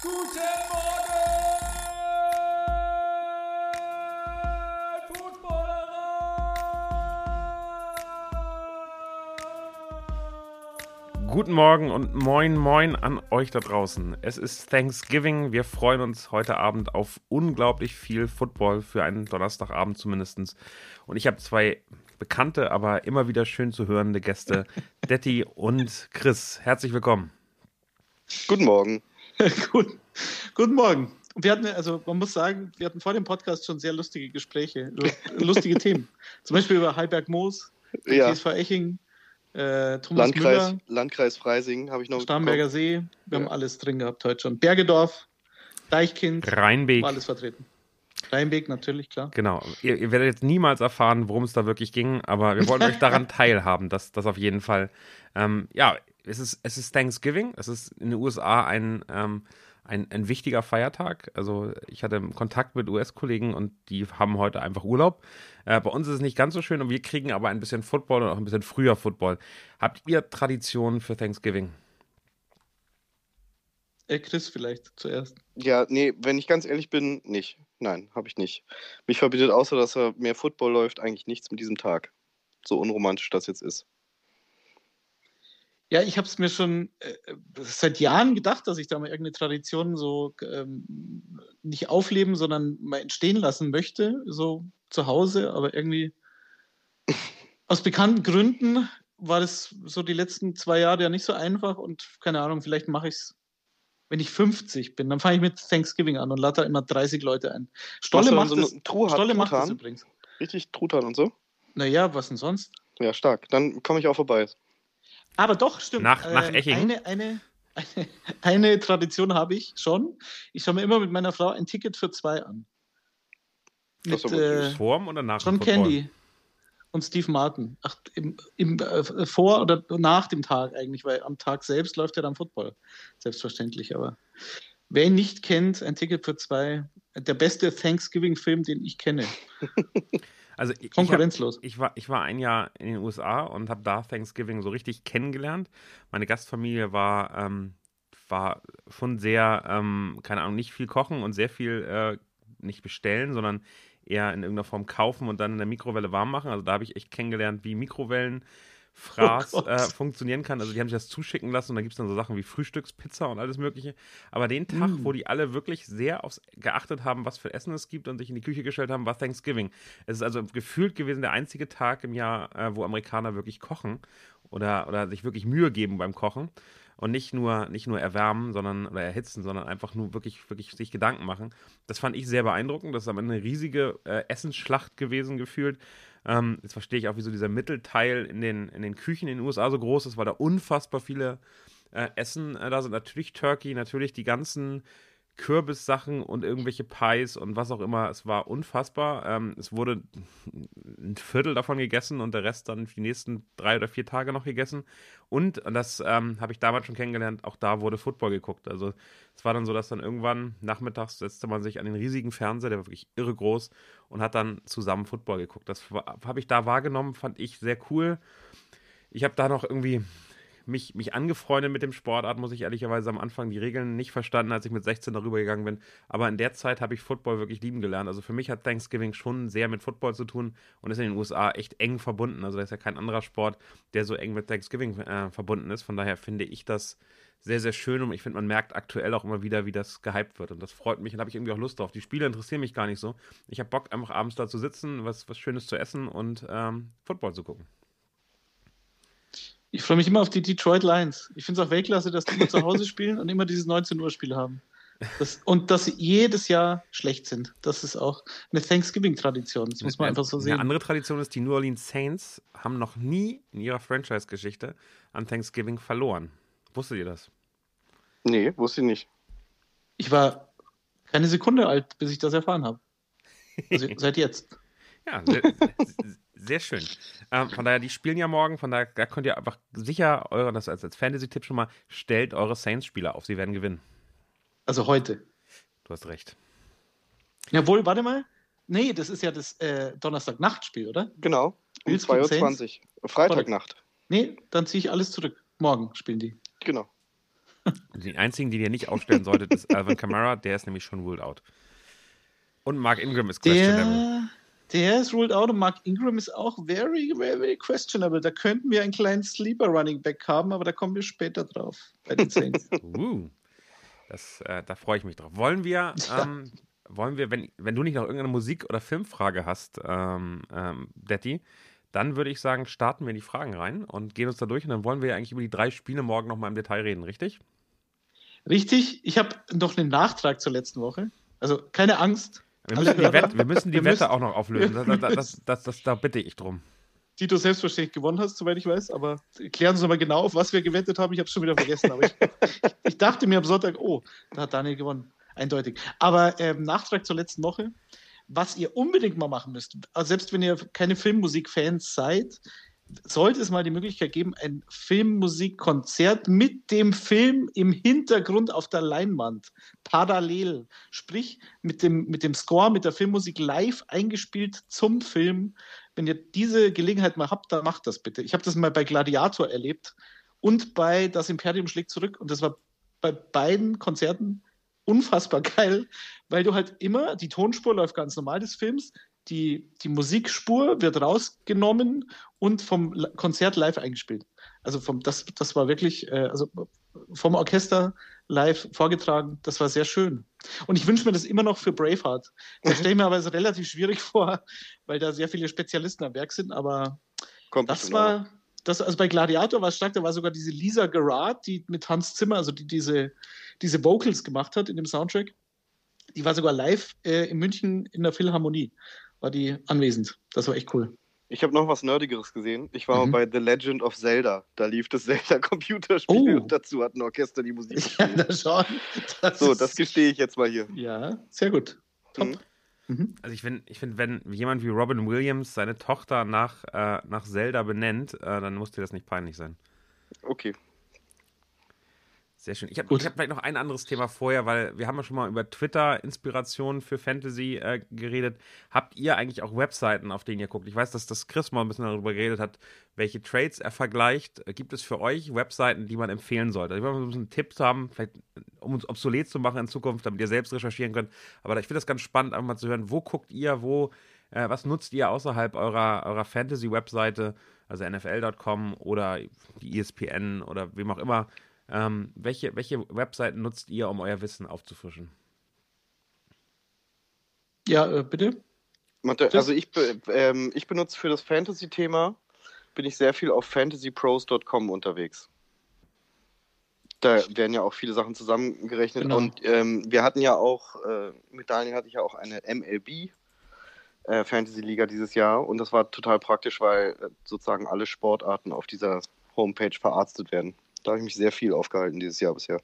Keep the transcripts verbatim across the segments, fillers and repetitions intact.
Guten Morgen, Footballerer! Guten Morgen und moin moin an euch da draußen. Es ist Thanksgiving. Wir freuen uns heute Abend auf unglaublich viel Football für einen Donnerstagabend zumindest. Und ich habe zwei bekannte, aber immer wieder schön zu hörende Gäste, Detti und Chris. Herzlich willkommen. Guten Morgen. Gut, guten Morgen. Wir hatten, also man muss sagen, wir hatten vor dem Podcast schon sehr lustige Gespräche, lustige Themen. Zum Beispiel über Heiberg Moos, Ja. T S V Eching, äh, Thomas Landkreis, Müller, Landkreis Freising habe ich noch Starnberger See. Wir Ja. haben alles drin gehabt heute schon. Bergedorf, Deichkind, Rheinbeek. war alles vertreten. Rheinbeek natürlich, klar. Genau. Ihr, ihr werdet jetzt niemals erfahren, worum es da wirklich ging, aber wir wollen euch daran teilhaben, das, das auf jeden Fall. Ähm, ja, es ist, es ist Thanksgiving. Es ist in den U S A ein, ähm, ein, ein wichtiger Feiertag. Also ich hatte Kontakt mit U S-Kollegen und die haben heute einfach Urlaub. Äh, bei uns ist es nicht ganz so schön und wir kriegen aber ein bisschen Football und auch ein bisschen früher Football. Habt ihr Traditionen für Thanksgiving? Äh, Chris vielleicht zuerst. Ja, nee, wenn ich ganz ehrlich bin, nicht. Nein, habe ich nicht. Mich verbindet, außer dass er mehr Football läuft, eigentlich nichts mit diesem Tag. So unromantisch das jetzt ist. Ja, ich habe es mir schon äh, seit Jahren gedacht, dass ich da mal irgendeine Tradition so ähm, nicht aufleben, sondern mal entstehen lassen möchte, so zu Hause. Aber irgendwie aus bekannten Gründen war das so die letzten zwei Jahre ja nicht so einfach. Und keine Ahnung, vielleicht mache ich es, wenn ich fünfzig bin. Dann fange ich mit Thanksgiving an und lade da immer dreißig Leute ein. Stolle Machst du macht dann so das, eine Truhan- Stolle macht das Truthahn? übrigens. Richtig Truthahn und so? Naja, was denn sonst? Ja, stark. Dann komme ich auch vorbei. Aber doch, stimmt. Nach- nach Ähm, Eching? Eine, eine, eine, eine Tradition habe ich schon. Ich schaue mir immer mit meiner Frau ein Ticket für zwei an. Das Mit ist aber äh, süß. Vorm oder nach dem John Football? Candy und Steve Martin. Ach, im, im, äh, vor oder nach dem Tag eigentlich, weil am Tag selbst läuft ja dann Football. Selbstverständlich, aber wer ihn nicht kennt, ein Ticket für zwei. Der beste Thanksgiving-Film, den ich kenne. Also ich, ich, hab, Konkurrenzlos. ich, war, ich war ein Jahr in den U S A und habe da Thanksgiving so richtig kennengelernt. Meine Gastfamilie war, ähm, war schon sehr, ähm, keine Ahnung, nicht viel kochen und sehr viel äh, nicht bestellen, sondern eher in irgendeiner Form kaufen und dann in der Mikrowelle warm machen. Also da habe ich echt kennengelernt, wie Mikrowellen Fraß Oh Gott. äh, funktionieren kann. Also die haben sich das zuschicken lassen und da gibt es dann so Sachen wie Frühstückspizza und alles mögliche. Aber den Tag, Mm. wo die alle wirklich sehr aufs geachtet haben, was für Essen es gibt und sich in die Küche gestellt haben, war Thanksgiving. Es ist also gefühlt gewesen der einzige Tag im Jahr, äh, wo Amerikaner wirklich kochen oder, oder sich wirklich Mühe geben beim Kochen und nicht nur, nicht nur erwärmen, sondern oder erhitzen, sondern einfach nur wirklich, wirklich sich Gedanken machen. Das fand ich sehr beeindruckend. Das ist am Ende eine riesige äh, Essensschlacht gewesen gefühlt. Ähm, jetzt verstehe ich auch, wieso dieser Mittelteil in den, in den Küchen in den U S A so groß ist, weil da unfassbar viele äh, Essen äh, da sind. Natürlich Turkey, natürlich die ganzen Kürbissachen und irgendwelche Pies und was auch immer. Es war unfassbar. Ähm, es wurde ein Viertel davon gegessen und der Rest dann für die nächsten drei oder vier Tage noch gegessen. Und, und das ähm, habe ich damals schon kennengelernt, auch da wurde Football geguckt. Also es war dann so, dass dann irgendwann nachmittags setzte man sich an den riesigen Fernseher, der war wirklich irre groß, und hat dann zusammen Football geguckt. Das habe ich da wahrgenommen, fand ich sehr cool. Ich habe da noch irgendwie mich, mich angefreundet mit dem Sportart, muss ich ehrlicherweise am Anfang die Regeln nicht verstanden, als ich mit sechzehn darüber gegangen bin. Aber in der Zeit habe ich Football wirklich lieben gelernt. Also für mich hat Thanksgiving schon sehr mit Football zu tun und ist in den U S A echt eng verbunden. Also da ist ja kein anderer Sport, der so eng mit Thanksgiving äh, verbunden ist. Von daher finde ich das sehr, sehr schön und ich finde, man merkt aktuell auch immer wieder, wie das gehypt wird. Und das freut mich und habe ich irgendwie auch Lust drauf. Die Spiele interessieren mich gar nicht so. Ich habe Bock, einfach abends da zu sitzen, was, was Schönes zu essen und ähm, Football zu gucken. Ich freue mich immer auf die Detroit Lions. Ich finde es auch Weltklasse, dass die immer zu Hause spielen und immer dieses neunzehn Uhr Spiel haben. Das, und dass sie jedes Jahr schlecht sind. Das ist auch eine Thanksgiving-Tradition. Das muss man einfach so sehen. Eine andere Tradition ist, die New Orleans Saints haben noch nie in ihrer Franchise-Geschichte an Thanksgiving verloren. Wusstet ihr das? Nee, wusste ich nicht. Ich war keine Sekunde alt, bis ich das erfahren habe. Also seit jetzt. Ja, sehr, sehr schön. Ähm, von daher, die spielen ja morgen, von daher da könnt ihr einfach sicher, eure, das als, als Fantasy-Tipp schon mal, stellt eure Saints-Spieler auf, sie werden gewinnen. Also heute. Du hast recht. Jawohl, warte mal. Nee, das ist ja das äh, Donnerstag-Nachtspiel, oder? Genau, um Spielst du zwei Uhr gegen zwanzig. Freitagnacht. Nee, dann ziehe ich alles zurück. Morgen spielen die. Genau. Die einzigen, die ihr nicht aufstellen solltet, ist Alvin Kamara, der ist nämlich schon ruled out. Und Mark Ingram ist questionable. Der, der ist ruled out und Mark Ingram ist auch very, very, very questionable. Da könnten wir einen kleinen Sleeper-Running-Back haben, aber da kommen wir später drauf bei den Saints. Uh, das, äh, da freue ich mich drauf. Wollen wir, ähm, wollen wir, wenn, wenn du nicht noch irgendeine Musik- oder Filmfrage hast, ähm, ähm, Detti, dann würde ich sagen, starten wir in die Fragen rein und gehen uns da durch und dann wollen wir ja eigentlich über die drei Spiele morgen nochmal im Detail reden, richtig? Richtig, ich habe noch einen Nachtrag zur letzten Woche. Also keine Angst. Wir müssen die, Wette, wir müssen die wir Wette müssen, auch noch auflösen. Das, das, das, das, das, da bitte ich drum. Die du selbstverständlich gewonnen hast, soweit ich weiß. Aber klären Sie nochmal genau, auf was wir gewettet haben. Ich habe es schon wieder vergessen. Aber ich, ich dachte mir am Sonntag, oh, da hat Daniel gewonnen. Eindeutig. Aber ähm, Nachtrag zur letzten Woche. Was ihr unbedingt mal machen müsst, also selbst wenn ihr keine Filmmusik-Fans seid, sollte es mal die Möglichkeit geben, ein Filmmusikkonzert mit dem Film im Hintergrund auf der Leinwand, parallel, sprich mit dem, mit dem Score, mit der Filmmusik live eingespielt zum Film. Wenn ihr diese Gelegenheit mal habt, dann macht das bitte. Ich habe das mal bei Gladiator erlebt und bei Das Imperium schlägt zurück und das war bei beiden Konzerten unfassbar geil, weil du halt immer, die Tonspur läuft ganz normal des Films, Die, die Musikspur wird rausgenommen und vom Konzert live eingespielt. Also vom, das, das war wirklich, äh, also vom Orchester live vorgetragen, das war sehr schön. Und ich wünsche mir das immer noch für Braveheart. Das stelle ich mir aber also relativ schwierig vor, weil da sehr viele Spezialisten am Werk sind, aber Kommt das bestimmt war, das, also bei Gladiator war es stark, da war sogar diese Lisa Gerard, die mit Hans Zimmer, also die diese, diese Vocals gemacht hat in dem Soundtrack, die war sogar live äh, in München in der Philharmonie. War die anwesend. Das war echt cool. Ich habe noch was Nerdigeres gesehen. Ich war Mhm. bei The Legend of Zelda. Da lief das Zelda-Computerspiel Oh. und dazu hat ein Orchester die Musik Ja, gespielt. das schon. Das So, ist- das gestehe ich jetzt mal hier. Ja, sehr gut. Top. Mhm. Mhm. Also ich finde, ich find, wenn jemand wie Robin Williams seine Tochter nach, äh, nach Zelda benennt, äh, dann muss dir das nicht peinlich sein. Okay. Sehr schön. Ich habe Gut. hab vielleicht noch ein anderes Thema vorher, weil wir haben ja schon mal über Twitter-Inspirationen für Fantasy äh, geredet. Habt ihr eigentlich auch Webseiten, auf denen ihr guckt? Ich weiß, dass das Chris mal ein bisschen darüber geredet hat, welche Trades er vergleicht. Äh, Gibt es für euch Webseiten, die man empfehlen sollte? Ich wollte mal so einen Tipp haben, vielleicht um uns obsolet zu machen in Zukunft, damit ihr selbst recherchieren könnt. Aber ich finde das ganz spannend, einfach mal zu hören, wo guckt ihr, wo, äh, was nutzt ihr außerhalb eurer, eurer Fantasy-Webseite, also N F L Punkt com oder die E S P N oder wem auch immer. Ähm, welche, welche Webseiten nutzt ihr, um euer Wissen aufzufrischen? Ja, äh, bitte. Mathe- Das- Also ich, be- ähm, ich benutze für das Fantasy-Thema, bin ich sehr viel auf fantasy pros Punkt com unterwegs. Da werden ja auch viele Sachen zusammengerechnet. Genau. Und ähm, wir hatten ja auch, äh, mit Daniel hatte ich ja auch eine M L B äh, Fantasy-Liga dieses Jahr. Und das war total praktisch, weil äh, sozusagen alle Sportarten auf dieser Homepage verarztet werden. Da habe ich mich sehr viel aufgehalten dieses Jahr bisher.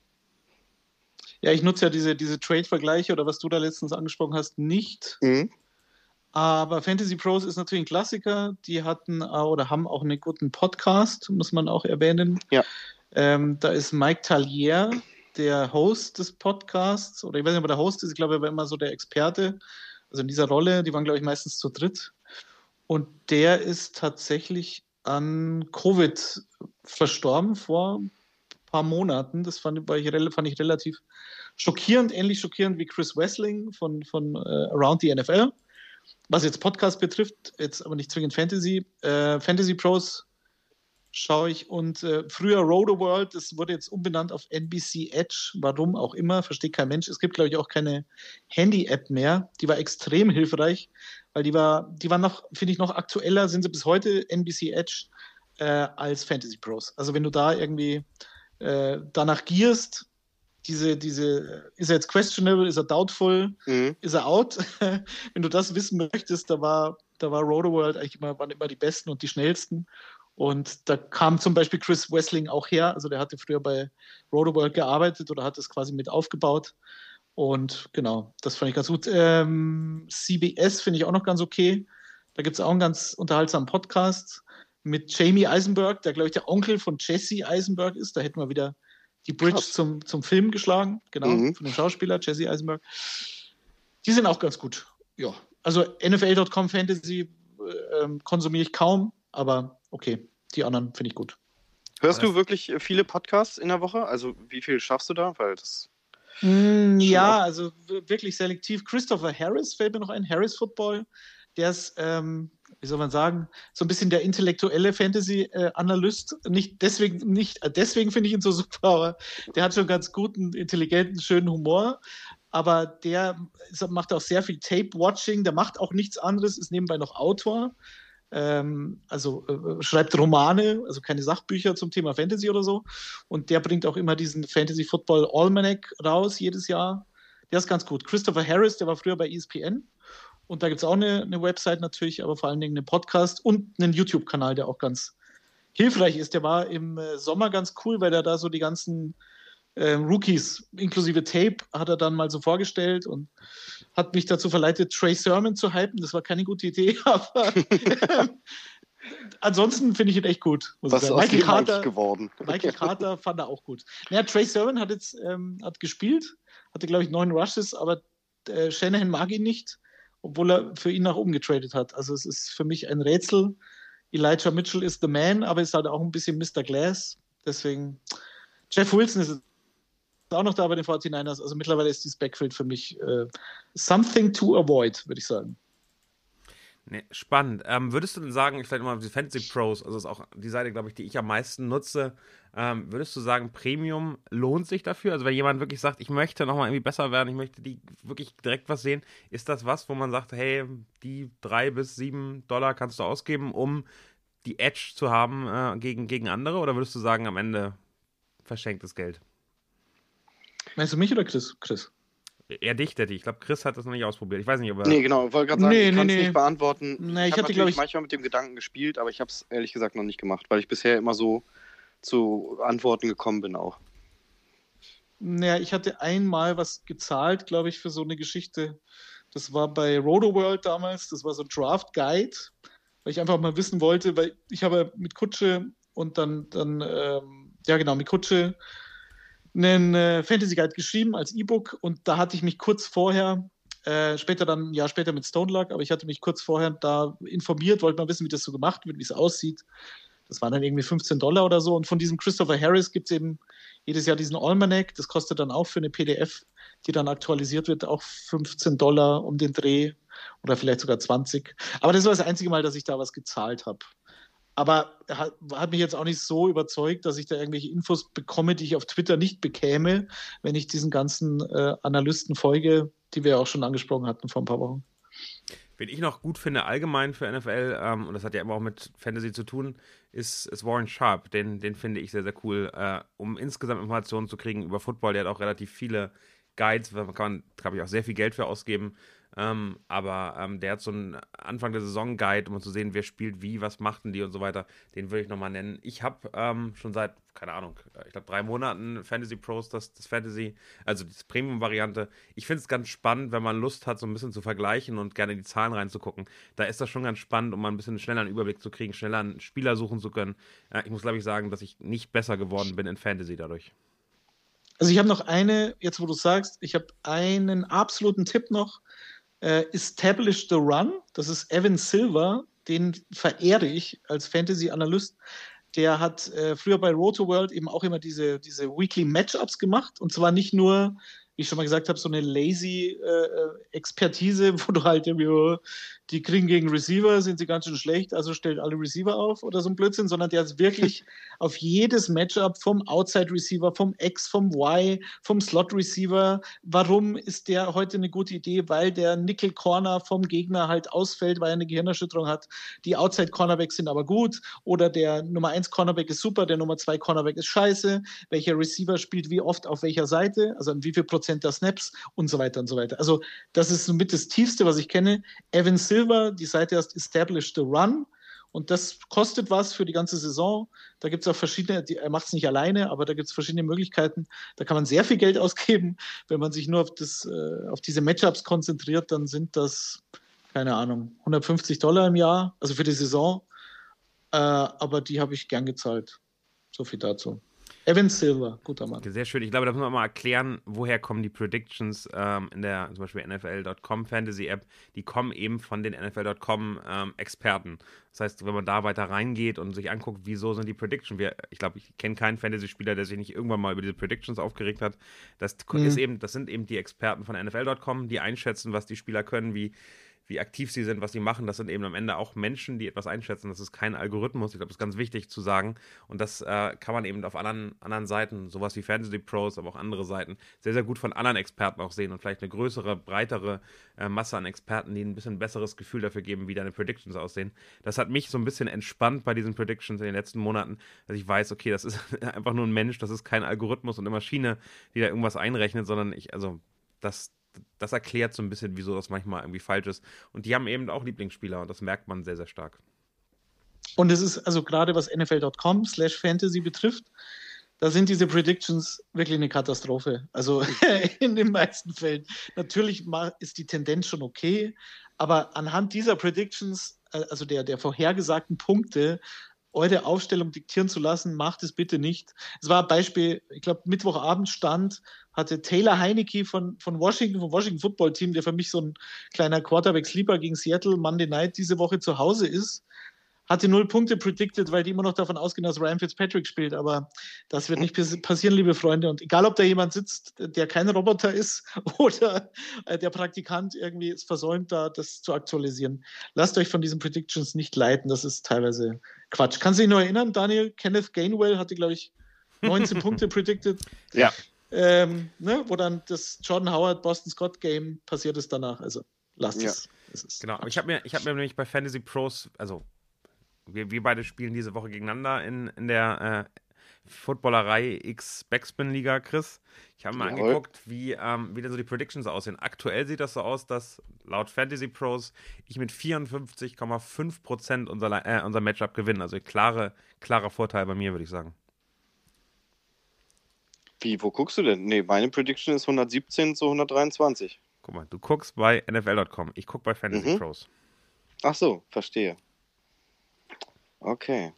Ja, ich nutze ja diese, diese Trade-Vergleiche oder was du da letztens angesprochen hast, nicht. Mhm. Aber Fantasy Pros ist natürlich ein Klassiker. Die hatten äh, oder haben auch einen guten Podcast, muss man auch erwähnen. Ja. Ähm, da ist Mike Tallier, der Host des Podcasts, oder ich weiß nicht, ob er der Host ist, ich glaube, er war immer so der Experte. Also in dieser Rolle, die waren, glaube ich, meistens zu dritt. Und der ist tatsächlich an Covid verstorben vor ein paar Monaten. Das fand, war ich, rel- fand ich relativ schockierend, ähnlich schockierend wie Chris Wessling von, von äh, Around the N F L. Was jetzt Podcast betrifft, jetzt aber nicht zwingend Fantasy. Äh, Fantasy Pros schaue ich und äh, früher Roto World, das wurde jetzt umbenannt auf N B C Edge, warum auch immer, versteht kein Mensch. Es gibt, glaube ich, auch keine Handy-App mehr. Die war extrem hilfreich, weil die war, die war noch, finde ich, noch aktueller, sind sie bis heute N B C Edge äh, als Fantasy Pros. Also wenn du da irgendwie äh, danach gierst, diese, diese, ist er jetzt questionable, ist er doubtful, Mhm. ist er out? Wenn du das wissen möchtest, da war, da war Roto World eigentlich immer, waren immer die besten und die schnellsten. Und da kam zum Beispiel Chris Wessling auch her. Also der hatte früher bei Roto World gearbeitet oder hat es quasi mit aufgebaut. Und genau, das fand ich ganz gut. Ähm, C B S finde ich auch noch ganz okay. Da gibt es auch einen ganz unterhaltsamen Podcast mit Jamie Eisenberg, der, glaube ich, der Onkel von Jesse Eisenberg ist. Da hätten wir wieder die Bridge Krass. zum, zum Film geschlagen. Genau, Mhm. von dem Schauspieler Jesse Eisenberg. Die sind auch ganz gut. Ja, also N F L Punkt com Fantasy äh, ähm, konsumiere ich kaum, aber okay, die anderen finde ich gut. Hörst Aber du wirklich viele Podcasts in der Woche? Also wie viel schaffst du da? Weil das Mm, schon ja, auch- also w- wirklich selektiv. Christopher Harris fällt mir noch ein, Harris Football. Der ist, ähm, wie soll man sagen, so ein bisschen der intellektuelle Fantasy-Analyst. Nicht deswegen, nicht äh, deswegen finde ich ihn so super, aber der hat schon ganz guten, intelligenten, schönen Humor. Aber der ist, macht auch sehr viel Tape-Watching. Der macht auch nichts anderes, ist nebenbei noch Autor. Ähm, also äh, schreibt Romane, also keine Sachbücher zum Thema Fantasy oder so. Und der bringt auch immer diesen Fantasy Football Almanac raus jedes Jahr. Der ist ganz gut. Christopher Harris, der war früher bei E S P N. Und da gibt es auch eine, eine Website natürlich, aber vor allen Dingen einen Podcast und einen YouTube-Kanal, der auch ganz hilfreich ist. Der war im äh, Sommer ganz cool, weil er da so die ganzen ähm, Rookies inklusive Tape hat er dann mal so vorgestellt und hat mich dazu verleitet, Trey Sermon zu hypen. Das war keine gute Idee, aber ähm, ansonsten finde ich ihn echt gut. Muss Was ich ist sagen. aus Michael dem eigentlich Carter, geworden? Michael Carter fand er auch gut. Naja, Trey Sermon hat jetzt ähm, hat gespielt, hatte, glaube ich, neun Rushes, aber äh, Shanahan mag ihn nicht, obwohl er für ihn nach oben getradet hat. Also es ist für mich ein Rätsel. Elijah Mitchell ist the man, aber ist halt auch ein bisschen Mister Glass. Deswegen, Jeff Wilson ist auch noch da bei den forty-niners. Also mittlerweile ist dieses Backfield für mich äh, something to avoid, würde ich sagen. Nee, spannend. Ähm, würdest du denn sagen, vielleicht mal die Fantasy Pros, also das ist auch die Seite, glaube ich, die ich am meisten nutze, ähm, würdest du sagen, Premium lohnt sich dafür? Also wenn jemand wirklich sagt, ich möchte nochmal irgendwie besser werden, ich möchte die wirklich direkt was sehen, ist das was, wo man sagt, hey, die drei bis sieben Dollar kannst du ausgeben, um die Edge zu haben äh, gegen, gegen andere? Oder würdest du sagen, am Ende verschenktes Geld? Meinst du mich oder Chris? Chris. Eher dich, Daddy. Ich glaube, Chris hat das noch nicht ausprobiert. Ich weiß nicht, ob er... Nee, genau, ich wollte gerade sagen, Nee, ich nee, kann es nee. nicht beantworten. Nee, ich hab hatte, glaub natürlich ich- manchmal mit dem Gedanken gespielt, aber ich habe es ehrlich gesagt noch nicht gemacht, weil ich bisher immer so zu Antworten gekommen bin auch. Naja, ich hatte einmal was gezahlt, glaube ich, für so eine Geschichte. Das war bei Roto-World damals. Das war so ein Draft Guide, weil ich einfach mal wissen wollte, weil ich habe mit Kutsche und dann, dann ähm, ja genau, mit Kutsche einen äh, Fantasy Guide geschrieben als E-Book und da hatte ich mich kurz vorher, äh, später dann, ein Jahr später mit Stone Luck, aber ich hatte mich kurz vorher da informiert, wollte mal wissen, wie das so gemacht wird, wie es aussieht. Das waren dann irgendwie fünfzehn Dollar oder so. Und von diesem Christopher Harris gibt es eben jedes Jahr diesen Almanac. Das kostet dann auch für eine P D F, die dann aktualisiert wird, auch fünfzehn Dollar um den Dreh oder vielleicht sogar zwanzig. Aber das war das einzige Mal, dass ich da was gezahlt habe. Aber hat, hat mich jetzt auch nicht so überzeugt, dass ich da irgendwelche Infos bekomme, die ich auf Twitter nicht bekäme, wenn ich diesen ganzen äh, Analysten folge, die wir ja auch schon angesprochen hatten vor ein paar Wochen. Wen ich noch gut finde, allgemein für N F L, ähm, und das hat ja immer auch mit Fantasy zu tun, ist, ist Warren Sharp. Den, den finde ich sehr, sehr cool, äh, um insgesamt Informationen zu kriegen über Football. Der hat auch relativ viele Guides, da kann man, glaube ich, auch sehr viel Geld für ausgeben. Ähm, aber ähm, der hat so einen Anfang der Saison Guide, um zu sehen, wer spielt wie, was machten die und so weiter. Den würde ich nochmal nennen. Ich habe ähm, schon seit, keine Ahnung, ich glaube drei Monaten Fantasy Pros, das, das Fantasy, also die Premium-Variante. Ich finde es ganz spannend, wenn man Lust hat, so ein bisschen zu vergleichen und gerne in die Zahlen reinzugucken. Da ist das schon ganz spannend, um mal ein bisschen schneller einen Überblick zu kriegen, schneller einen Spieler suchen zu können. Äh, ich muss, glaube ich, sagen, dass ich nicht besser geworden bin in Fantasy dadurch. Also ich habe noch eine, jetzt wo du sagst, ich habe einen absoluten Tipp noch. Äh, Establish the Run, das ist Evan Silver, den verehre ich als Fantasy-Analyst. Der hat äh, früher bei Roto-World eben auch immer diese, diese Weekly Matchups gemacht und zwar nicht nur, wie ich schon mal gesagt habe, so eine lazy äh, Expertise, wo du halt irgendwie, oh, die kriegen gegen Receiver, sind sie ganz schön schlecht, also stellt alle Receiver auf oder so ein Blödsinn, sondern der hat wirklich auf jedes Matchup vom Outside Receiver, vom X, vom Y, vom Slot Receiver, warum ist der heute eine gute Idee, weil der Nickel Corner vom Gegner halt ausfällt, weil er eine Gehirnerschütterung hat, die Outside Cornerbacks sind aber gut oder der Nummer eins Cornerback ist super, der Nummer zwei Cornerback ist scheiße, welcher Receiver spielt wie oft auf welcher Seite, also an wie viel Prozent der Snaps und so weiter und so weiter. Also das ist somit das Tiefste, was ich kenne. Evan Silver, die Seite heißt Establish the Run und das kostet was für die ganze Saison. Da gibt es auch verschiedene, die, er macht es nicht alleine, aber da gibt es verschiedene Möglichkeiten. Da kann man sehr viel Geld ausgeben. Wenn man sich nur auf, das, äh, auf diese Matchups konzentriert, dann sind das, keine Ahnung, hundertfünfzig Dollar im Jahr, also für die Saison. Äh, aber die habe ich gern gezahlt. So viel dazu. Evan Silver, guter Mann. Sehr schön. Ich glaube, da müssen wir mal erklären, woher kommen die Predictions ähm, in der zum Beispiel N F L Punkt com Fantasy-App. Die kommen eben von den N F L Punkt com ähm, Experten. Das heißt, wenn man da weiter reingeht und sich anguckt, wieso sind die Predictions, wir, ich glaube, ich kenne keinen Fantasy-Spieler, der sich nicht irgendwann mal über diese Predictions aufgeregt hat. Das, Mhm. ist eben, das sind eben die Experten von N F L Punkt com, die einschätzen, was die Spieler können, wie wie aktiv sie sind, was sie machen. Das sind eben am Ende auch Menschen, die etwas einschätzen. Das ist kein Algorithmus. Ich glaube, das ist ganz wichtig zu sagen. Und das äh, kann man eben auf anderen, anderen Seiten, sowas wie Fantasy Pros, aber auch andere Seiten, sehr, sehr gut von anderen Experten auch sehen und vielleicht eine größere, breitere äh, Masse an Experten, die ein bisschen besseres Gefühl dafür geben, wie deine Predictions aussehen. Das hat mich so ein bisschen entspannt bei diesen Predictions in den letzten Monaten, dass ich weiß, okay, das ist einfach nur ein Mensch, das ist kein Algorithmus und eine Maschine, die da irgendwas einrechnet, sondern ich, also das Das erklärt so ein bisschen, wieso das manchmal irgendwie falsch ist. Und die haben eben auch Lieblingsspieler und das merkt man sehr, sehr stark. Und es ist also gerade was N F L Punkt com slash Fantasy betrifft, da sind diese Predictions wirklich eine Katastrophe. Also in den meisten Fällen. Natürlich ist die Tendenz schon okay, aber anhand dieser Predictions, also der, der vorhergesagten Punkte, eure Aufstellung diktieren zu lassen, macht es bitte nicht. Es war ein Beispiel, ich glaube, Mittwochabend stand, hatte Taylor Heineke von, von Washington, vom Washington Football Team, der für mich so ein kleiner Quarterback-Sleeper gegen Seattle Monday Night diese Woche zu Hause ist, hatte null Punkte predicted, weil die immer noch davon ausgehen, dass Ryan Fitzpatrick spielt. Aber das wird nicht passieren, liebe Freunde. Und egal, ob da jemand sitzt, der kein Roboter ist oder der Praktikant irgendwie es versäumt, da das zu aktualisieren. Lasst euch von diesen Predictions nicht leiten. Das ist teilweise Quatsch. Kannst du dich noch erinnern, Daniel? Kenneth Gainwell hatte, glaube ich, neunzehn Punkte predicted. Ja. Ähm, ne? Wo dann das Jordan Howard Boston Scott Game passiert ist danach. Also lasst Ja. es. es ist Genau, aber Quatsch. ich habe mir, ich hab mir nämlich bei Fantasy Pros, also wir, wir beide spielen diese Woche gegeneinander in, in der äh, Footballerei X Backspin Liga, Chris. Ich habe mal Jawohl. angeguckt, wie, ähm, wie denn so die Predictions aussehen. Aktuell sieht das so aus, dass laut Fantasy Pros ich mit vierundfünfzig Komma fünf Prozent unser, äh, unser Matchup gewinne. Also klare, klarer Vorteil bei mir, würde ich sagen. Wie, wo guckst du denn? Nee, meine Prediction ist hundertsiebzehn zu hundertdreiundzwanzig. Guck mal, du guckst bei N F L Punkt com. Ich gucke bei Fantasy Mhm. Pros. Ach so, verstehe. Okay.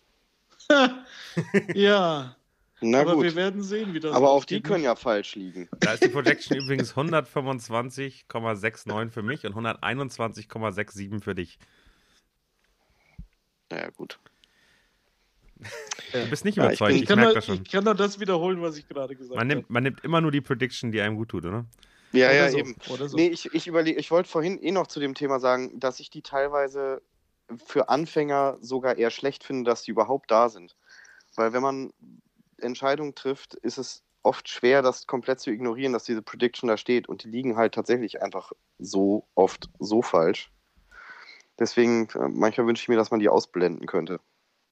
Ja, Na aber gut. wir werden sehen, wie das Aber auch die ausgeht. können ja falsch liegen. Da ist die Projection übrigens hundertfünfundzwanzig Komma neunundsechzig für mich und hunderteinundzwanzig Komma siebenundsechzig für dich. Naja, gut. Du bist nicht Ja, ich überzeugt, bin- ich, Ich kann, merke nur, das schon. ich kann nur das wiederholen, was ich gerade gesagt Man nimmt, man nimmt immer nur die Prediction, die einem gut tut, oder? Ja, Oder ja, so, eben. oder so. Nee, ich, ich überlege, ich wollte vorhin eh noch zu dem Thema sagen, dass ich die teilweise für Anfänger sogar eher schlecht finde, dass die überhaupt da sind. Weil wenn man Entscheidungen trifft, ist es oft schwer, das komplett zu ignorieren, dass diese Prediction da steht. Und die liegen halt tatsächlich einfach so oft so falsch. Deswegen, äh, manchmal wünsche ich mir, dass man die ausblenden könnte.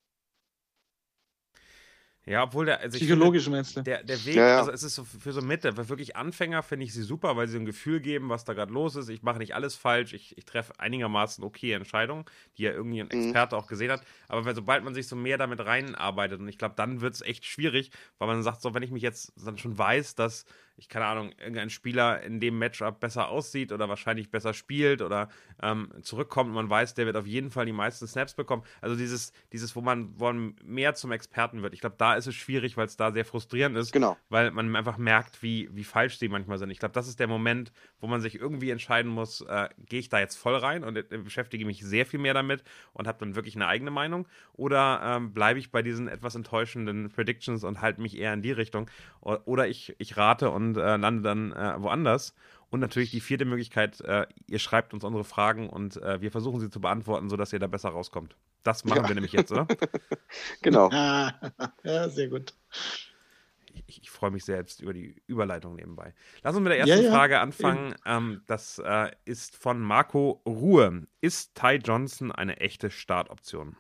Ja, obwohl der, also ich Psychologisch finde, meinst du? der, der Weg, Ja, ja. also es ist so für so Mitte, für wirklich Anfänger finde ich sie super, weil sie so ein Gefühl geben, was da gerade los ist. Ich mache nicht alles falsch, ich, ich treffe einigermaßen okay Entscheidungen, die ja irgendwie ein Mhm. Experte auch gesehen hat. Aber wenn, sobald man sich so mehr damit reinarbeitet, und ich glaube, dann wird es echt schwierig, weil man sagt, so wenn ich mich jetzt dann schon weiß, dass ich, keine Ahnung, irgendein Spieler in dem Matchup besser aussieht oder wahrscheinlich besser spielt oder ähm, zurückkommt und man weiß, der wird auf jeden Fall die meisten Snaps bekommen. Also dieses, dieses wo, man, wo man mehr zum Experten wird. Ich glaube, da ist es schwierig, weil es da sehr frustrierend ist, Genau. weil man einfach merkt, wie, wie falsch die manchmal sind. Ich glaube, das ist der Moment, wo man sich irgendwie entscheiden muss, äh, gehe ich da jetzt voll rein und äh, beschäftige mich sehr viel mehr damit und habe dann wirklich eine eigene Meinung oder ähm, bleibe ich bei diesen etwas enttäuschenden Predictions und halte mich eher in die Richtung o- oder ich, ich rate und äh, lande dann äh, woanders. Und natürlich die vierte Möglichkeit, äh, ihr schreibt uns unsere Fragen und äh, wir versuchen sie zu beantworten, sodass ihr da besser rauskommt. Das machen Ja. wir nämlich jetzt, oder? Genau. Ah, ja, sehr gut. Ich, ich freue mich selbst über die Überleitung nebenbei. Lass uns mit der ersten Ja, ja, Frage anfangen. Ähm, das äh, ist von Marco Ruhe. Ist Ty Johnson eine echte Startoption?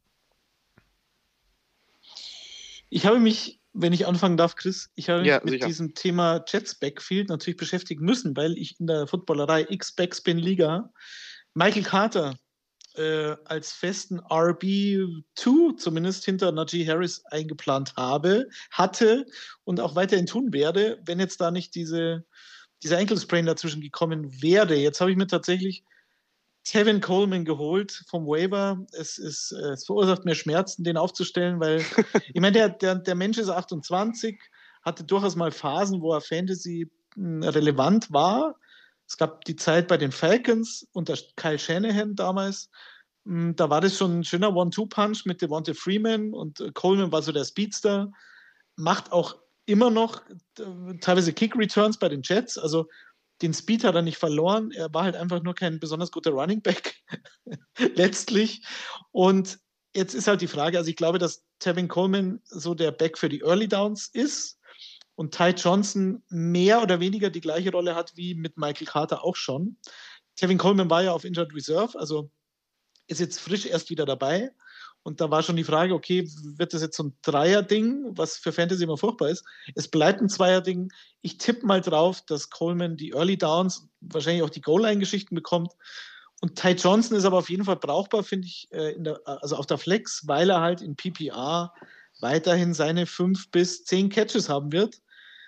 Ich habe mich, wenn ich anfangen darf, Chris, ich habe mich Ja, mit sicher. diesem Thema Jets Backfield natürlich beschäftigen müssen, weil ich in der Footballerei X-Backspin Liga Michael Carter äh, als festen R B zwei zumindest hinter Najee Harris eingeplant habe, hatte und auch weiterhin tun werde, wenn jetzt da nicht diese, dieser Ankle Sprain dazwischen gekommen wäre. Jetzt habe ich mir tatsächlich Tevin Coleman geholt vom Waiver. Es, ist, es verursacht mir Schmerzen, den aufzustellen, weil ich meine, der, der, der Mensch ist achtundzwanzig, hatte durchaus mal Phasen, wo er Fantasy mh, relevant war. Es gab die Zeit bei den Falcons unter Kyle Shanahan damals. Mh, da war das schon ein schöner One-Two-Punch mit Devonta Freeman und äh, Coleman war so der Speedster. Macht auch immer noch äh, teilweise Kick-Returns bei den Jets. Also den Speed hat er nicht verloren. Er war halt einfach nur kein besonders guter Running Back letztlich. Und jetzt ist halt die Frage, also ich glaube, dass Tevin Coleman so der Back für die Early Downs ist und Ty Johnson mehr oder weniger die gleiche Rolle hat wie mit Michael Carter auch schon. Tevin Coleman war ja auf Injured Reserve, also ist jetzt frisch erst wieder dabei. Und da war schon die Frage, okay, wird das jetzt so ein Dreier-Ding, was für Fantasy immer furchtbar ist? Es bleibt ein Zweier-Ding. Ich tippe mal drauf, dass Coleman die Early Downs, wahrscheinlich auch die Goal-Line-Geschichten bekommt. Und Ty Johnson ist aber auf jeden Fall brauchbar, finde ich, in der, also auf der Flex, weil er halt in P P R weiterhin seine fünf bis zehn Catches haben wird.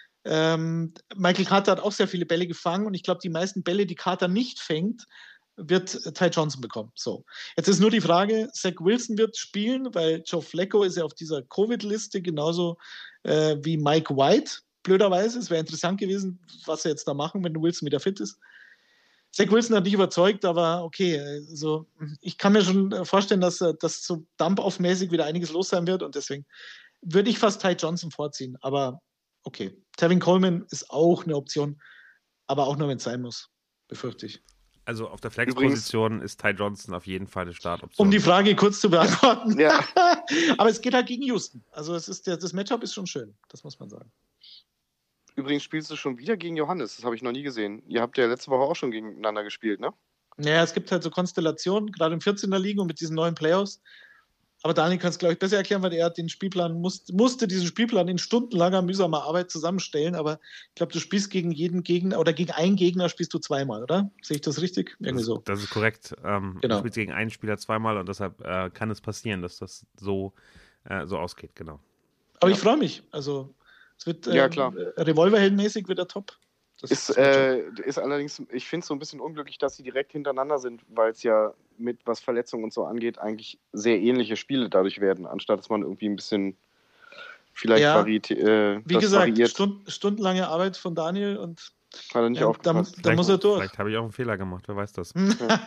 Ähm, Michael Carter hat auch sehr viele Bälle gefangen und ich glaube, die meisten Bälle, die Carter nicht fängt, wird Ty Johnson bekommen. So. Jetzt ist nur die Frage, Zach Wilson wird spielen, weil Joe Flacco ist ja auf dieser Covid-Liste genauso äh, wie Mike White, blöderweise. Es wäre interessant gewesen, was sie jetzt da machen, wenn Wilson wieder fit ist. Zach Wilson hat nicht überzeugt, aber okay, also ich kann mir schon vorstellen, dass das so Dump-Off-mäßig wieder einiges los sein wird und deswegen würde ich fast Ty Johnson vorziehen, aber okay. Tevin Coleman ist auch eine Option, aber auch nur, wenn es sein muss, befürchte ich. Also auf der Flex-Position ist Ty Johnson auf jeden Fall eine Startoption. Um die Frage kurz zu beantworten. Ja. Aber es geht halt gegen Houston. Also es ist der, das Matchup ist schon schön, das muss man sagen. Übrigens spielst du schon wieder gegen Johannes, das habe ich noch nie gesehen. Ihr habt ja letzte Woche auch schon gegeneinander gespielt, ne? Naja, es gibt halt so Konstellationen, gerade im vierzehner Liga und mit diesen neuen Playoffs. Aber Daniel kann es, glaube ich, besser erklären, weil er hat den Spielplan, musste, musste diesen Spielplan in stundenlanger, mühsamer Arbeit zusammenstellen. Aber ich glaube, du spielst gegen jeden Gegner oder gegen einen Gegner spielst du zweimal, oder? Sehe ich das richtig? Irgendwie das, so. Das ist korrekt. Ähm, genau. Du spielst gegen einen Spieler zweimal und deshalb äh, kann es passieren, dass das so, äh, so ausgeht, genau. Aber ja. ich freue mich. Also, es wird äh, ja, klar. Revolverheldenmäßig wird er top. Das ist, äh, ist allerdings, ich finde es so ein bisschen unglücklich, dass sie direkt hintereinander sind, weil es ja mit, was Verletzungen und so angeht, eigentlich sehr ähnliche Spiele dadurch werden, anstatt dass man irgendwie ein bisschen vielleicht ja, variiert. Äh, wie gesagt, Stund, stundenlange Arbeit von Daniel und hat er nicht ja, aufgepasst. Da, da muss er durch. Vielleicht habe ich auch einen Fehler gemacht, wer weiß das.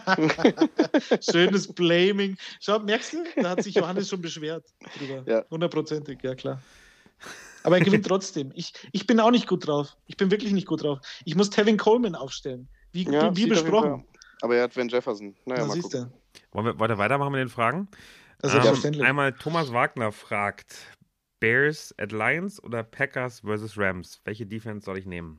Schönes Blaming. Schau, merkst du, da hat sich Johannes schon beschwert drüber. Ja. Hundertprozentig, ja klar. Aber er gewinnt trotzdem. Ich, ich bin auch nicht gut drauf. Ich bin wirklich nicht gut drauf. Ich muss Tevin Coleman aufstellen. Wie, ja, wie besprochen. Aber er hat Van Jefferson. Naja, Na, mal siehst gucken. Wollen wir weiter weitermachen mit den Fragen? Das ist ähm, einmal Thomas Wagner fragt, Bears at Lions oder Packers versus Rams? Welche Defense soll ich nehmen?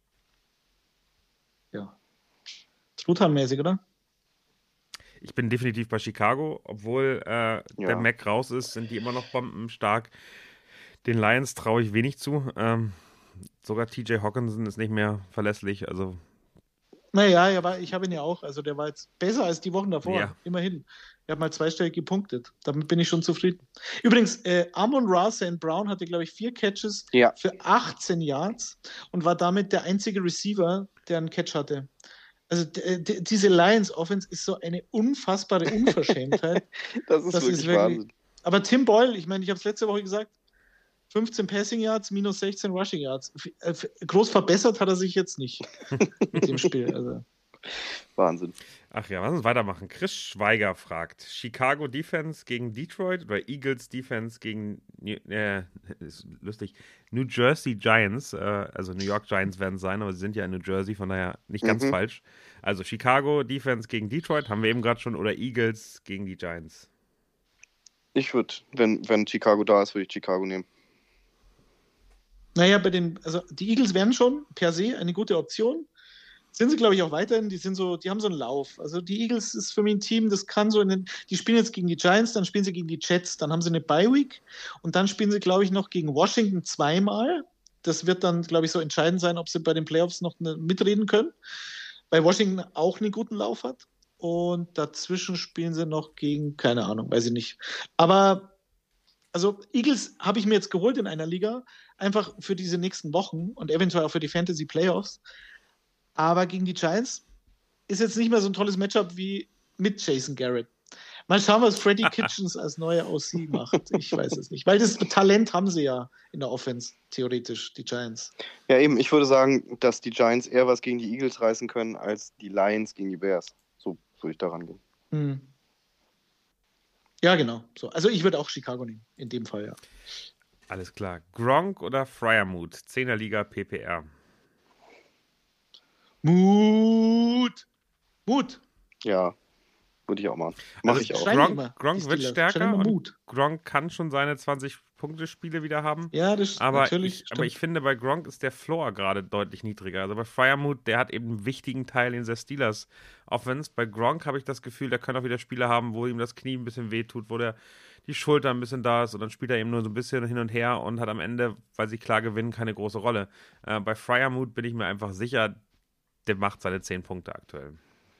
Ja. Truthahn-mäßig, oder? Ich bin definitiv bei Chicago. Obwohl äh, ja. der Mac raus ist, sind die immer noch bombenstark. Den Lions traue ich wenig zu. Ähm, sogar T J Hockenson ist nicht mehr verlässlich. Also naja, ja, ich habe ihn ja auch. Also der war jetzt besser als die Wochen davor. Ja. Immerhin. Er hat mal zweistellig gepunktet. Damit bin ich schon zufrieden. Übrigens, äh, Amon-Ra Saint Brown hatte, glaube ich, vier Catches ja. für achtzehn Yards und war damit der einzige Receiver, der einen Catch hatte. Also d- d- diese Lions-Offense ist so eine unfassbare Unverschämtheit. das ist das wirklich, ist wirklich Wahnsinn. Aber Tim Boyle, ich meine, ich habe es letzte Woche gesagt, fünfzehn Passing Yards, minus sechzehn Rushing Yards. Groß verbessert hat er sich jetzt nicht mit dem Spiel. Also. Wahnsinn. Ach ja, lass uns weitermachen. Chris Schweiger fragt, Chicago Defense gegen Detroit oder Eagles Defense gegen, äh, ist lustig, New Jersey Giants, äh, also New York Giants werden es sein, aber sie sind ja in New Jersey, von daher nicht ganz mhm. falsch. Also Chicago Defense gegen Detroit, haben wir eben gerade schon, oder Eagles gegen die Giants. Ich würde, wenn, wenn Chicago da ist, würde ich Chicago nehmen. Naja, bei den, also die Eagles wären schon per se eine gute Option. Sind sie, glaube ich, auch weiterhin, die sind so, die haben so einen Lauf. Also die Eagles ist für mich ein Team, das kann so in den, die spielen jetzt gegen die Giants, dann spielen sie gegen die Jets, dann haben sie eine Bye-Week und dann spielen sie, glaube ich, noch gegen Washington zweimal. Das wird dann, glaube ich, so entscheidend sein, ob sie bei den Playoffs noch eine, mitreden können, weil Washington auch einen guten Lauf hat. Und dazwischen spielen sie noch gegen, keine Ahnung, weiß ich nicht. Aber also Eagles habe ich mir jetzt geholt in einer Liga, einfach für diese nächsten Wochen und eventuell auch für die Fantasy Playoffs. Aber gegen die Giants ist jetzt nicht mehr so ein tolles Matchup wie mit Jason Garrett. Mal schauen, was Freddie Kitchens als neuer O C macht. Ich weiß es nicht. Weil das Talent haben sie ja in der Offense, theoretisch, die Giants. Ja, eben. Ich würde sagen, dass die Giants eher was gegen die Eagles reißen können, als die Lions gegen die Bears. So würde ich daran gehen. Hm. Ja, genau. So. Also ich würde auch Chicago nehmen, in dem Fall, ja. Alles klar. Gronk oder Fryermuth? Zehnerliga P P R. Mut! Mut! Ja, würde ich auch machen. Mache Also ich auch. Schreien Gronk, immer, Gronk die wird Steelers. stärker Schreien immer und Mut. Gronk kann schon seine zwanzig-Punkte-Spiele wieder haben. Ja, das Aber natürlich. ich, aber ich finde, bei Gronk ist der Floor gerade deutlich niedriger. Also bei Fryermuth, der hat eben einen wichtigen Teil in der Steelers Offense. Bei Gronk habe ich das Gefühl, der kann auch wieder Spiele haben, wo ihm das Knie ein bisschen wehtut, wo der die Schulter ein bisschen da ist und dann spielt er eben nur so ein bisschen hin und her und hat am Ende, weil sie klar gewinnen, keine große Rolle. Äh, bei Fryermuth bin ich mir einfach sicher, der macht seine zehn Punkte aktuell.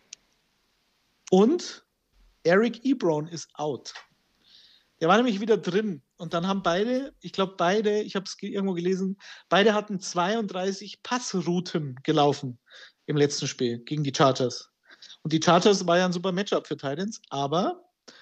Und Eric Ebron ist out. Der war nämlich wieder drin. Und dann haben beide, ich glaube beide, ich habe es irgendwo gelesen, beide hatten zweiunddreißig Passrouten gelaufen im letzten Spiel gegen die Chargers. Und die Chargers war ja ein super Matchup für Titans, aber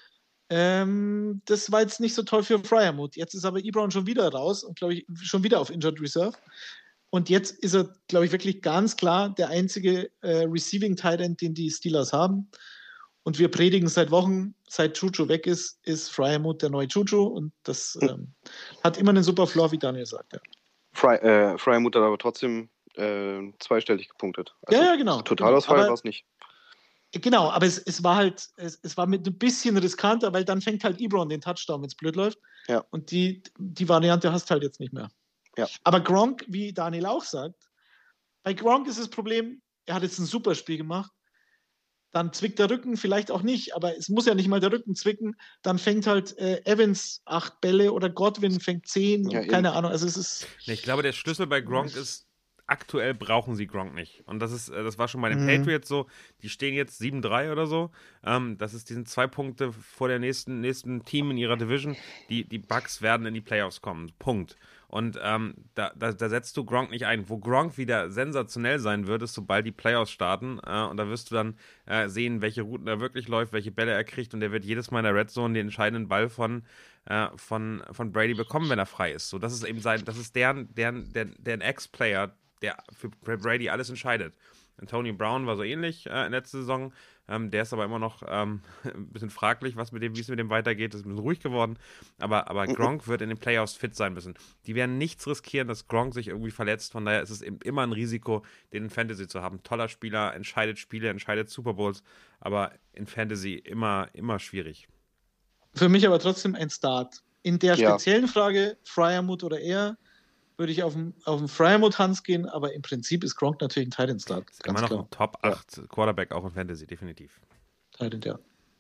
ähm, das war jetzt nicht so toll für Fryermuth. Jetzt ist aber Ebron schon wieder raus und glaube ich schon wieder auf Injured Reserve. Und jetzt ist er, glaube ich, wirklich ganz klar der einzige äh, Receiving Tight End, den die Steelers haben. Und wir predigen seit Wochen, seit Juju weg ist, ist Fryermuth der neue Juju. Und das ähm, hat immer einen super Floor, wie Daniel sagt. Ja. Fry, äh, Fryermuth hat aber trotzdem äh, zweistellig gepunktet. Also ja, ja, genau. Totalausfall genau. war es nicht. Genau, aber es, es war halt, es, es war mit ein bisschen riskanter, weil dann fängt halt Ebron den Touchdown, wenn es blöd läuft. Ja. Und die, die Variante hast halt jetzt nicht mehr. Ja. Aber Gronk, wie Daniel auch sagt, bei Gronk ist das Problem, er hat jetzt ein super Spiel gemacht, dann zwickt der Rücken, vielleicht auch nicht, aber es muss ja nicht mal der Rücken zwicken, dann fängt halt äh, Evans acht Bälle oder Godwin fängt zehn, Ja, keine eben. Ahnung, also es ist... Nee, ich glaube, der Schlüssel bei Gronk ist, aktuell brauchen sie Gronk nicht. Und das ist, das war schon bei den Mhm. Patriots so, die stehen jetzt sieben drei oder so. Ähm, das ist, die sind zwei Punkte vor der nächsten, nächsten Team in ihrer Division. Die, die Bucks werden in die Playoffs kommen. Punkt. Und ähm, da, da, da setzt du Gronk nicht ein. Wo Gronk wieder sensationell sein wird, ist, sobald die Playoffs starten. Äh, und da wirst du dann äh, sehen, welche Routen er wirklich läuft, welche Bälle er kriegt. Und der wird jedes Mal in der Red Zone den entscheidenden Ball von, äh, von, von Brady bekommen, wenn er frei ist. So, das ist eben sein, das ist deren, deren, deren, deren Ex-Player, der für Brady alles entscheidet. Antonio Brown war so ähnlich äh, in letzter Saison. Ähm, der ist aber immer noch ähm, ein bisschen fraglich, was mit dem, wie es mit dem weitergeht. Das ist ein bisschen ruhig geworden. Aber, aber Gronk wird in den Playoffs fit sein müssen. Die werden nichts riskieren, dass Gronk sich irgendwie verletzt. Von daher ist es eben immer ein Risiko, den in Fantasy zu haben. Toller Spieler, entscheidet Spiele, entscheidet Super Bowls. Aber in Fantasy immer, immer schwierig. Für mich aber trotzdem ein Start. In der Ja. speziellen Frage, Fryermuth oder er, würde ich auf den, auf den Fryermuth-Hans gehen, aber im Prinzip ist Gronk natürlich ein Titan-Start. Ist immer noch ein Top acht Quarterback auch in Fantasy, definitiv. Titan, ja.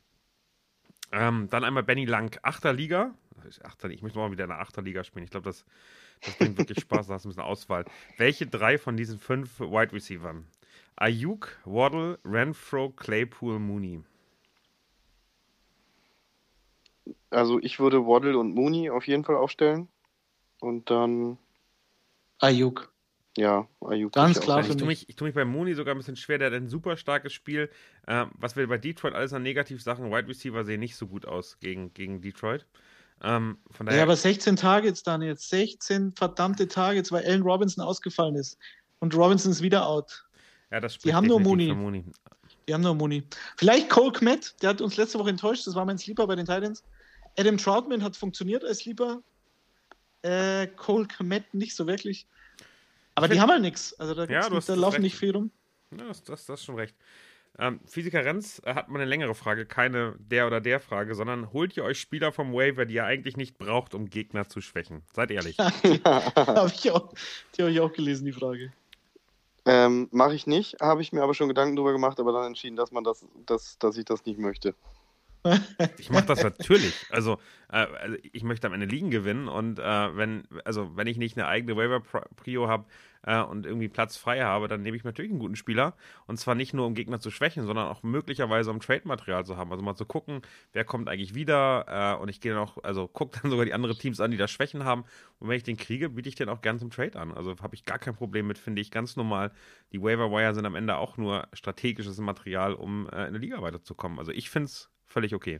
Ähm, dann einmal Benny Lang, achter Liga. Achter, ich möchte mal wieder in der achter Liga spielen. Ich glaube, das, das bringt wirklich Spaß, da hast du ein bisschen Auswahl. Welche drei von diesen fünf Wide Receivern? Ayuk, Waddle, Renfro, Claypool, Mooney. Also ich würde Waddle und Mooney auf jeden Fall aufstellen. Und dann, Ayuk. ja, Ayuk. Ganz würde ich auch klar sagen. Ich tue mich, ich tu mich bei Mooney sogar ein bisschen schwer. Der hat ein super starkes Spiel. Äh, was wir bei Detroit alles an Negativsachen, Wide Receiver sehen nicht so gut aus gegen, gegen Detroit. Ähm, von daher, Ja, aber sechzehn Targets, Daniel. sechzehn verdammte Targets, weil Allen Robinson ausgefallen ist. Und Robinson ist wieder out. ja, das die haben nur definitiv Mooney. für Mooney. Die haben nur Muni. Vielleicht Cole Kmet, der hat uns letzte Woche enttäuscht. Das war mein Sleeper bei den Titans. Adam Troutman hat funktioniert als Sleeper. Äh, Cole Kmet nicht so wirklich. Aber Ich die find- haben halt nichts. Also da, Ja, gibt's du nicht, hast da das laufen recht. nicht viel rum. Ja, das, das, das ist schon recht. Ähm, Physiker Renz äh, hat mal eine längere Frage, keine der oder der Frage, sondern holt ihr euch Spieler vom Waiver, die ihr eigentlich nicht braucht, um Gegner zu schwächen? Seid ehrlich. Hab ich auch, die habe ich auch gelesen, die Frage. Ähm, mache ich nicht, habe ich mir aber schon Gedanken drüber gemacht, aber dann entschieden, dass man das, dass, dass ich das nicht möchte. Ich mache das natürlich. Also, äh, also ich möchte am Ende Ligen gewinnen und äh, wenn, also wenn ich nicht eine eigene Waiver-Prio habe äh, und irgendwie Platz frei habe, dann nehme ich natürlich einen guten Spieler. Und zwar nicht nur, um Gegner zu schwächen, sondern auch möglicherweise, um Trade-Material zu haben. Also mal zu gucken, wer kommt eigentlich wieder. Äh, und ich gehe dann auch, also gucke dann sogar die anderen Teams an, die da Schwächen haben. Und wenn ich den kriege, biete ich den auch gern zum Trade an. Also habe ich gar kein Problem mit, finde ich ganz normal. Die Waiver-Wire sind am Ende auch nur strategisches Material, um äh, in der Liga weiterzukommen. Also ich finde es völlig okay.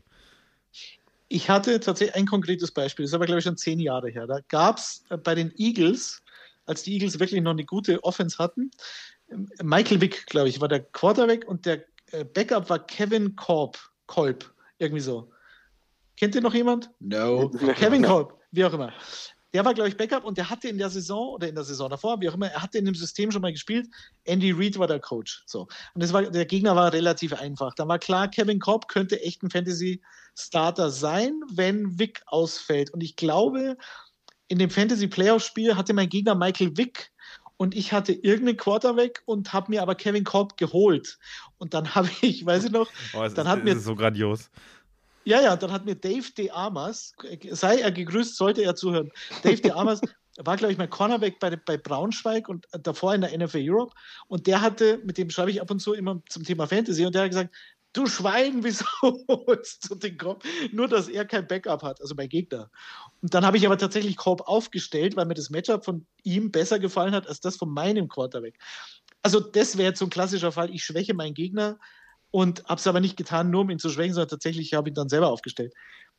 Ich hatte tatsächlich ein konkretes Beispiel, das ist aber, glaube ich, schon zehn Jahre her. Da gab es bei den Eagles, als die Eagles wirklich noch eine gute Offense hatten, Michael Vick, glaube ich, war der Quarterback und der Backup war Kevin Kolb, Kolb, irgendwie so. Kennt ihr noch jemand? No. Kevin Kolb, wie auch immer. Der war, glaube ich, Backup und der hatte in der Saison oder in der Saison davor, wie auch immer, er hatte in dem System schon mal gespielt. Andy Reid war der Coach. So. Und das war, der Gegner war relativ einfach. Da war klar, Kevin Kolb könnte echt ein Fantasy-Starter sein, wenn Vick ausfällt. Und ich glaube, in dem Fantasy-Playoff-Spiel hatte mein Gegner Michael Vick und ich hatte irgendeinen Quarterback und habe mir aber Kevin Kolb geholt. Und dann habe ich, weiß ich noch, oh, es dann ist, hat es mir ist so grandios. Ja, ja, dann hat mir Dave De Armas, sei er gegrüßt, sollte er zuhören. Dave De Armas war, glaube ich, mein Cornerback bei, bei Braunschweig und davor in der N F L Europe. Und der hatte, mit dem schreibe ich ab und zu immer zum Thema Fantasy, und der hat gesagt, du Schwein, wieso holst du den Korb? Nur, dass er kein Backup hat, also mein Gegner. Und dann habe ich aber tatsächlich Korb aufgestellt, weil mir das Matchup von ihm besser gefallen hat, als das von meinem Quarterback. Also das wäre jetzt so ein klassischer Fall, ich schwäche meinen Gegner, und habe es aber nicht getan, nur um ihn zu schwächen, sondern tatsächlich habe ich ihn dann selber aufgestellt.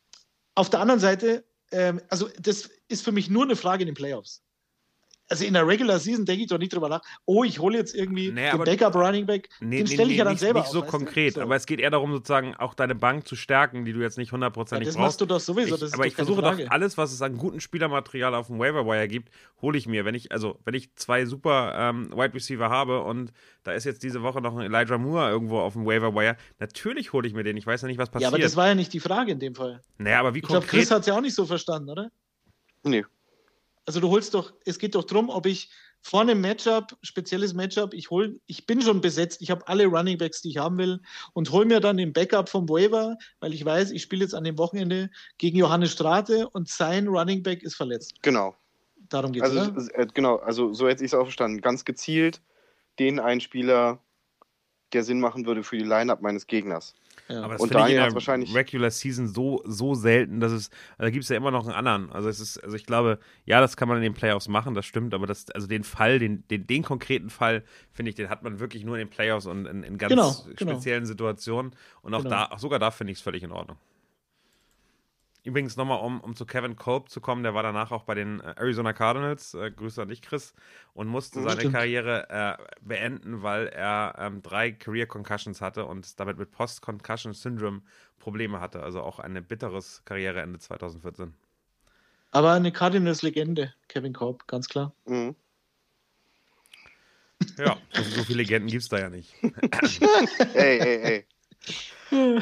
Auf der anderen Seite, ähm, also das ist für mich nur eine Frage in den Playoffs. Also in der Regular Season denke ich doch nicht drüber nach, oh, ich hole jetzt irgendwie naja, den Backup Running Back, nee, den nee, stelle ich nee, ja dann nicht, selber nicht auf. so konkret, so. Aber es geht eher darum, sozusagen auch deine Bank zu stärken, die du jetzt nicht hundertprozentig ja, das brauchst. Das machst du doch sowieso, ich, das ist aber doch ich keine versuche Frage. doch alles, was es an gutem Spielermaterial auf dem Waiver-Wire gibt, hole ich mir. Wenn ich, also, wenn ich zwei super ähm, Wide Receiver habe und da ist jetzt diese Woche noch ein Elijah Moore irgendwo auf dem Waiver-Wire, natürlich hole ich mir den. Ich weiß ja nicht, was passiert. Ja, aber das war ja nicht die Frage in dem Fall. Naja, aber wie ich glaube, konkret... Chris hat es ja auch nicht so verstanden, oder? Nee. Also du holst doch, es geht doch darum, ob ich vor einem Matchup, spezielles Matchup, ich hol, ich bin schon besetzt, ich habe alle Runningbacks, die ich haben will, und hol mir dann den Backup vom Waiver, weil ich weiß, ich spiele jetzt an dem Wochenende gegen Johannes Strate und sein Runningback ist verletzt. Genau. Darum geht es, also, oder? Äh, genau, also so hätte ich es auch verstanden. Ganz gezielt den einen Spieler, der Sinn machen würde für die Line-Up meines Gegners. Ja. Aber das und finde ich in der der wahrscheinlich Regular Season so, so selten, dass es, also da gibt es ja immer noch einen anderen. Also es ist, also ich glaube, ja, das kann man in den Playoffs machen, das stimmt, aber das, also den Fall, den, den, den konkreten Fall, finde ich, den hat man wirklich nur in den Playoffs und in, in ganz genau, speziellen genau. Situationen. Und auch genau. da, auch sogar da finde ich es völlig in Ordnung. Übrigens nochmal, um, um zu Kevin Kolb zu kommen, der war danach auch bei den Arizona Cardinals, äh, Grüße an dich, Chris, und musste seine Stimmt. Karriere äh, beenden, weil er ähm, drei Career-Concussions hatte und damit mit Post-Concussion-Syndrome Probleme hatte. Also auch ein bitteres Karriereende zwanzig vierzehn. Aber eine Cardinals-Legende, Kevin Kolb, ganz klar. Mhm. Ja, also so viele Legenden gibt es da ja nicht. ey, ey, ey.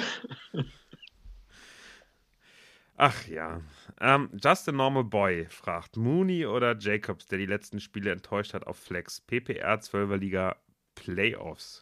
Ach ja. Ähm, Just a Normal Boy fragt, Mooney oder Jacobs, der die letzten Spiele enttäuscht hat auf Flex? P P R zwölfer Liga Playoffs.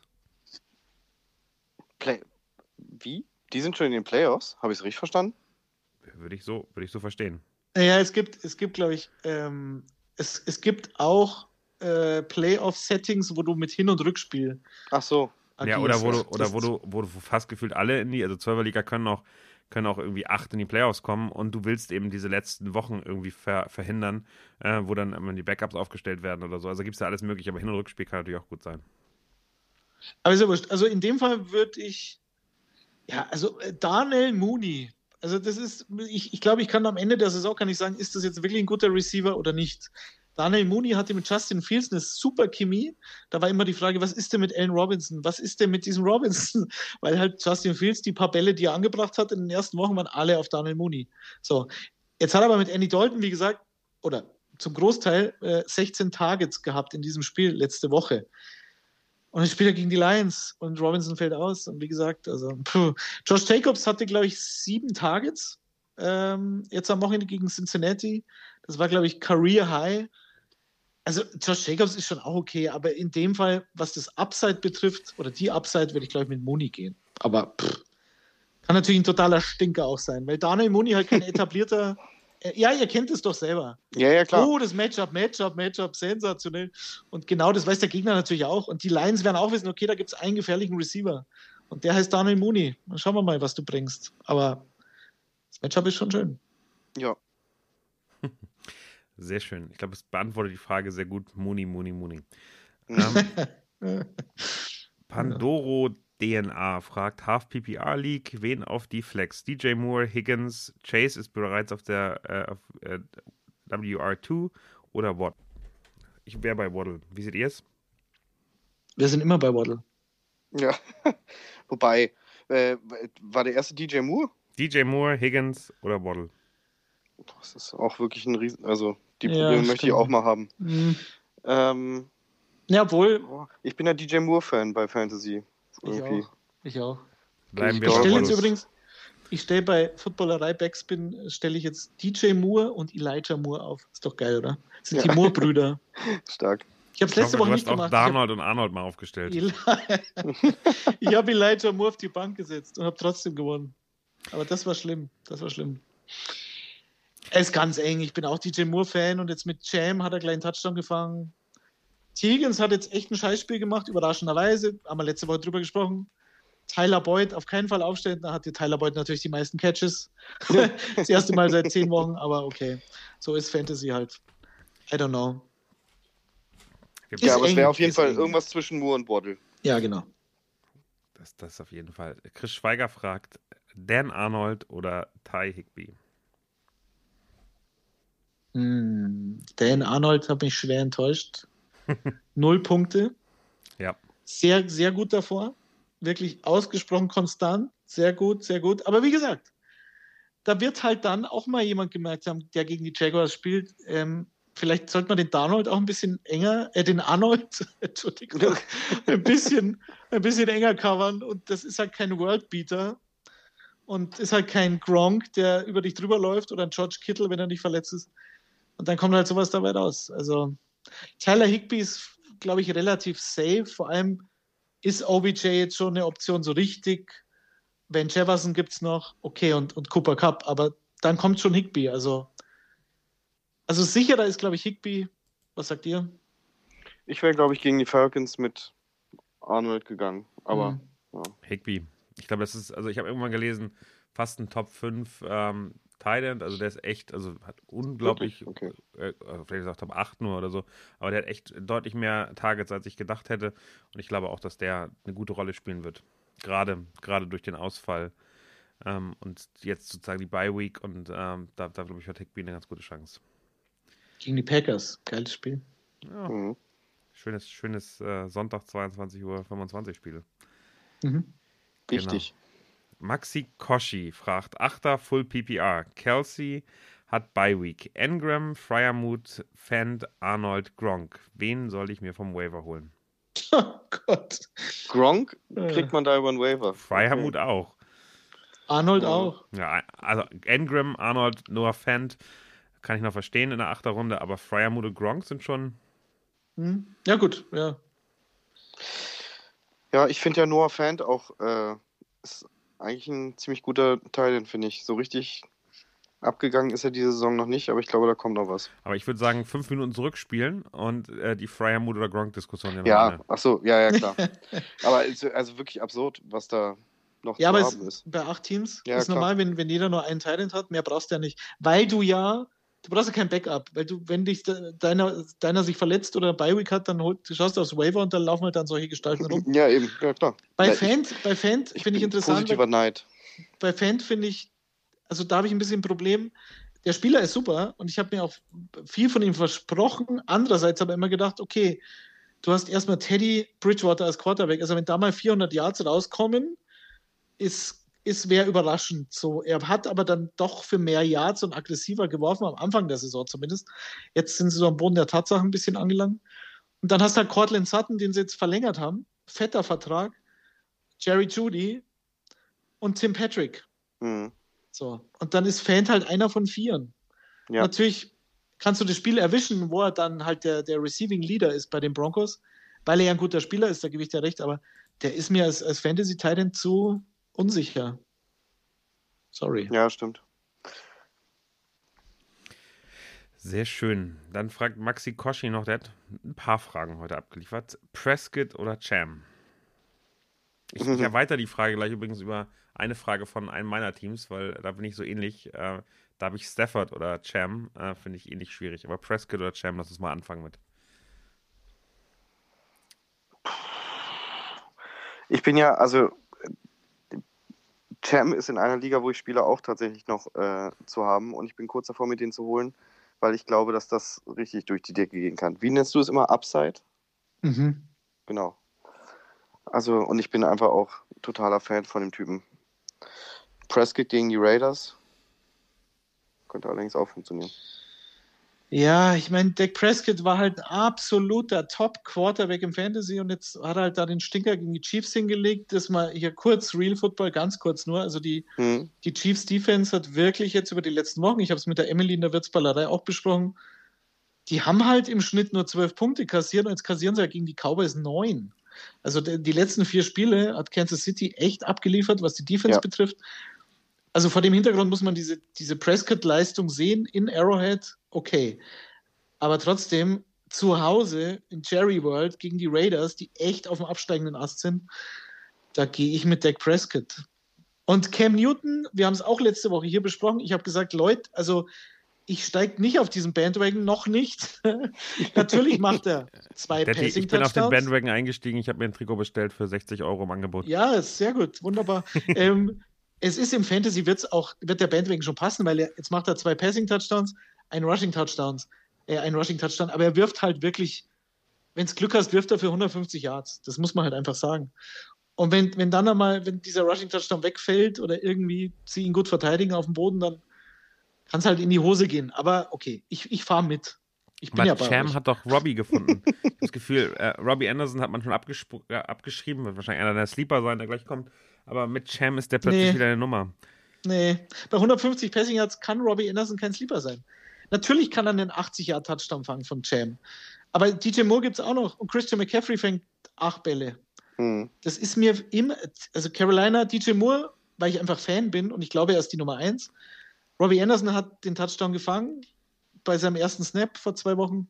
Play Wie? Die sind schon in den Playoffs? Habe ich es richtig verstanden? Würde ich so, würde ich so verstehen. Ja, es gibt, es gibt, glaube ich, ähm, es, es gibt auch äh, Playoff-Settings, wo du mit Hin- und Rückspiel Ach so. Ja, oder wo du, oder wo du, wo du fast gefühlt alle in die, also zwölfer Liga können auch können auch irgendwie acht in die Playoffs kommen und du willst eben diese letzten Wochen irgendwie ver, verhindern, äh, wo dann immer die Backups aufgestellt werden oder so. Also gibt es ja alles mögliche, aber Hin- und Rückspiel kann natürlich auch gut sein. Aber ist ja wurscht. Also in dem Fall würde ich, ja, also äh, Darnell Mooney, also das ist, ich, ich glaube, ich kann am Ende der Saison kann ich sagen, ist das jetzt wirklich ein guter Receiver oder nicht. Darnell Mooney hatte mit Justin Fields eine super Chemie. Da war immer die Frage, was ist denn mit Allen Robinson? Was ist denn mit diesem Robinson? Weil halt Justin Fields, die paar Bälle, die er angebracht hat in den ersten Wochen, waren alle auf Darnell Mooney. So, jetzt hat er aber mit Andy Dalton, wie gesagt, oder zum Großteil äh, sechzehn Targets gehabt in diesem Spiel letzte Woche. Und dann spielt er gegen die Lions und Robinson fällt aus. Und wie gesagt, also puh. Josh Jacobs hatte, glaube ich, sieben Targets ähm, jetzt am Wochenende gegen Cincinnati. Das war, glaube ich, Career High. Also Josh Jacobs ist schon auch okay, aber in dem Fall, was das Upside betrifft, oder die Upside, würde ich, glaube ich, mit Mooney gehen. Aber pff, Kann natürlich ein totaler Stinker auch sein, weil Darnell Mooney halt kein etablierter. Ja, ihr kennt es doch selber. Ja, ja, klar. Oh, das Matchup, Matchup, Matchup, sensationell. Und genau das weiß der Gegner natürlich auch. Und die Lions werden auch wissen, okay, da gibt es einen gefährlichen Receiver. Und der heißt Darnell Mooney. Dann schauen wir mal, was du bringst. Aber das Matchup ist schon schön. Ja. Sehr schön. Ich glaube, es beantwortet die Frage sehr gut. Mooney, Mooney, Mooney. Ähm, Pandoro D N A fragt, Half P P R League, wen auf die Flex? D J Moore, Higgins, Chase ist bereits auf der äh, auf, äh, W R zwei oder Watt? Ich wäre bei Waddle. Wie seht ihr es? Wir sind immer bei Waddle. Ja. Wobei, äh, war der erste D J Moore? D J Moore, Higgins oder Waddle? Das ist auch wirklich ein Riesen... Also, die Ja, Probleme möchte ich stimmt. auch mal haben. Mhm. Ähm, Ja, obwohl. boah, ich bin ja D J Moore-Fan bei Fantasy. Ich Irgendwie. auch. Ich auch. Bleiben Ich wir Ich bei stelle Waddle. jetzt übrigens, ich stelle bei Footballerei Backspin, stelle ich jetzt D J Moore und Elijah Moore auf. Ist doch geil, oder? Das sind Ja. die Moore-Brüder. Stark. Ich habe es Ich letzte hoffe, Woche du nicht hast auch gemacht. Darnold und Arnold mal aufgestellt. Ich habe Eli- hab Elijah Moore auf die Bank gesetzt und habe trotzdem gewonnen. Aber das war schlimm. Das war schlimm. Es ist ganz eng. Ich bin auch D J Moore-Fan und jetzt mit Jam hat er gleich einen Touchdown gefangen. Higgins hat jetzt echt ein Scheißspiel gemacht, überraschenderweise. Haben wir letzte Woche drüber gesprochen. Tyler Boyd auf keinen Fall aufstellen. Da hatte Tyler Boyd natürlich die meisten Catches. Das erste Mal seit zehn Wochen, aber okay. So ist Fantasy halt. I don't know. Wir- Ist Ja, aber es eng, wäre auf jeden ist Fall eng. irgendwas zwischen Moore und Waddle. Ja, genau. Das, das auf jeden Fall. Chris Schweiger fragt, Dan Arnold oder Ty Higbee? Hm, Dan Arnold hat mich schwer enttäuscht. Null Punkte. Ja. Sehr, sehr gut davor. Wirklich ausgesprochen konstant. Sehr gut, sehr gut. Aber wie gesagt, da wird halt dann auch mal jemand gemerkt haben, der gegen die Jaguars spielt. Ähm, vielleicht sollte man den Darnold auch ein bisschen enger, äh, den Arnold, Entschuldigung, ein bisschen, ein bisschen enger covern. Und das ist halt kein Worldbeater. Und ist halt kein Gronk, der über dich drüber läuft, oder ein George Kittle, wenn er nicht verletzt ist. Und dann kommt halt sowas dabei raus. Also Tyler Higbee ist, glaube ich, relativ safe. Vor allem ist O B J jetzt schon eine Option so richtig. Van Jefferson gibt es noch. Okay, und, und Cooper Kupp. Aber dann kommt schon Higbee. Also, also sicherer ist, glaube ich, Higbee. Was sagt ihr? Ich wäre, glaube ich, gegen die Falcons mit Arnold gegangen. Aber Hm. ja. Higbee. Ich glaube, das ist, also ich habe irgendwann gelesen, fast ein Top fünf ähm, Tight End, also der ist echt, also hat unglaublich, Okay. äh, vielleicht auch Top acht nur oder so, aber der hat echt deutlich mehr Targets, als ich gedacht hätte, und ich glaube auch, dass der eine gute Rolle spielen wird. Gerade, gerade durch den Ausfall ähm, und jetzt sozusagen die Bye Week, und ähm, da, da glaube ich, hat Higbee eine ganz gute Chance. Gegen die Packers. Geiles Spiel. Ja, Mhm. schönes, schönes äh, Sonntag zweiundzwanzig Uhr fünfundzwanzig Spiel. Mhm. Richtig. Maxi Koshi fragt, Achter Full P P R. Kelsey hat Bye Week. Engram, Fryermuth, Fant, Arnold, Gronk. Wen soll ich mir vom Waiver holen? Oh Gott. Gronk Äh. kriegt man da über einen Waiver. Fryermuth auch. Arnold Ja. auch. Ja, also Engram, Arnold, Noah Fant kann ich noch verstehen in der Achterrunde, aber Fryermuth und Gronk sind schon... Hm? Ja, gut. Ja. Ja, ich finde ja Noah Fant auch äh, ist eigentlich ein ziemlich guter Teil, finde ich. So richtig abgegangen ist er diese Saison noch nicht, aber ich glaube, da kommt noch was. Aber ich würde sagen, fünf Minuten zurückspielen und äh, die Fryermuth oder Gronk-Diskussion ja noch Ja, eine. ach so, ja, ja, klar. aber es, also wirklich absurd, was da noch Ja, zu aber haben es, ist. bei acht Teams Ja, ist klar. normal, wenn, wenn jeder nur einen Talent hat, mehr brauchst du ja nicht. Weil du ja, du brauchst ja kein Backup, weil du, wenn dich de, deiner, deiner sich verletzt oder Bye-Week hat, dann holt, du schaust aufs Waiver und dann laufen halt dann solche Gestalten rum. Ja, eben, ja klar. Bei Na, Fant, bei Fant ich, finde ich bin interessant, positiver weil, Neid. bei Fant finde ich, also da habe ich ein bisschen ein Problem. Der Spieler ist super und ich habe mir auch viel von ihm versprochen. Andererseits aber immer gedacht, okay, du hast erstmal Teddy Bridgewater als Quarterback. Also wenn da mal vierhundert Yards rauskommen, ist, ist wäre überraschend. So, er hat aber dann doch für mehr Yards und aggressiver geworfen, am Anfang der Saison zumindest. Jetzt sind sie so am Boden der Tatsachen ein bisschen angelangt. Und dann hast du halt Cortland Sutton, den sie jetzt verlängert haben. Fetter Vertrag. Jerry Jeudy und Tim Patrick. Mhm. So. Und dann ist Fant halt einer von vieren. Ja. Natürlich kannst du das Spiel erwischen, wo er dann halt der, der Receiving Leader ist bei den Broncos, weil er ja ein guter Spieler ist, da gebe ich dir recht, aber der ist mir als, als Fantasy-Titan zu unsicher. Sorry. Ja, stimmt. Sehr schön. Dann fragt Maxi Koschi noch, der hat ein paar Fragen heute abgeliefert. Prescott oder Cham? Ich, ich erweitere die Frage gleich übrigens über eine Frage von einem meiner Teams, weil da bin ich so ähnlich. Äh, da habe ich Stafford oder Cham, äh, finde ich ähnlich schwierig. Aber Prescott oder Cham, lass uns mal anfangen mit. Ich bin ja, also Cham ist in einer Liga, wo ich spiele, auch tatsächlich noch äh, zu haben und ich bin kurz davor, mir den zu holen, weil ich glaube, dass das richtig durch die Decke gehen kann. Wie nennst du es immer? Upside? Mhm. Genau. Also, und ich bin einfach auch totaler Fan von dem Typen. Prescott gegen die Raiders könnte allerdings auch funktionieren. Ja, ich meine, Dak Prescott war halt ein absoluter Top-Quarterback im Fantasy und jetzt hat er halt da den Stinker gegen die Chiefs hingelegt. Das mal hier kurz, Real Football, ganz kurz nur. Also die, Hm. die Chiefs-Defense hat wirklich jetzt über die letzten Wochen, ich habe es mit der Emily in der Wirtsballerei auch besprochen, die haben halt im Schnitt nur zwölf Punkte kassiert und jetzt kassieren sie ja gegen die Cowboys neun. Also die, die letzten vier Spiele hat Kansas City echt abgeliefert, was die Defense Ja. betrifft. Also vor dem Hintergrund muss man diese, diese Prescott-Leistung sehen in Arrowhead, okay. Aber trotzdem zu Hause in Jerry World gegen die Raiders, die echt auf dem absteigenden Ast sind, da gehe ich mit Dak Prescott. Und Cam Newton, wir haben es auch letzte Woche hier besprochen, ich habe gesagt, Leute, also ich steige nicht auf diesen Bandwagon, noch nicht. Natürlich macht er zwei Daddy, ich bin auf den Passing-Touchdowns. Bandwagon eingestiegen. Ich habe mir ein Trikot bestellt für sechzig Euro im Angebot. Ja, ist sehr gut, wunderbar. ähm, es ist im Fantasy, wird's auch, wird der Bandwagon schon passen, weil er, jetzt macht er zwei Passing-Touchdowns, ein Rushing-Touchdowns, äh, ein Rushing-Touchdown, aber er wirft halt wirklich, wenn es Glück hast, wirft er für hundertfünfzig Yards. Das muss man halt einfach sagen. Und wenn, wenn dann einmal, wenn dieser Rushing-Touchdown wegfällt oder irgendwie sie ihn gut verteidigen auf dem Boden, dann kann es halt in die Hose gehen. Aber okay, ich, ich fahre mit. Ich bin Aber ja bei Cham euch. hat doch Robbie gefunden. Ich habe das Gefühl, äh, Robbie Anderson hat man schon abgespro- äh, abgeschrieben, wird wahrscheinlich einer der Sleeper sein, der gleich kommt. Aber mit Cham ist der plötzlich Nee. wieder eine Nummer. Nee, bei hundertfünfzig Passing Yards kann Robbie Anderson kein Sleeper sein. Natürlich kann er einen achtzig-Yard-Touchdown fangen von Cham. Aber D J Moore gibt es auch noch und Christian McCaffrey fängt acht Bälle. Hm. Das ist mir immer, also Carolina, D J Moore, weil ich einfach Fan bin und ich glaube, er ist die Nummer eins. Robbie Anderson hat den Touchdown gefangen bei seinem ersten Snap vor zwei Wochen.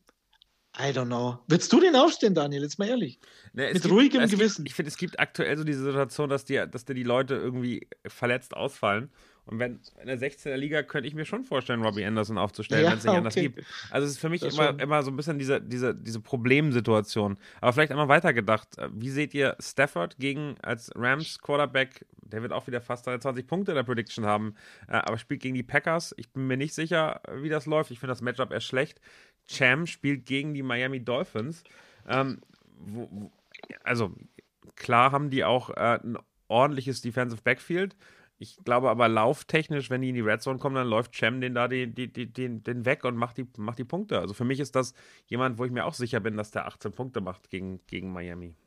I don't know. Willst du den aufstehen, Daniel? Jetzt mal ehrlich. Ne, es Mit gibt, ruhigem es Gewissen. Gibt, ich finde, es gibt aktuell so diese Situation, dass dir dass dir die Leute irgendwie verletzt ausfallen. Und wenn in der sechzehner Liga könnte ich mir schon vorstellen, Robbie Anderson aufzustellen, Ja, wenn es nicht anders okay. gibt. Also es ist für mich Das immer, schon. immer so ein bisschen diese, diese, diese Problemsituation. Aber vielleicht einmal weitergedacht. Wie seht ihr Stafford gegen als Rams Quarterback? Der wird auch wieder fast dreiundzwanzig Punkte in der Prediction haben, äh, aber spielt gegen die Packers. Ich bin mir nicht sicher, wie das läuft. Ich finde das Matchup eher schlecht. Cham spielt gegen die Miami Dolphins. Ähm, wo, wo, also klar haben die auch äh, ein ordentliches Defensive Backfield. Ich glaube aber lauftechnisch, wenn die in die Red Zone kommen, dann läuft Cham den da die, die, die, den, den weg und macht die, macht die Punkte. Also für mich ist das jemand, wo ich mir auch sicher bin, dass der achtzehn Punkte macht gegen, gegen Miami.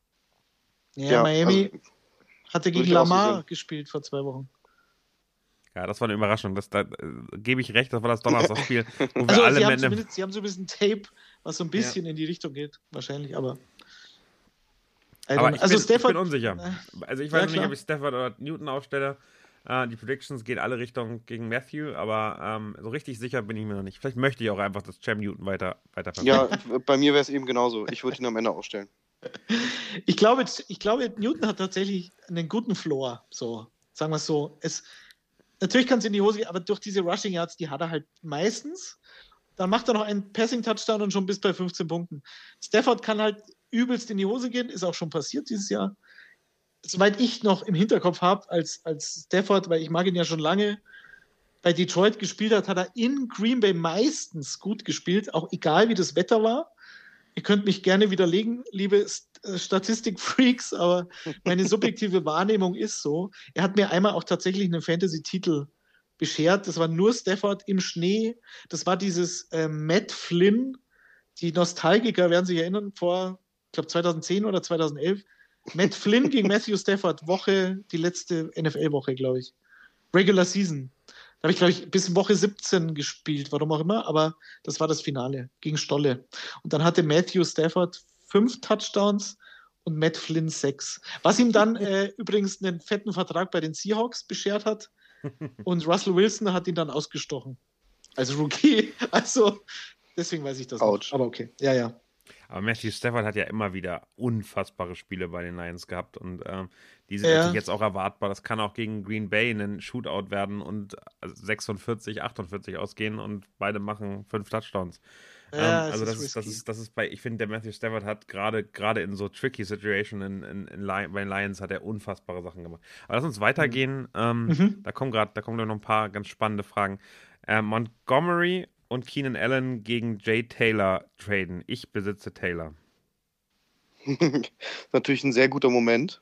Ja, Ja, Miami also, hatte würde gegen ich auch so Lamar sehen. gespielt vor zwei Wochen. Ja, das war eine Überraschung. Das, da äh, gebe ich recht, das war das Donnerstagsspiel, wo wir Also alle sie haben, mit einem zumindest, sie haben so ein bisschen Tape, was so ein bisschen in die Richtung geht, wahrscheinlich, aber. I don't Aber know. ich, also bin, Stafford, ich bin unsicher. Also ich Ja, weiß noch nicht, klar. ob ich Stafford oder Newton aufstelle. Äh, die Predictions gehen alle Richtungen gegen Matthew, aber ähm, so richtig sicher bin ich mir noch nicht. Vielleicht möchte ich auch einfach, dass Cam Newton weiter, weiter Ja, bei mir wäre es eben genauso. Ich würde ihn am Ende ausstellen. Ich glaube, ich glaube, Newton hat tatsächlich einen guten Floor. So, sagen wir es so. Es, natürlich kann es in die Hose gehen, aber durch diese Rushing Yards, die hat er halt meistens. Dann macht er noch einen Passing-Touchdown und schon bis bei fünfzehn Punkten. Stafford kann halt übelst in die Hose gehen, ist auch schon passiert dieses Jahr. Soweit ich noch im Hinterkopf habe, als, als Stafford, weil ich mag ihn ja schon lange, bei Detroit gespielt hat, hat er in Green Bay meistens gut gespielt, auch egal wie das Wetter war. Ihr könnt mich gerne widerlegen, liebe St- Statistik-Freaks, aber meine subjektive Wahrnehmung ist so. Er hat mir einmal auch tatsächlich einen Fantasy-Titel beschert. Das war nur Stafford im Schnee. Das war dieses äh, Matt Flynn. Die Nostalgiker werden sich erinnern, vor, ich glaube, zweitausendzehn oder zweitausendelf. Matt Flynn gegen Matthew Stafford, Woche, die letzte N F L-Woche, glaube ich. Regular Season. Da habe ich, glaube ich, bis Woche siebzehn gespielt, warum auch immer, aber das war das Finale gegen Stolle. Und dann hatte Matthew Stafford fünf Touchdowns und Matt Flynn sechs. Was ihm dann äh, übrigens einen fetten Vertrag bei den Seahawks beschert hat, und Russell Wilson hat ihn dann ausgestochen. Als Rookie. Also, deswegen weiß ich das Autsch. nicht. Aber okay, ja, ja. Aber Matthew Stafford hat ja immer wieder unfassbare Spiele bei den Lions gehabt und ähm, die sind Ja. natürlich jetzt auch erwartbar. Das kann auch gegen Green Bay ein Shootout werden und sechsundvierzig, achtundvierzig ausgehen und beide machen fünf Touchdowns. Ja, ähm, es also ist das ist, das risky. ist, das ist bei, ich finde, der Matthew Stafford hat gerade gerade in so tricky Situations in, in, in Li- bei den Lions hat er unfassbare Sachen gemacht. Aber lass uns weitergehen. Ähm, Mhm. Da kommen gerade, da kommen noch ein paar ganz spannende Fragen. Ähm, Montgomery und Keenan Allen gegen Jay Taylor traden. Ich besitze Taylor. Natürlich ein sehr guter Moment.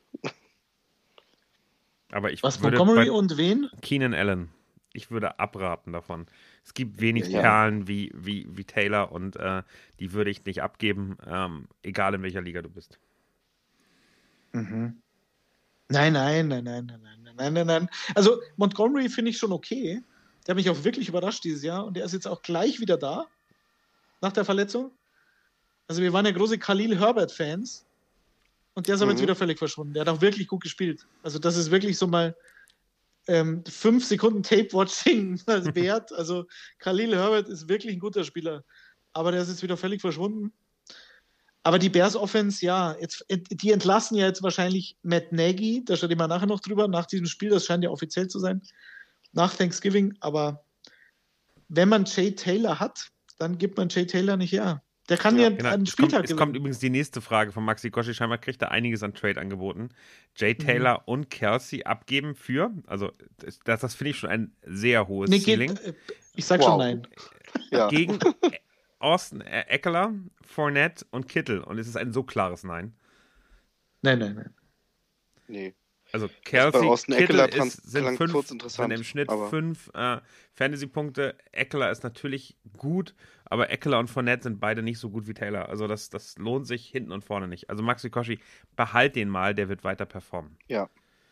Aber ich Was, würde Montgomery bei und wen? Keenan Allen, ich würde abraten davon. Es gibt wenig Ja. Perlen wie, wie, wie Taylor und äh, die würde ich nicht abgeben, ähm, egal in welcher Liga du bist. Mhm. Nein, nein, nein, nein, nein, nein, nein, nein, nein. Also Montgomery finde ich schon okay. Der hat mich auch wirklich überrascht dieses Jahr und der ist jetzt auch gleich wieder da nach der Verletzung. Also wir waren ja große Khalil Herbert-Fans und der ist aber Mhm. jetzt wieder völlig verschwunden. Der hat auch wirklich gut gespielt. Also das ist wirklich so mal ähm, fünf Sekunden Tape-Watching wert. Also Khalil Herbert ist wirklich ein guter Spieler, aber der ist jetzt wieder völlig verschwunden. Aber die Bears Offense, ja, jetzt, die entlassen ja jetzt wahrscheinlich Matt Nagy, da steht immer nachher noch drüber, nach diesem Spiel, das scheint ja offiziell zu sein, nach Thanksgiving, aber wenn man Jay Taylor hat, dann gibt man Jay Taylor nicht her. Der kann Ja, ja Genau, einen es, kommt, Spieltag es kommt gewinnen. übrigens die nächste Frage von Maxi Koschi. Scheinbar kriegt er einiges an Trade angeboten. Jay Mhm. Taylor und Kelsey abgeben für, also das, das, das finde ich schon ein sehr hohes Nee, Ceiling. geht, äh, ich sag Wow. schon nein. Ja. Gegen Austin äh, Eckler, Fournette und Kittel. Und es ist ein so klares Nein. Nein, nein, nein. Nee. Also bei Kelsey, Austin Kittel Eckler ist, trans- sind, klang fünf, kurz sind interessant, im Schnitt aber- fünf äh, Fantasy-Punkte. Eckler ist natürlich gut, aber Eckler und Fournette sind beide nicht so gut wie Taylor. Also das, das lohnt sich hinten und vorne nicht. Also Maxi Koschi, behalt den mal, der wird weiter performen. Ja.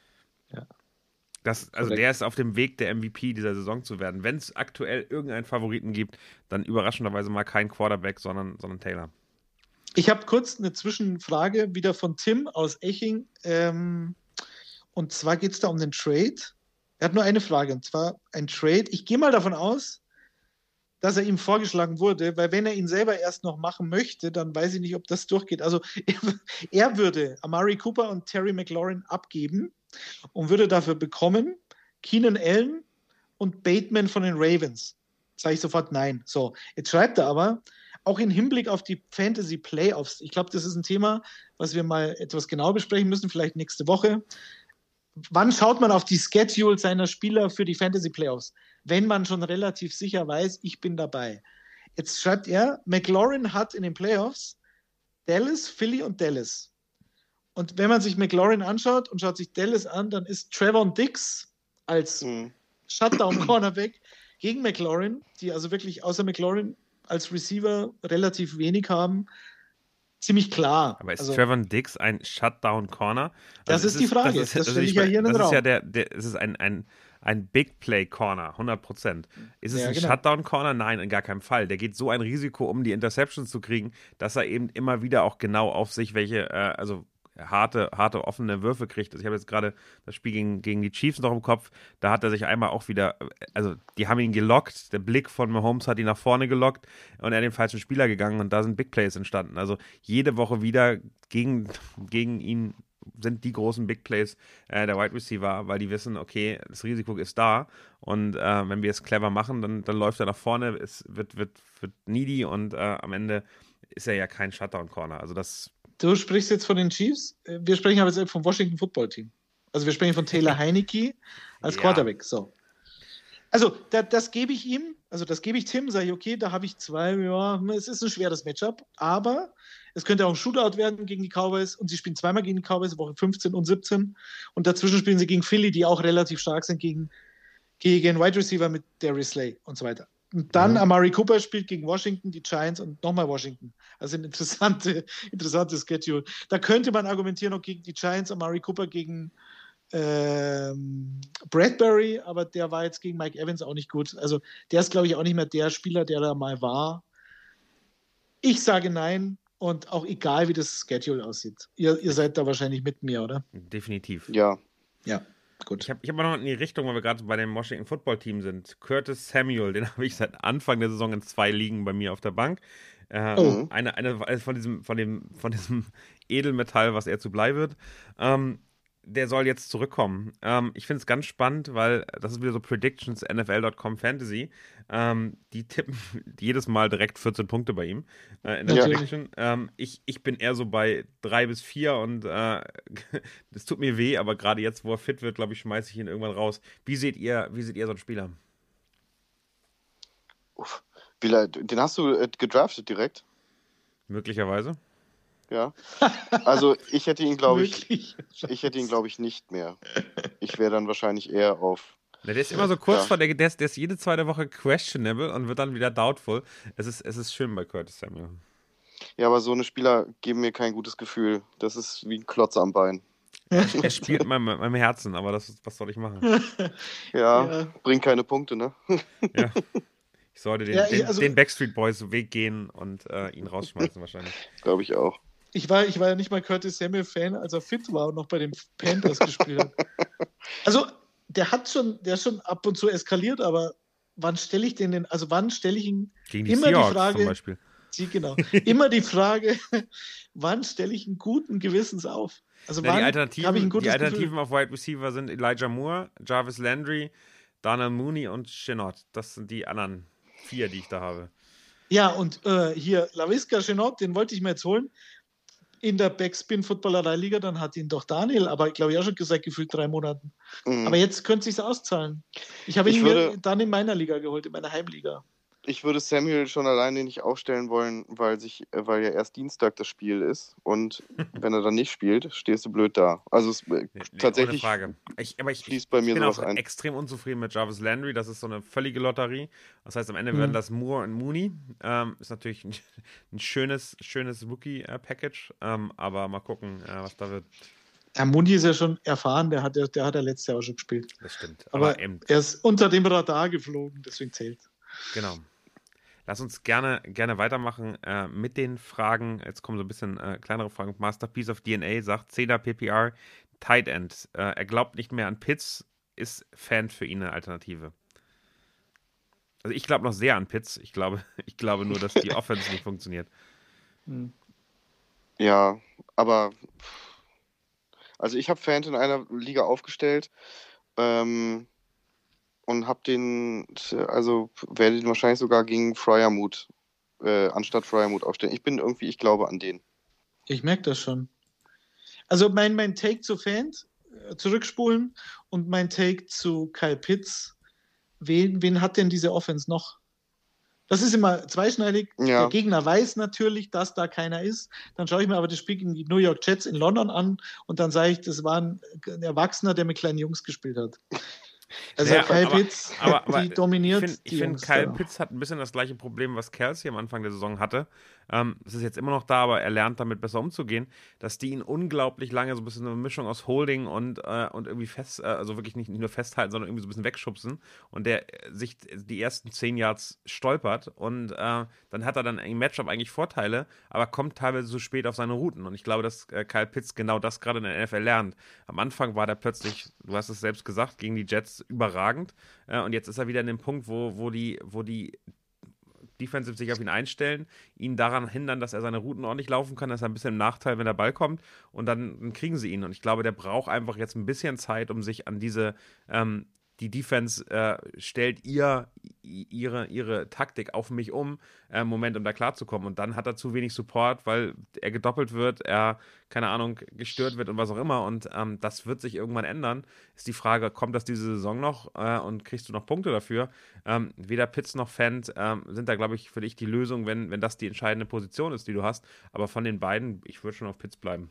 Das, also Korrekt. der ist auf dem Weg, der M V P dieser Saison zu werden. Wenn es aktuell irgendeinen Favoriten gibt, dann überraschenderweise mal kein Quarterback, sondern, sondern Taylor. Ich habe kurz eine Zwischenfrage wieder von Tim aus Eching. Ähm, und zwar geht es da um den Trade. Er hat nur eine Frage, und zwar ein Trade. Ich gehe mal davon aus, dass er ihm vorgeschlagen wurde, weil wenn er ihn selber erst noch machen möchte, dann weiß ich nicht, ob das durchgeht. Also er, er würde Amari Cooper und Terry McLaurin abgeben und würde dafür bekommen Keenan Allen und Bateman von den Ravens. Sage ich sofort nein. So, jetzt schreibt er aber, auch im Hinblick auf die Fantasy Playoffs, ich glaube, das ist ein Thema, was wir mal etwas genau besprechen müssen, vielleicht nächste Woche. Wann schaut man auf die Schedule seiner Spieler für die Fantasy Playoffs? Wenn man schon relativ sicher weiß, ich bin dabei. Jetzt schreibt er, McLaurin hat in den Playoffs Dallas, Philly und Dallas. Und wenn man sich McLaurin anschaut und schaut sich Dallas an, dann ist Trevon Diggs als Mhm. Shutdown-Cornerback gegen McLaurin, die also wirklich außer McLaurin als Receiver relativ wenig haben, ziemlich klar. Aber ist also, Trevon Diggs ein Shutdown-Corner? Das es ist die Frage. Das, ist, Das also stelle ich ich ja mein, hier in den das ist Raum. ja der, der, es ist ein, ein, ein Big-Play-Corner, hundert Prozent. Ist es Ja, ein genau. Shutdown-Corner? Nein, in gar keinem Fall. Der geht so ein Risiko, um die Interceptions zu kriegen, dass er eben immer wieder auch genau auf sich welche, äh, also harte, harte offene Würfe kriegt. Also ich habe jetzt gerade das Spiel gegen, gegen die Chiefs noch im Kopf, da hat er sich einmal auch wieder, also die haben ihn gelockt, der Blick von Mahomes hat ihn nach vorne gelockt und er hat den falschen Spieler gegangen und da sind Big Plays entstanden. Also jede Woche wieder gegen, gegen ihn sind die großen Big Plays äh, der Wide Receiver, weil die wissen, okay, das Risiko ist da und äh, wenn wir es clever machen, dann, dann läuft er nach vorne, es wird, wird, wird needy und äh, am Ende ist er ja kein Shutdown-Corner. Also das Du sprichst jetzt von den Chiefs. Wir sprechen aber jetzt vom Washington Football Team. Also wir sprechen von Taylor Heineke als Ja. Quarterback. So. Also da, das gebe ich ihm, also das gebe ich Tim, sage ich, okay, da habe ich zwei, ja, es ist ein schweres Matchup, aber es könnte auch ein Shootout werden gegen die Cowboys und sie spielen zweimal gegen die Cowboys, Woche fünfzehn und siebzehn und dazwischen spielen sie gegen Philly, die auch relativ stark sind, gegen, gegen Wide Receiver mit Darius Slay und so weiter. Und dann Mhm. Amari Cooper spielt gegen Washington, die Giants und nochmal Washington. Also ein interessante, interessantes Schedule. Da könnte man argumentieren, auch gegen die Giants, Amari Cooper gegen ähm, Bradbury, aber der war jetzt gegen Mike Evans auch nicht gut. Also der ist, glaube ich, auch nicht mehr der Spieler, der da mal war. Ich sage nein und auch egal, wie das Schedule aussieht. Ihr, ihr seid da wahrscheinlich mit mir, oder? definitiv. Ja. Ja. Gut. Ich habe ich hab noch in die Richtung, weil wir gerade bei dem Washington Football Team sind. Curtis Samuel, den habe ich seit Anfang der Saison in zwei Ligen bei mir auf der Bank. Äh, Oh. eine, eine von diesem, von dem, von diesem Edelmetall, was er zu Blei wird. Ähm, der soll jetzt zurückkommen. Ähm, ich finde es ganz spannend, weil das ist wieder so Predictions, N F L Punkt com Fantasy. Ähm, die tippen jedes Mal direkt vierzehn Punkte bei ihm äh, in der Natürlich. Prediction. Ähm, ich, ich bin eher so bei drei bis vier und äh, das tut mir weh, aber gerade jetzt, wo er fit wird, glaube ich, schmeiße ich ihn irgendwann raus. Wie seht ihr, wie seht ihr so einen Spieler? Uff. Wie le- Den hast du äh, gedraftet direkt? Möglicherweise. Ja. Also ich hätte ihn, glaube ich, Wirklich? ich hätte ihn, glaube ich, nicht mehr. Ich wäre dann wahrscheinlich eher auf. Na, der ist immer so kurz Ja. vor, der, der, ist, der ist jede zweite Woche questionable und wird dann wieder doubtful. Es ist, es ist schön bei Curtis Samuel. Ja, aber so eine Spieler geben mir kein gutes Gefühl. Das ist wie ein Klotz am Bein. Er spielt in meinem, meinem Herzen, aber das, was soll ich machen? Ja, Ja. bringt keine Punkte, ne? Ja. Ich sollte den, Ja, den, also- den Backstreet Boys Weg gehen und äh, ihn rausschmeißen wahrscheinlich. Glaube ich auch. Ich war, ich war ja nicht mal Curtis Samuel-Fan, als er fit war und noch bei den Panthers gespielt hat. Also, der hat schon, der ist schon ab und zu eskaliert, aber wann stelle ich den denn, also wann stelle ich ihn, Gegen die Immer die Seahawks Frage- zum Beispiel. sie, genau, immer die Frage, wann stelle ich ihn guten Gewissens auf? Also Ja, die wann habe ich ein Alternativen, gutes die Alternativen Gefühl? auf Wide Receiver sind Elijah Moore, Jarvis Landry, Darnell Mooney und Chenot. Das sind die anderen vier, die ich da habe. Ja, und äh, hier, Laviska Chenot, den wollte ich mir jetzt holen. In der Backspin-Footballerei-Liga, dann hat ihn doch Daniel, aber ich glaube, ja schon gesagt, gefühlt drei Monaten. Mhm. Aber jetzt könnte es sich auszahlen. Ich habe Ich ihn würde- mir dann in meiner Liga geholt, in meiner Heimliga. Ich würde Samuel schon alleine nicht aufstellen wollen, weil sich, äh, weil ja erst Dienstag das Spiel ist. Und wenn er dann nicht spielt, stehst du blöd da. Also es, äh, Nee, nee, tatsächlich ohne Frage. Ich, aber ich, fließt bei ich mir bin sowas auch ein. extrem unzufrieden mit Jarvis Landry. Das ist so eine völlige Lotterie. Das heißt, am Ende Mhm. werden das Moore und Mooney. Ähm, ist natürlich ein, ein schönes, schönes Rookie-Package. Ähm, aber mal gucken, äh, was da wird. Ja, Mundi ist ja schon erfahren, der hat ja, der hat ja letztes Jahr auch schon gespielt. Das stimmt. Aber, Aber eben, er ist unter dem Radar geflogen, deswegen zählt. genau. Lass uns gerne, gerne weitermachen äh, mit den Fragen. Jetzt kommen so ein bisschen äh, kleinere Fragen. Masterpiece of D N A sagt zehner P P R, Tight End. Äh, er glaubt nicht mehr an Pitts, ist Fan für ihn eine Alternative. Also ich glaube noch sehr an Pitts. Ich glaube, ich glaube nur, dass die Offense nicht funktioniert. Hm. Ja, aber also ich habe Fant in einer Liga aufgestellt ähm, und habe den, also werde den wahrscheinlich sogar gegen Fryermuth äh, anstatt Fryermuth aufstellen. Ich bin irgendwie, ich glaube an den. Ich merke das schon. Also mein, mein Take zu Fans, äh, zurückspulen und mein Take zu Kyle Pitts. Wen, wen hat denn diese Offense noch? Das ist immer zweischneidig. Ja. Der Gegner weiß natürlich, dass da keiner ist. Dann schaue ich mir aber das Spiel gegen die New York Jets in London an und dann sage ich, das war ein, ein Erwachsener, der mit kleinen Jungs gespielt hat. Also Ja, Kyle aber- Pitts, aber- aber die dominiert Ich finde, die find, Jungs Kyle da. Pitts hat ein bisschen das gleiche Problem, was Kelsey am Anfang der Saison hatte. Ähm, es ist jetzt immer noch da, aber er lernt damit besser umzugehen, dass die ihn unglaublich lange so ein bisschen eine Mischung aus Holding und, äh, und irgendwie fest, äh, also wirklich nicht, nicht nur festhalten, sondern irgendwie so ein bisschen wegschubsen und der äh, sich die ersten zehn Yards stolpert und äh, dann hat er dann im Matchup eigentlich Vorteile, aber kommt teilweise zu spät auf seine Routen und ich glaube, dass äh, Kyle Pitts genau das gerade in der N F L lernt. Am Anfang war der plötzlich, du hast es selbst gesagt, gegen die Jets überragend äh, und jetzt ist er wieder in dem Punkt, wo, wo die, wo die Defensive sich auf ihn einstellen, ihn daran hindern, dass er seine Routen ordentlich laufen kann, dass er ein bisschen im Nachteil, wenn der Ball kommt und dann, dann kriegen sie ihn und ich glaube, der braucht einfach jetzt ein bisschen Zeit, um sich an diese ähm, die Defense äh, stellt ihr ihre, ihre Taktik auf mich um, äh, im Moment, um da klarzukommen. Und dann hat er zu wenig Support, weil er gedoppelt wird, er, keine Ahnung, gestört wird und was auch immer. Und ähm, das wird sich irgendwann ändern. Ist die Frage, kommt das diese Saison noch äh, und kriegst du noch Punkte dafür? Ähm, weder Pitts noch Fant ähm, sind da, glaube ich, für dich die Lösung, wenn, wenn das die entscheidende Position ist, die du hast. Aber von den beiden, ich würde schon auf Pitts bleiben.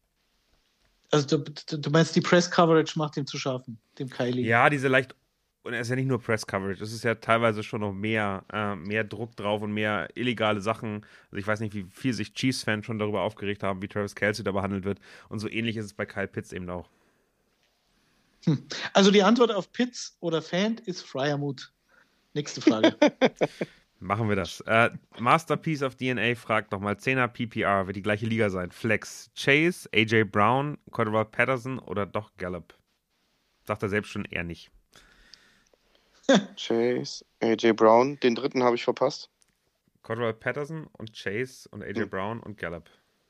Also du, du meinst, die Press-Coverage macht ihm zu schaffen, dem Kylie. Ja, diese leicht, und es ist ja nicht nur Press-Coverage, es ist ja teilweise schon noch mehr, äh, mehr Druck drauf und mehr illegale Sachen. Also ich weiß nicht, wie viel sich Chiefs-Fans schon darüber aufgeregt haben, wie Travis Kelce da behandelt wird. Und so ähnlich ist es bei Kyle Pitts eben auch. Hm. Also die Antwort auf Pitts oder Fant ist Fryermuth. Nächste Frage. Machen wir das. Äh, Masterpiece of D N A fragt nochmal, zehner P P R, wird die gleiche Liga sein. Flex, Chase, A J Brown, Cordell Patterson oder doch Gallup? sagt er selbst schon eher nicht. Chase, A J Brown, den dritten habe ich verpasst. Cordell Patterson und Chase und A J Hm. Brown und Gallup.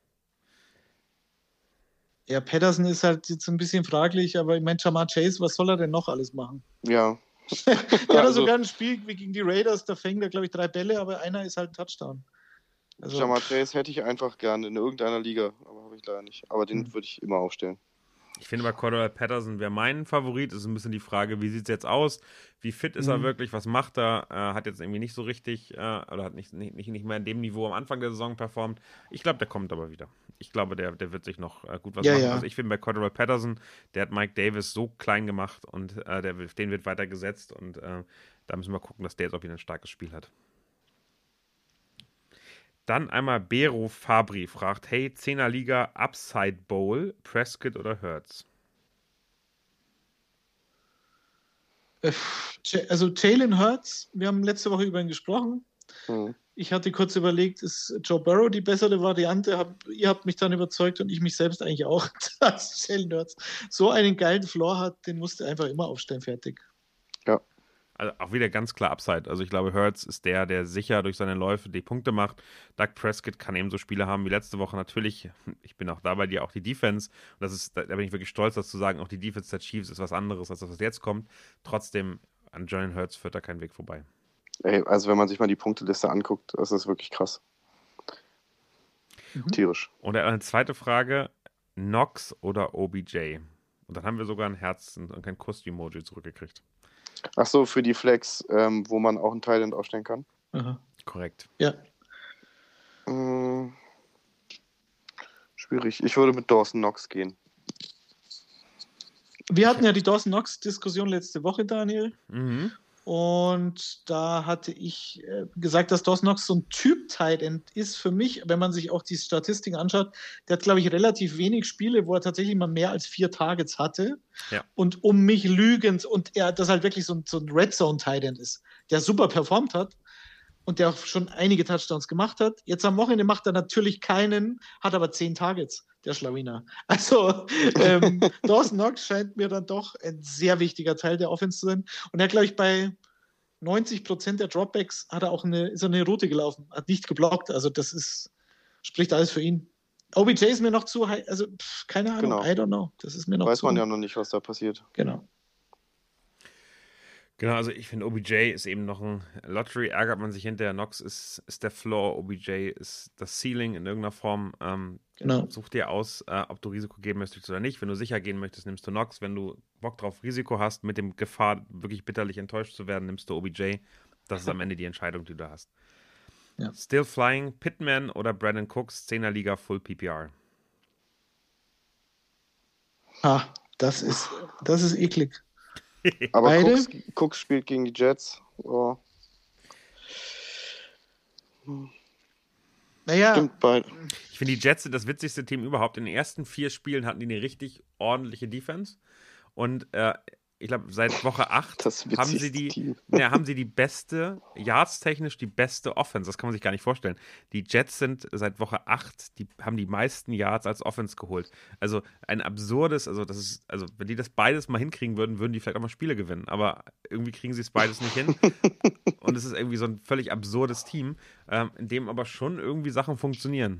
Ja, Patterson ist halt jetzt ein bisschen fraglich, aber ich meine, Jamar Chase, was soll er denn noch alles machen? Ja. Der hat Also- sogar ein Spiel wie gegen die Raiders, da fängt er, glaube ich, drei Bälle, aber einer ist halt ein Touchdown. Also, Jamar Chase hätte ich einfach gerne in irgendeiner Liga, aber habe ich leider nicht. Aber den Hm. würde ich immer aufstellen. Ich finde, bei Cordell Patterson wäre mein Favorit. Ist ein bisschen die Frage, wie sieht es jetzt aus? Wie fit ist er Mhm. wirklich? Was macht er? Äh, hat jetzt irgendwie nicht so richtig, äh, oder hat nicht, nicht, nicht nicht mehr in dem Niveau am Anfang der Saison performt. Ich glaube, der kommt aber wieder. Ich glaube, der, der wird sich noch äh, gut was Ja, machen. ja. Also ich finde, bei Cordell Patterson, der hat Mike Davis so klein gemacht und äh, der, den wird weiter gesetzt. Und äh, da müssen wir gucken, dass der jetzt auch wieder ein starkes Spiel hat. Dann einmal Bero Fabri fragt, hey, zehner Liga Upside Bowl, Prescott oder Hurts? äh, also Jalen Hurts, wir haben letzte Woche über ihn gesprochen. Hm. Ich hatte kurz überlegt, ist Joe Burrow die bessere Variante? Hab, ihr habt mich dann überzeugt und ich mich selbst eigentlich auch, dass Jalen Hurts so einen geilen Floor hat, den musst du einfach immer aufstellen, fertig. Also auch wieder ganz klar Upside. Also ich glaube, Hurts ist der, der sicher durch seine Läufe die Punkte macht. Dak Prescott kann eben so Spiele haben wie letzte Woche. Natürlich, ich bin auch da bei dir, auch die Defense. Und das ist, da bin ich wirklich stolz, das zu sagen, auch die Defense der Chiefs ist was anderes, als das, was jetzt kommt. Trotzdem, an Jalen Hurts führt da kein Weg vorbei. Ey, also wenn man sich mal die Punkteliste anguckt, das ist wirklich krass. Mhm. Tierisch. Und eine zweite Frage, Knox oder O B J? Und dann haben wir sogar ein Herz und kein Kuss-Emoji zurückgekriegt. Ach so, für die Flex, ähm, wo man auch einen Thailand aufstellen kann. Aha. Korrekt. Ja. Hm. Schwierig. Ich würde mit Dawson Knox gehen. Wir hatten ja die Dawson Knox-Diskussion letzte Woche, Daniel. Mhm. Und da hatte ich äh, gesagt, dass Dawson Knox so ein Typ-Tight End ist für mich, wenn man sich auch die Statistiken anschaut. Der hat, glaube ich, relativ wenig Spiele, wo er tatsächlich mal mehr als vier Targets hatte. Ja. Und um mich lügend, und er das halt wirklich so ein, so ein Red Zone-Tight End ist, der super performt hat und der auch schon einige Touchdowns gemacht hat. Jetzt am Wochenende macht er natürlich keinen, hat aber zehn Targets, der Schlawiner. Also ähm, Dawson Knox scheint mir dann doch ein sehr wichtiger Teil der Offense zu sein. Und er, glaube ich, bei neunzig Prozent der Dropbacks hat er auch eine, ist er eine Route gelaufen, hat nicht geblockt. Also das ist, spricht alles für ihn. O B J ist mir noch zu high, also pff, keine Ahnung, Genau. I don't know. Das ist mir noch Weiß zu. man ja noch nicht, was da passiert. Genau. Genau, also ich finde, O B J ist eben noch ein Lottery, ärgert man sich hinterher. Knox ist, ist der Floor, O B J ist das Ceiling in irgendeiner Form. Ähm, Genau. Such dir aus, äh, ob du Risiko geben möchtest oder nicht. Wenn du sicher gehen möchtest, nimmst du Knox. Wenn du Bock drauf Risiko hast, mit dem Gefahr, wirklich bitterlich enttäuscht zu werden, nimmst du O B J. Das ist am Ende die Entscheidung, die du hast. Ja. Still Flying, Pittman oder Brandon Cooks, zehner Liga, Full P P R. Ah, das ist, das ist eklig. Aber Beide? Cooks, Cooks spielt gegen die Jets. Oh, Naja, stimmt beide. Ich finde, die Jets sind das witzigste Team überhaupt. In den ersten vier Spielen hatten die eine richtig ordentliche Defense. Und äh, ich glaube, seit Woche acht Das haben sie witzigste die, Team. ja, haben sie die beste, yards-technisch die beste Offense. Das kann man sich gar nicht vorstellen. Die Jets sind seit Woche acht, die haben die meisten Yards als Offense geholt. Also ein absurdes, also das ist, also wenn die das beides mal hinkriegen würden, würden die vielleicht auch mal Spiele gewinnen. Aber irgendwie kriegen sie es beides nicht hin. Und es ist irgendwie so ein völlig absurdes Team, ähm, in dem aber schon irgendwie Sachen funktionieren.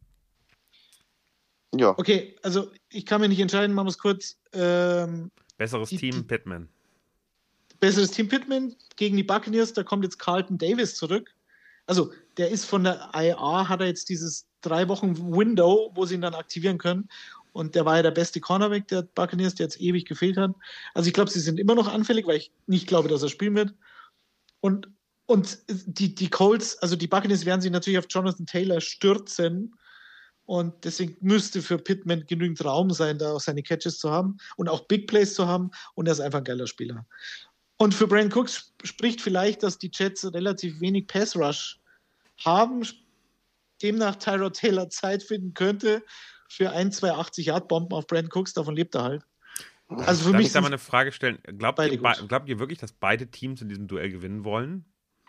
Ja, okay, also ich kann mich nicht entscheiden, machen wir es kurz. Ähm, Besseres Die- Team, die- Pittman. besseres Team Pittman gegen die Buccaneers, da kommt jetzt Carlton Davis zurück. Also der ist von der I R, hat er jetzt dieses drei Wochen Window, wo sie ihn dann aktivieren können. Und der war ja der beste Cornerback der Buccaneers, der jetzt ewig gefehlt hat. Also ich glaube, sie sind immer noch anfällig, weil ich nicht glaube, dass er spielen wird. Und, und die, die Colts, also die Buccaneers werden sich natürlich auf Jonathan Taylor stürzen. Und deswegen müsste für Pittman genügend Raum sein, da auch seine Catches zu haben und auch Big Plays zu haben. Und er ist einfach ein geiler Spieler. Und für Brandon Cooks spricht vielleicht, dass die Jets relativ wenig Pass Rush haben, demnach Tyrod Taylor Zeit finden könnte für ein, zwei achtzig-Yard-Bomben auf Brandon Cooks. Davon lebt er halt. Also für Darf mich ich da mal sind eine Frage stellen? Glaubt beide ihr, be- gut. glaubt ihr wirklich, dass beide Teams in diesem Duell gewinnen wollen?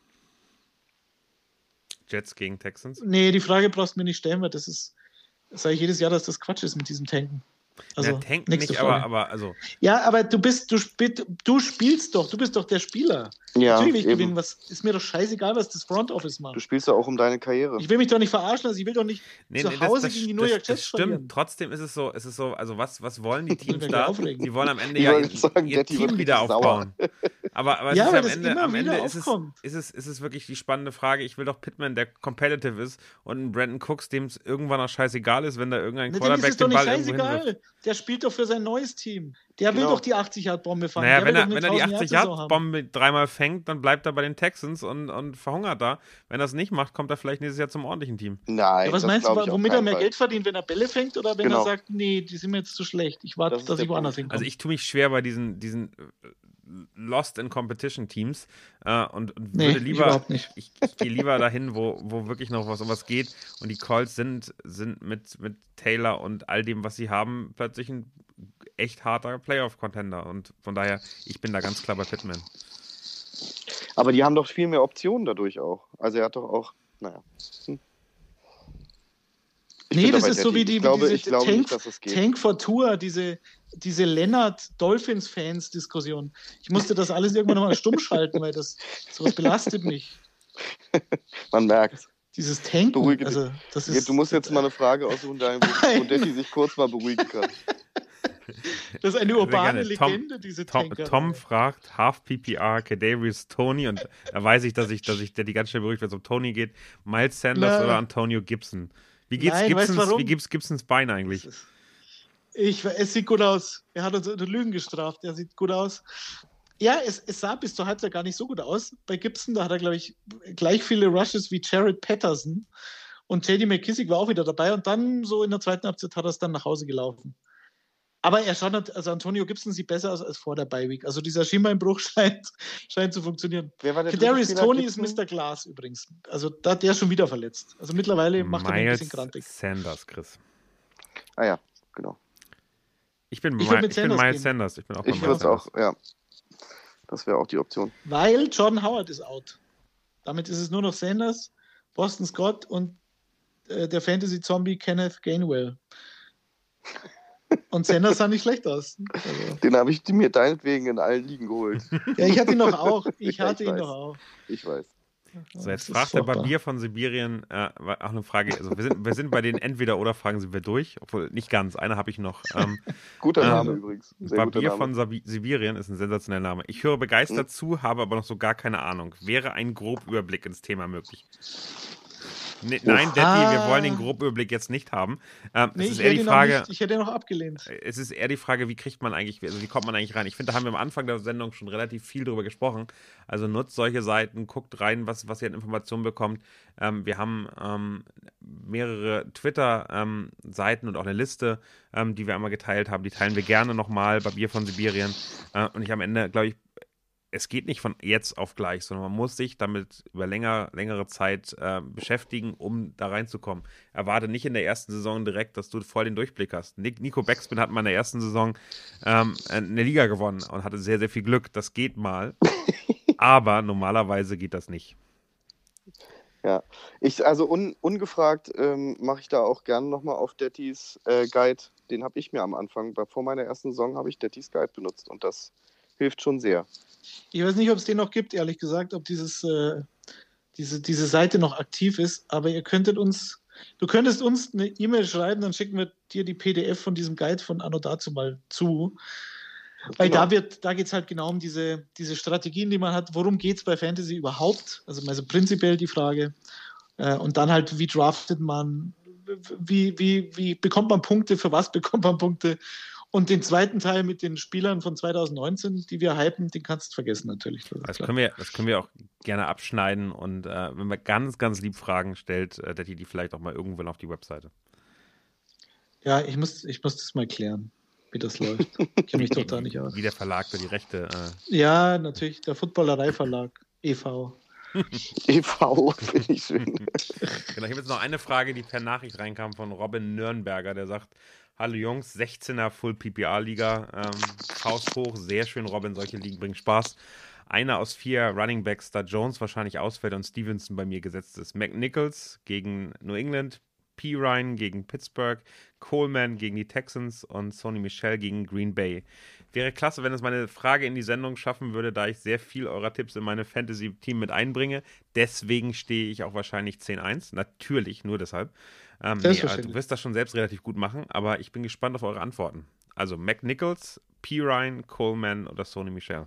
Jets gegen Texans? nee, die Frage brauchst du mir nicht stellen, weil das ist, das sage ich jedes Jahr, dass das Quatsch ist mit diesem Tanken. Also, ja, tanken nächste nicht, aber, Frage. aber also. Ja, aber du bist, du, spiel, du spielst doch, du bist doch der Spieler. Ja, Natürlich will ich eben. gewinnen, was ist mir doch scheißegal, was das Front Office Du macht. spielst ja auch um deine Karriere. Ich will mich doch nicht verarschen lassen, ich will doch nicht Nee, zu nee, Hause das, gegen die das, New York das, Jets das stimmt. verlieren. Trotzdem ist es so, es ist so, also was, was wollen die Teams mich da? aufregen. Die wollen am Ende Ich ja wollte ihr, sagen, ihr Detti wird Team wieder richtig sauer. aufbauen. Aber, aber es Ja, ist weil am das Ende, immer am Ende wieder ist es, aufkommt. ist, es, ist es wirklich die spannende Frage. Ich will doch Pittman, der competitive ist, und einen Brandon Cooks, dem es irgendwann auch scheißegal ist, wenn da irgendein Ne, dem ist Quarterback es doch den nicht Ball irgendwo hinwirft. scheißegal. Der spielt doch für sein neues Team. Der will Genau. doch die achtzig-Yard-Bombe fangen. Naja, der wenn will er, doch eine wenn er die tausend Yard Saison haben. achtzig-Yard-Bombe dreimal fängt, dann bleibt er bei den Texans und, und verhungert da. Wenn er es nicht macht, kommt er vielleicht nächstes Jahr zum ordentlichen Team. Nein, Ja, was das meinst du, glaub ich auf womit er keinen mehr Fall. Geld verdient, wenn er Bälle fängt oder wenn Genau. er sagt, nee, die sind mir jetzt zu schlecht. Ich warte, Das ist dass der ich woanders Punkt. hinkomme. Also ich tue mich schwer bei diesen, diesen äh, Lost in Competition Teams äh, und, und Nee, würde ich lieber, überhaupt nicht. ich, ich gehe lieber dahin, wo, wo wirklich noch was um was geht, und die Colts sind, sind mit, mit Taylor und all dem, was sie haben, plötzlich ein echt harter Playoff-Contender, und von daher, ich bin da ganz klar bei Pittman. Aber die haben doch viel mehr Optionen dadurch auch. Also er hat doch auch, naja. Hm. Ich Nee, bin das dabei, ist so Detti. wie die, ich glaube, diese ich glaube Tank, nicht, dass es geht. Tank for Tour, diese, diese Lennart-Dolphins-Fans-Diskussion. Ich musste das alles irgendwann nochmal stumm schalten, weil das sowas belastet mich. Man merkt. Dieses Tanken. Beruhige dich. Also, das ist, Du musst jetzt mal eine Frage aussuchen, Daniel, wo, wo Detti sich kurz mal beruhigen kann. Das ist eine urbane Sehr gerne. Legende, diese Tom, Tanker. Tom fragt, Half P P R, Kadarius Toney, und da weiß ich, dass ich, dass ich der die ganz schnell beruhigt, wenn es um Toney geht. Miles Sanders Na. oder Antonio Gibson? Wie geht's Nein, weißt du Gibsons, warum? wie gibt's Gibsons Bein eigentlich? Ich, es sieht gut aus. Er hat uns unter Lügen gestraft. Er sieht gut aus. Ja, es, es sah bis zur Halbzeit gar nicht so gut aus. Bei Gibson, da hat er, glaube ich, gleich viele Rushes wie Jared Patterson. Und J D McKissick war auch wieder dabei. Und dann, so in der zweiten Halbzeit, hat er es dann nach Hause gelaufen. Aber er schaut, also Antonio Gibson sieht besser aus als vor der Bye-Week. Also dieser Schienbeinbruch scheint, scheint zu funktionieren. Wer war der dritte Kadarius Spieler? Toney ist Gibson? Mister Glass übrigens. Also da, der ist schon wieder verletzt. Also mittlerweile macht er mich ein Miles bisschen grantig. Sanders, Chris. Ah ja, genau. Ich bin, Ich Mi- würd mit ich bin Sanders Miles gehen. Sanders. Ich bin auch bei Ich Miles würde es Sanders. auch, ja. Das wäre auch die Option. Weil Jordan Howard ist out. Damit ist es nur noch Sanders, Boston Scott und äh, der Fantasy-Zombie Kenneth Gainwell. Und Sanders sah nicht schlecht aus. Also, Den habe ich mir deinetwegen in allen Ligen geholt. ja, ich hatte ihn doch auch. Ich Ja, hatte ich ihn weiß. doch auch. Ich weiß. So, jetzt Das ist fragt der furchtbar. Barbier von Sibirien, äh, war auch eine Frage, also wir sind, wir sind bei den Entweder-Oder-Fragen sind wir durch, obwohl nicht ganz, eine habe ich noch. Ähm, Guter Ähm, Name übrigens. Sehr guter Barbier Name. von Sabi Sibirien ist ein sensationeller Name. Ich höre begeistert Hm. zu, habe aber noch so gar keine Ahnung. Wäre ein Grobüberblick ins Thema möglich? Ne, nein, Oha. Detti, wir wollen den Grobüberblick jetzt nicht haben. Ähm, Nee, es ist ich eher hätte die ihn noch Frage, nicht, ich hätte ihn noch abgelehnt. es ist eher die Frage, wie kriegt man eigentlich, also wie kommt man eigentlich rein? Ich finde, da haben wir am Anfang der Sendung schon relativ viel drüber gesprochen. Also nutzt solche Seiten, guckt rein, was, was ihr an Informationen bekommt. Ähm, wir haben ähm, mehrere Twitter-Seiten und auch eine Liste, ähm, die wir einmal geteilt haben. Die teilen wir gerne nochmal bei Bier von Sibirien. Äh, und ich am Ende, glaube ich, es geht nicht von jetzt auf gleich, sondern man muss sich damit über länger, längere Zeit äh, beschäftigen, um da reinzukommen. Erwarte nicht in der ersten Saison direkt, dass du voll den Durchblick hast. Nick, Nico Backspin hat mal in der ersten Saison ähm, eine Liga gewonnen und hatte sehr, sehr viel Glück. Das geht mal, aber normalerweise geht das nicht. Ja, ich, also un, ungefragt ähm, mache ich da auch gerne nochmal auf Dettis äh, Guide. Den habe ich mir am Anfang, bei, vor meiner ersten Saison habe ich Dettis Guide benutzt und das hilft schon sehr. Ich weiß nicht, ob es den noch gibt, ehrlich gesagt, ob dieses, äh, diese, diese Seite noch aktiv ist, aber ihr könntet uns, du könntest uns eine E-Mail schreiben, dann schicken wir dir die P D F von diesem Guide von Anno dazu mal zu. Weil Genau. da wird, da geht es halt genau um diese, diese Strategien, die man hat. Worum geht es bei Fantasy überhaupt? Also, also prinzipiell die Frage. Äh, und dann halt, wie draftet man, wie, wie, wie bekommt man Punkte, für was bekommt man Punkte? Und den zweiten Teil mit den Spielern von zwanzig neunzehn, die wir hypen, den kannst du vergessen natürlich. Das ist Das klar. können wir, das können wir auch gerne abschneiden und äh, wenn man ganz, ganz lieb Fragen stellt, äh, Detti die vielleicht auch mal irgendwann auf die Webseite. Ja, ich muss, ich muss das mal klären, wie das läuft. Ich kenne mich doch da nicht aus. Wie der Verlag da die Rechte. Äh, Ja, natürlich, der Footballerei-Verlag, e V. E V, finde ich schön. Genau, ich habe jetzt noch eine Frage, die per Nachricht reinkam von Robin Nürnberger, der sagt, hallo Jungs, sechzehner Full P P R-Liga, ähm, Faust hoch, sehr schön, Robin, solche Ligen bringen Spaß. Einer aus vier Running Backs, da Jones wahrscheinlich ausfällt und Stevenson bei mir gesetzt ist. McNichols gegen New England, Pirine gegen Pittsburgh, Coleman gegen die Texans und Sony Michel gegen Green Bay. Wäre klasse, wenn es meine Frage in die Sendung schaffen würde, da ich sehr viel eurer Tipps in meine Fantasy-Team mit einbringe. Deswegen stehe ich auch wahrscheinlich zehn eins. Natürlich, nur deshalb. Ähm, nee, also du wirst das schon selbst relativ gut machen, aber ich bin gespannt auf eure Antworten. Also McNichols, Pirine, Coleman oder Sony Michel.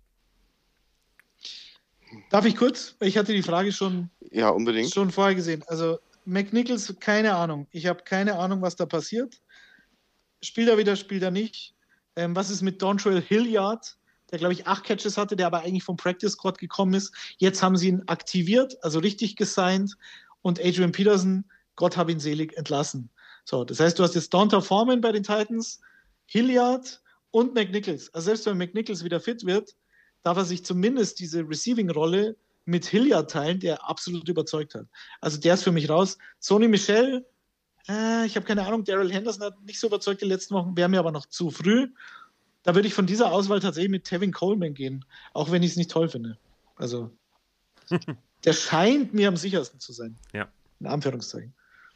Darf ich kurz? Ich hatte die Frage schon, Ja, unbedingt. schon vorher gesehen. Also McNichols, keine Ahnung. Ich habe keine Ahnung, was da passiert. Spielt er wieder, spielt er nicht. Ähm, was ist mit Dontrell Hilliard, der, glaube ich, acht Catches hatte, der aber eigentlich vom Practice Squad gekommen ist. Jetzt haben sie ihn aktiviert, also richtig gesigned. Und Adrian Peterson, Gott hab ihn selig, entlassen. So, das heißt, du hast jetzt Donta Foreman bei den Titans, Hilliard und McNichols. Also selbst wenn McNichols wieder fit wird, darf er sich zumindest diese Receiving-Rolle mit Hilliard teilen, der absolut überzeugt hat. Also der ist für mich raus. Sony Michel, äh, ich habe keine Ahnung, Daryl Henderson hat nicht so überzeugt die letzten Wochen, wäre mir aber noch zu früh. Da würde ich von dieser Auswahl tatsächlich mit Tevin Coleman gehen, auch wenn ich es nicht toll finde. Also der scheint mir am sichersten zu sein. Ja. In Anführungszeichen.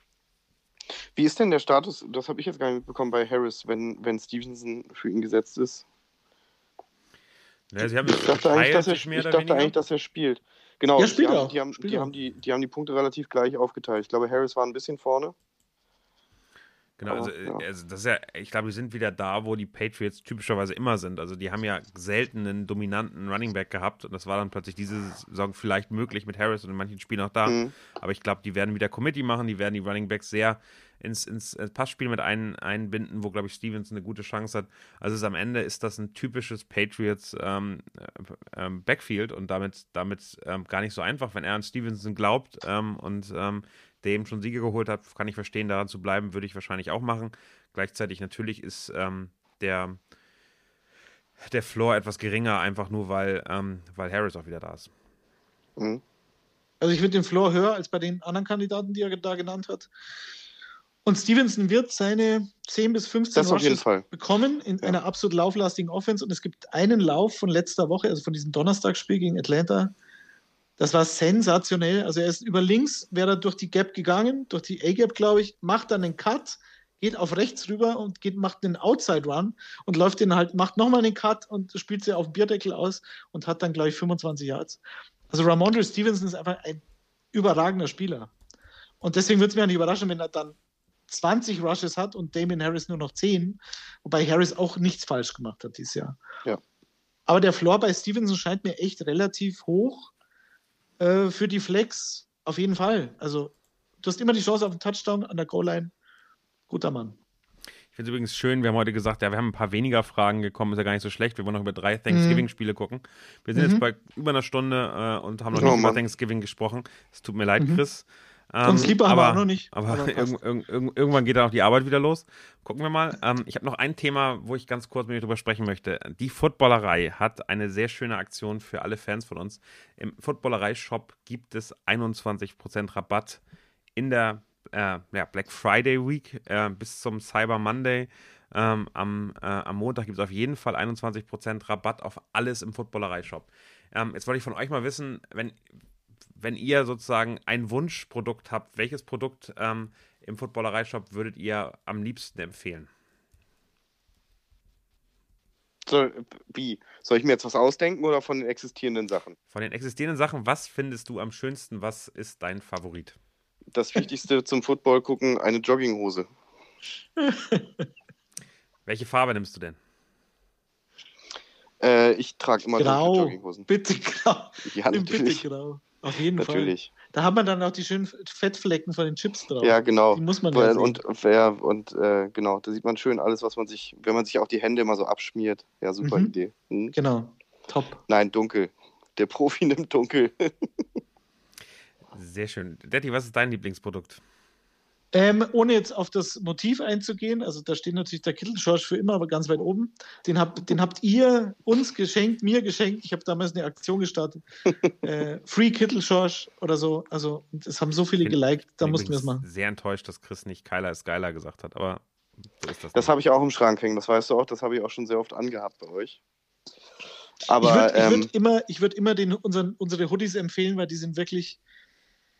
Wie ist denn der Status, das habe ich jetzt gar nicht mitbekommen bei Harris, wenn, wenn Stevenson für ihn gesetzt ist? Ja, sie haben Ich dachte, eigentlich, dass er, sich mehr ich oder dachte weniger. eigentlich, dass er spielt. Genau, Ja, spielt die, er haben, auch. die, haben, Spielt die, er haben auch. die, die haben die Punkte relativ gleich aufgeteilt. Ich glaube, Harris war ein bisschen vorne. Genau, also, Aber, ja. also das ist ja, ich glaube, wir sind wieder da, wo die Patriots typischerweise immer sind. Also die haben ja selten einen dominanten Running Back gehabt und das war dann plötzlich diese Saison vielleicht möglich mit Harris und in manchen Spielen auch da. Mhm. Aber ich glaube, die werden wieder Committee machen, die werden die Running Backs sehr ins, ins Passspiel mit ein, einbinden, wo, glaube ich, Stevenson eine gute Chance hat. Also es, am Ende ist das ein typisches Patriots ähm, ähm, Backfield und damit, damit ähm, gar nicht so einfach, wenn er an Stevenson glaubt ähm, und ähm, der eben schon Siege geholt hat, kann ich verstehen, daran zu bleiben, würde ich wahrscheinlich auch machen. Gleichzeitig natürlich ist ähm, der, der Floor etwas geringer, einfach nur, weil, ähm, weil Harris auch wieder da ist. Mhm. Also ich würde den Floor höher als bei den anderen Kandidaten, die er da genannt hat. Und Stevenson wird seine zehn bis fünfzehn Das auf jeden Rushes Fall. bekommen in Ja. einer absolut lauflastigen Offense. Und es gibt einen Lauf von letzter Woche, also von diesem Donnerstagsspiel gegen Atlanta. Das war sensationell. Also er ist über links, wäre er durch die Gap gegangen, durch die A-Gap, glaube ich, macht dann einen Cut, geht auf rechts rüber und geht, macht einen Outside-Run und läuft den halt, macht nochmal einen Cut und spielt sie auf den Bierdeckel aus und hat dann, glaube ich, fünfundzwanzig Yards. Also Ramondre Stevenson ist einfach ein überragender Spieler. Und deswegen würde es mich auch nicht überraschen, wenn er dann zwanzig Rushes hat und Damien Harris nur noch zehn, wobei Harris auch nichts falsch gemacht hat dieses Jahr. Ja. Aber der Floor bei Stevenson scheint mir echt relativ hoch äh, für die Flex, auf jeden Fall. Also du hast immer die Chance auf einen Touchdown an der Goal-Line. Guter Mann. Ich finde es übrigens schön, wir haben heute gesagt, ja, wir haben ein paar weniger Fragen gekommen, ist ja gar nicht so schlecht. Wir wollen noch über drei Thanksgiving-Spiele gucken. Wir sind Mhm. jetzt bei über einer Stunde äh, und haben noch Oh, nicht über Mann. Thanksgiving gesprochen. Es tut mir leid, Mhm. Chris. Ähm, Und Sleeper haben wir aber, auch noch nicht, Aber, aber passt. irg irg irg irgendwann geht dann auch die Arbeit wieder los. Gucken wir mal. Ähm, ich habe noch ein Thema, wo ich ganz kurz mit dir drüber sprechen möchte. Die Footballerei hat eine sehr schöne Aktion für alle Fans von uns. Im Footballerei-Shop gibt es einundzwanzig Prozent Rabatt in der äh, ja, Black Friday Week äh, bis zum Cyber Monday. Ähm, am, äh, am Montag gibt es auf jeden Fall einundzwanzig Prozent Rabatt auf alles im Footballerei-Shop. Ähm, jetzt wollte ich von euch mal wissen, wenn Wenn ihr sozusagen ein Wunschprodukt habt, welches Produkt ähm, im Footballerei-Shop würdet ihr am liebsten empfehlen? So, wie? Soll ich mir jetzt was ausdenken oder von den existierenden Sachen? Von den existierenden Sachen, was findest du am schönsten? Was ist dein Favorit? Das Wichtigste zum Football gucken, eine Jogginghose. Welche Farbe nimmst du denn? Äh, ich trage immer dunkle Grau. Jogginghosen. Bitte grau. Ja, Nimm bitte natürlich. grau. Auf jeden Natürlich. Fall. Da hat man dann auch die schönen Fettflecken von den Chips drauf. Ja, genau. Die muss man Weil- ja sehen. und ja, und äh, genau, da sieht man schön alles, was man sich, wenn man sich auch die Hände immer so abschmiert. Ja, super Mhm. Idee. Hm? Genau. Top. Nein, dunkel. Der Profi nimmt dunkel. Sehr schön. Detti, was ist dein Lieblingsprodukt? Ähm, ohne jetzt auf das Motiv einzugehen, also da steht natürlich der Kittelschorsch für immer, aber ganz weit oben. Den, hab, den habt ihr uns geschenkt, mir geschenkt. Ich habe damals eine Aktion gestartet. äh, Free Kittelschorsch oder so. Also es haben so viele Bin- geliked, da Bin mussten wir es übrigens machen. sehr enttäuscht, dass Chris nicht Kyler ist geiler gesagt hat, aber so ist das. Das nicht. habe ich auch im Schrank hängen, das weißt du auch, das habe ich auch schon sehr oft angehabt bei euch. Ich Aber würde ähm, würd immer, ich würd immer den, unseren, unsere Hoodies empfehlen, weil die sind wirklich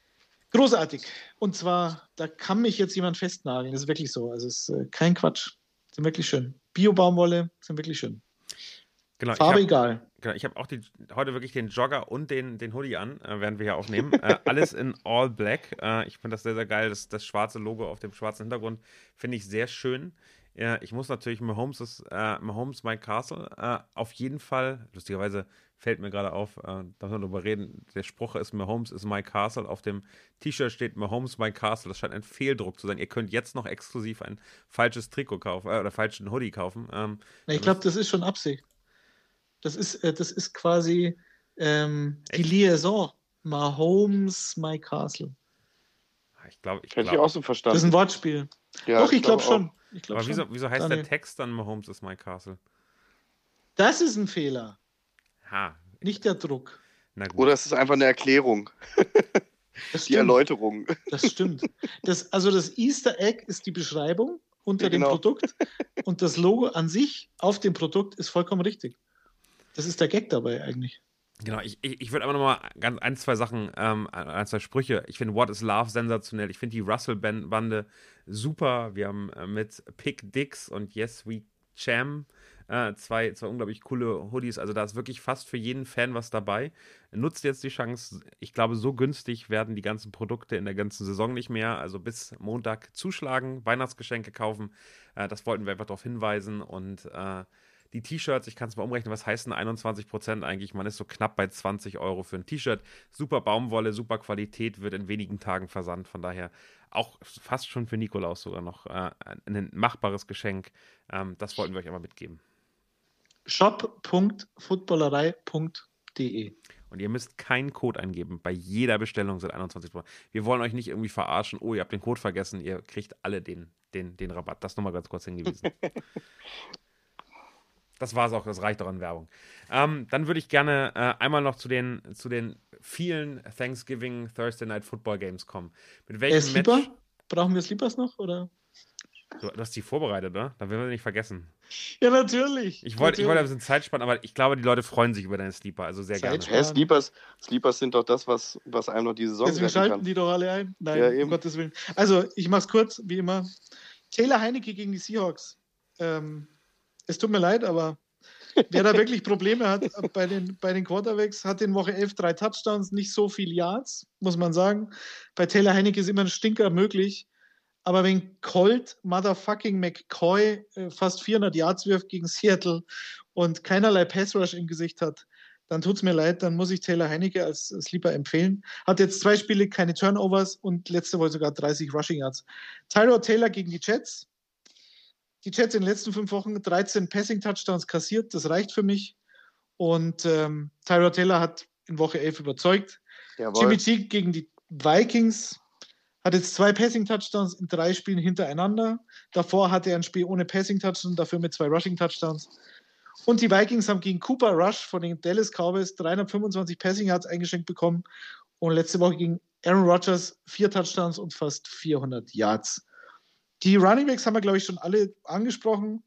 Großartig. Und zwar, da kann mich jetzt jemand festnageln. Das ist wirklich so. Also es ist äh, kein Quatsch. Sind wirklich schön. Bio-Baumwolle sind wirklich schön. Genau, Farbe ich hab, egal. Genau, ich habe auch die, heute wirklich den Jogger und den, den Hoodie an, äh, während wir hier aufnehmen. äh, alles in all black. Äh, ich finde das sehr, sehr geil. Das, das schwarze Logo auf dem schwarzen Hintergrund finde ich sehr schön. Äh, ich muss natürlich Mahomes, ist, äh, Mahomes My Castle äh, auf jeden Fall, lustigerweise fällt mir gerade auf, äh, da müssen wir drüber reden, der Spruch ist Mahomes is my castle. Auf dem T-Shirt steht Mahomes my castle. Das scheint ein Fehldruck zu sein. Ihr könnt jetzt noch exklusiv ein falsches Trikot kaufen äh, oder falschen Hoodie kaufen. Ähm, Na, ich glaube, das ist schon Absicht. Das ist, äh, das ist quasi ähm, die Liaison. Mahomes my castle. ich glaube, ich Hätte ich glaube. auch so verstanden. Das ist ein Wortspiel. Ja, Doch, ich glaube glaube schon. Ich glaub Aber wieso, schon. wieso heißt Daniel. der Text dann Mahomes is my castle? Das ist ein Fehler. Ha, Nicht der Druck. na gut. Oder es ist einfach eine Erklärung, Das die stimmt. Erläuterung. Das stimmt. Das, also das Easter Egg ist die Beschreibung unter Ja, dem genau. Produkt und das Logo an sich auf dem Produkt ist vollkommen richtig. Das ist der Gag dabei eigentlich. Genau, ich, ich, ich würde aber nochmal ganz ein, zwei Sachen, ähm, ein, zwei Sprüche. Ich finde What is Love sensationell. Ich finde die Russell-Bande super. Wir haben äh, mit Pick Dix und Yes We Cham äh, zwei, zwei unglaublich coole Hoodies. Also da ist wirklich fast für jeden Fan was dabei. Nutzt jetzt die Chance. Ich glaube, so günstig werden die ganzen Produkte in der ganzen Saison nicht mehr. Also bis Montag zuschlagen, Weihnachtsgeschenke kaufen. Äh, das wollten wir einfach darauf hinweisen. Und äh, die T-Shirts, ich kann es mal umrechnen, was heißt denn einundzwanzig Prozent eigentlich? Man ist so knapp bei zwanzig Euro für ein T-Shirt. Super Baumwolle, super Qualität, wird in wenigen Tagen versandt. Von daher auch fast schon für Nikolaus sogar noch äh, ein machbares Geschenk. Ähm, das wollten wir euch einmal mitgeben. shop punkt footballerei punkt de Und ihr müsst keinen Code eingeben. Bei jeder Bestellung sind einundzwanzig Prozent. Wir wollen euch nicht irgendwie verarschen. Oh, ihr habt den Code vergessen. Ihr kriegt alle den, den, den Rabatt. Das nochmal ganz kurz hingewiesen. Das war es auch, das reicht doch an Werbung. Ähm, dann würde ich gerne äh, einmal noch zu den, zu den vielen Thanksgiving Thursday Night Football Games kommen. Mit Äh, welchem Sleeper? Match? Brauchen wir Sleepers noch? Oder? Du, du hast die vorbereitet, oder? Da werden wir nicht vergessen. Ja, natürlich. Ich wollte ich natürlich. wollte ein bisschen Zeit sparen, aber ich glaube, die Leute freuen sich über deine Sleeper, also sehr Zeit gerne. Hä, Sleepers, Sleepers sind doch das, was, was einem noch die Saison Deswegen retten schalten kann. die doch alle ein. Nein, Ja, um eben. Gottes Willen. Also, ich mach's kurz, wie immer. Taylor Heinecke gegen die Seahawks. Ähm, es tut mir leid, aber wer da wirklich Probleme hat bei den, bei den Quarterbacks, hat in Woche elf drei Touchdowns, nicht so viel Yards, muss man sagen. Bei Taylor Heinecke ist immer ein Stinker möglich. Aber wenn Colt Motherfucking McCoy äh, fast vierhundert Yards wirft gegen Seattle und keinerlei Pass-Rush im Gesicht hat, dann tut's mir leid, dann muss ich Taylor Heinecke als Sleeper empfehlen. Hat jetzt zwei Spiele, keine Turnovers und letzte Woche sogar dreißig Rushing Yards. Tyrod Taylor gegen die Jets. Die Jets in den letzten fünf Wochen dreizehn Passing-Touchdowns kassiert, das reicht für mich. Und ähm, Tyrod Taylor hat in Woche elf überzeugt. Jawohl. Jimmy G gegen die Vikings hat jetzt zwei Passing-Touchdowns in drei Spielen hintereinander. Davor hatte er ein Spiel ohne Passing-Touchdown, dafür mit zwei Rushing-Touchdowns. Und die Vikings haben gegen Cooper Rush von den Dallas Cowboys dreihundertfünfundzwanzig Passing-Yards eingeschenkt bekommen. Und letzte Woche gegen Aaron Rodgers vier Touchdowns und fast vierhundert Yards. Die Runningbacks haben wir, glaube ich, schon alle angesprochen.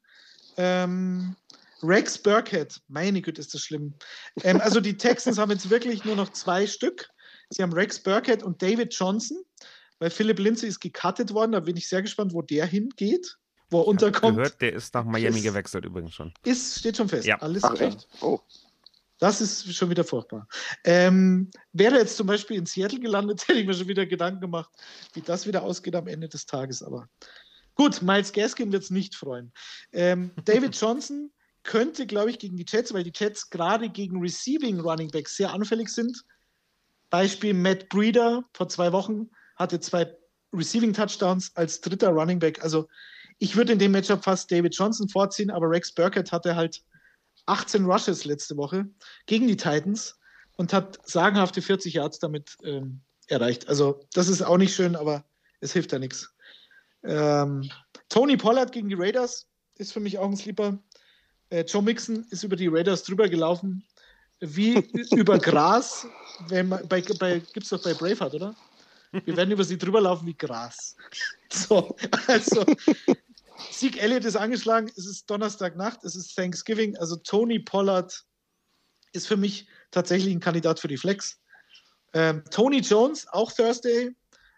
Ähm, Rex Burkhead, meine Güte, ist das schlimm. Ähm, also die Texans haben jetzt wirklich nur noch zwei Stück. Sie haben Rex Burkhead und David Johnson, weil Philip Lindsay ist gecuttet worden. Da bin ich sehr gespannt, wo der hingeht, wo er unterkommt. Gehört, der ist nach Miami Ist- gewechselt übrigens schon. Ist, steht schon fest. Ja. Alles Ach, klar. echt? Oh. Das ist schon wieder furchtbar. Ähm, wäre jetzt zum Beispiel in Seattle gelandet, hätte ich mir schon wieder Gedanken gemacht, wie das wieder ausgeht am Ende des Tages. Aber gut, Myles Gaskin wird es nicht freuen. Ähm, David Johnson könnte, glaube ich, gegen die Jets, weil die Jets gerade gegen Receiving Running Backs sehr anfällig sind. Beispiel Matt Breida vor zwei Wochen hatte zwei Receiving Touchdowns als dritter Running Back. Also ich würde in dem Matchup fast David Johnson vorziehen, aber Rex Burkhead hatte halt achtzehn Rushes letzte Woche gegen die Titans und hat sagenhafte vierzig Yards damit ähm, erreicht. Also das ist auch nicht schön, aber es hilft ja nichts. Ähm, Tony Pollard gegen die Raiders ist für mich auch ein Sleeper. Äh, Joe Mixon ist über die Raiders drüber gelaufen, wie über Gras. Wenn man, bei, bei, gibt's doch bei Braveheart, oder? Wir werden über sie drüber laufen wie Gras. So, also Zeke Elliott ist angeschlagen, es ist Donnerstagnacht, es ist Thanksgiving, also Tony Pollard ist für mich tatsächlich ein Kandidat für die Flex. Ähm, Tony Jones, auch Thursday,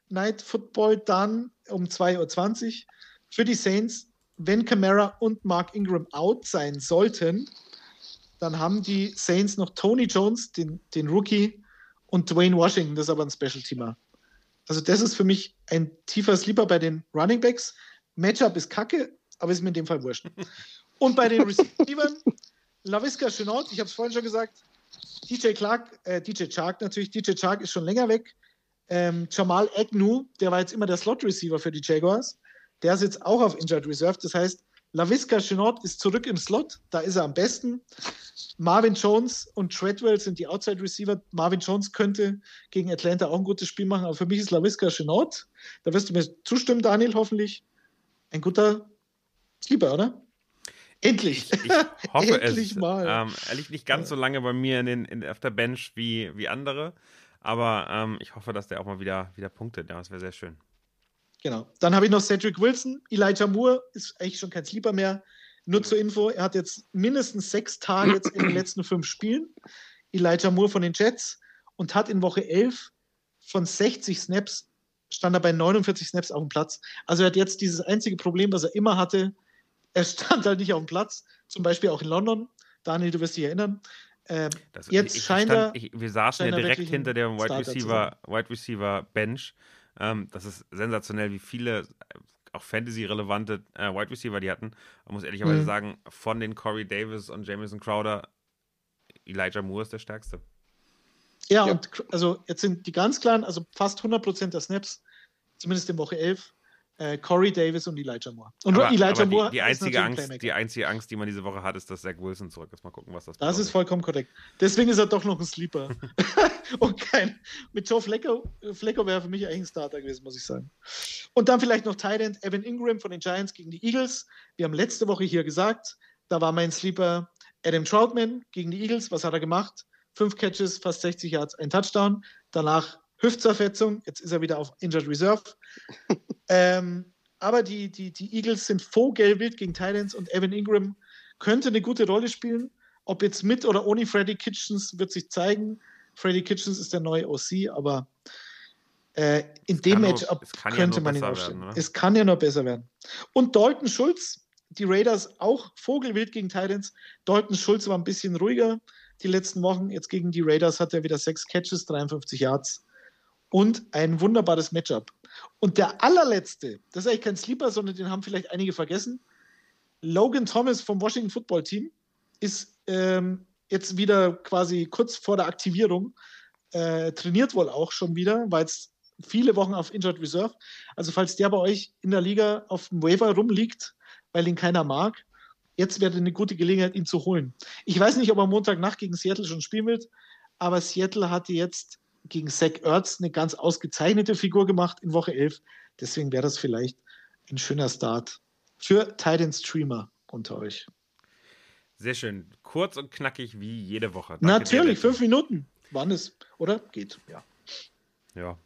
Night Football dann um zwei Uhr zwanzig für die Saints. Wenn Kamara und Mark Ingram out sein sollten, dann haben die Saints noch Tony Jones, den, den Rookie, und Dwayne Washington, das ist aber ein Special-Teamer. Also das ist für mich ein tiefer Sleeper bei den Running Backs. Matchup ist kacke, aber ist mir in dem Fall wurscht. Und bei den Receivern, Laviska Shenault, ich habe es vorhin schon gesagt, D J Clark, äh, D J Chark natürlich, D J Chark ist schon länger weg. Ähm, Jamal Agnew, der war jetzt immer der Slot-Receiver für die Jaguars, der ist jetzt auch auf Injured Reserve. Das heißt, Laviska Shenault ist zurück im Slot, da ist er am besten. Marvin Jones und Treadwell sind die Outside-Receiver. Marvin Jones könnte gegen Atlanta auch ein gutes Spiel machen, aber für mich ist Laviska Shenault, da wirst du mir zustimmen, Daniel, hoffentlich, ein guter Sleeper, oder? Endlich. Ich, ich hoffe Endlich es. mal. Ähm, er liegt nicht ganz so lange bei mir in den, in, auf der Bench wie, wie andere, aber ähm, ich hoffe, dass der auch mal wieder, wieder punktet. Ja, das wäre sehr schön. Genau. Dann habe ich noch Cedric Wilson. Elijah Moore ist eigentlich schon kein Sleeper mehr. Nur zur Info, er hat jetzt mindestens sechs Targets in den letzten fünf Spielen. Elijah Moore von den Jets und hat in Woche elf von sechzig Snaps, stand er bei neunundvierzig Snaps auf dem Platz. Also er hat jetzt dieses einzige Problem, was er immer hatte. Er stand halt nicht auf dem Platz. Zum Beispiel auch in London. Daniel, du wirst dich erinnern. Ähm, Das, jetzt ich, scheint stand, er... ich, wir saßen ja direkt hinter dem Wide Receiver, Wide Receiver Bench. Ähm, das ist sensationell, wie viele auch Fantasy-relevante äh, Wide Receiver die hatten. Man muss ehrlicherweise Mhm. sagen, von den Corey Davis und Jamison Crowder, Elijah Moore ist der stärkste. Ja, Ja. und also jetzt sind die ganz klaren, also fast hundert Prozent der Snaps, zumindest in Woche elf, äh, Corey Davis und Elijah Moore. Und aber, Elijah aber Moore die, die, ist einzige natürlich ein Angst, Playmaker. die einzige Angst, die man diese Woche hat, ist, dass Zach Wilson zurück ist. Mal gucken, was das Das ist bedeutet. vollkommen korrekt. Deswegen ist er doch noch ein Sleeper. Und kein, mit Joe Flacco, Flacco wäre für mich eigentlich ein Starter gewesen, muss ich sagen. Und dann vielleicht noch Tight End Evan Ingram von den Giants gegen die Eagles. Wir haben letzte Woche hier gesagt, da war mein Sleeper Adam Troutman gegen die Eagles. Was hat er gemacht? Fünf Catches, fast sechzig Yards, ein Touchdown. Danach Hüftzerfetzung. Jetzt ist er wieder auf Injured Reserve. ähm, aber die, die, die Eagles sind vogelwild gegen Titans und Evan Ingram könnte eine gute Rolle spielen. Ob jetzt mit oder ohne Freddie Kitchens, wird sich zeigen. Freddie Kitchens ist der neue O C, aber äh, in Es dem kann nur- Matchup es kann ja könnte nur man ihn besser aufstellen. werden, oder? Es kann ja nur besser werden. Und Dalton Schulz, die Raiders auch vogelwild gegen Titans. Dalton Schulz war ein bisschen ruhiger die letzten Wochen. Jetzt gegen die Raiders hat er wieder sechs Catches, dreiundfünfzig Yards und ein wunderbares Matchup. Und der allerletzte, das ist eigentlich kein Sleeper, sondern den haben vielleicht einige vergessen. Logan Thomas vom Washington Football Team ist ähm, jetzt wieder quasi kurz vor der Aktivierung, äh, trainiert wohl auch schon wieder, war jetzt viele Wochen auf Injured Reserve. Also falls der bei euch in der Liga auf dem Waiver rumliegt, weil ihn keiner mag, jetzt wäre eine gute Gelegenheit, ihn zu holen. Ich weiß nicht, ob er Montagnacht gegen Seattle schon spielen wird, aber Seattle hatte jetzt gegen Zach Ertz eine ganz ausgezeichnete Figur gemacht in Woche elf. Deswegen wäre das vielleicht ein schöner Start für Titan Streamer unter euch. Sehr schön. Kurz und knackig wie jede Woche. Danke Natürlich, dir, fünf Minuten. Wann es, oder? Geht, ja. Ja.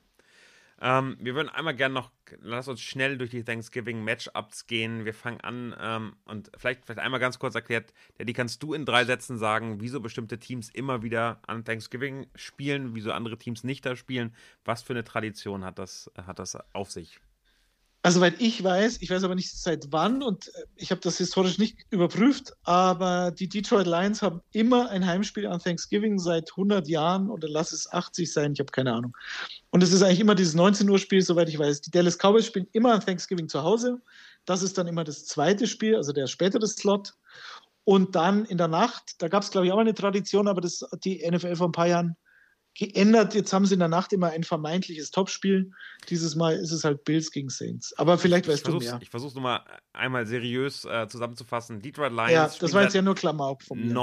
Ähm, wir würden einmal gerne noch, lass uns schnell durch die Thanksgiving-Matchups gehen. Wir fangen an ähm, und vielleicht, vielleicht einmal ganz kurz erklärt, Daddy, kannst du in drei Sätzen sagen, wieso bestimmte Teams immer wieder an Thanksgiving spielen, wieso andere Teams nicht da spielen? Was für eine Tradition hat das, hat das auf sich? Also, weil ich weiß, ich weiß aber nicht seit wann und ich habe das historisch nicht überprüft, aber die Detroit Lions haben immer ein Heimspiel an Thanksgiving seit hundert Jahren oder lass es achtzig sein, ich habe keine Ahnung. Und es ist eigentlich immer dieses neunzehn Uhr Spiel, soweit ich weiß. Die Dallas Cowboys spielen immer an Thanksgiving zu Hause. Das ist dann immer das zweite Spiel, also der spätere Slot. Und dann in der Nacht, da gab es glaube ich auch mal eine Tradition, aber das hat die N F L vor ein paar Jahren geändert. Jetzt haben sie in der Nacht immer ein vermeintliches Topspiel. Dieses Mal ist es halt Bills gegen Saints. Aber vielleicht weißt du mehr. Ich versuche es nochmal einmal seriös äh, zusammenzufassen. Detroit Lions. Ja, das war jetzt ja nur Klamauk von mir.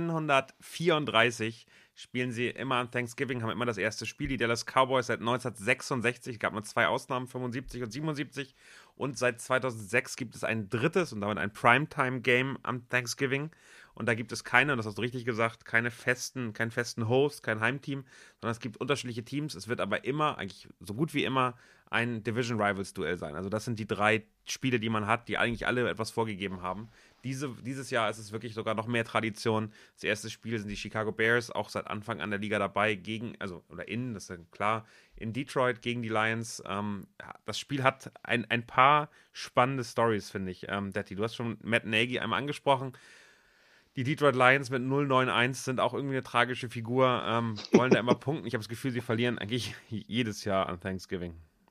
neunzehnhundertvierunddreißig spielen sie immer an Thanksgiving, haben immer das erste Spiel. Die Dallas Cowboys seit neunzehnhundertsechsundsechzig, gab nur zwei Ausnahmen, fünfundsiebzig und siebenundsiebzig. Und seit zweitausendsechs gibt es ein drittes und damit ein Primetime-Game am Thanksgiving. und da gibt es keine, und das hast du richtig gesagt, keine festen, keinen festen Host, kein Heimteam, sondern es gibt unterschiedliche Teams. Es wird aber immer, eigentlich so gut wie immer, ein Division Rivals Duell sein. Also das sind die drei Spiele, die man hat, die eigentlich alle etwas vorgegeben haben. Diese, dieses Jahr ist es wirklich sogar noch mehr Tradition. Das erste Spiel sind die Chicago Bears, auch seit Anfang an der Liga dabei, gegen, also, oder in, das ist klar, in Detroit gegen die Lions. Ähm, das Spiel hat ein, ein paar spannende Stories, finde ich. Ähm, Detti, du hast schon Matt Nagy einmal angesprochen. Die Detroit Lions mit null neun eins sind auch irgendwie eine tragische Figur, ähm, wollen da immer punkten. Ich habe das Gefühl, sie verlieren eigentlich jedes Jahr an Thanksgiving.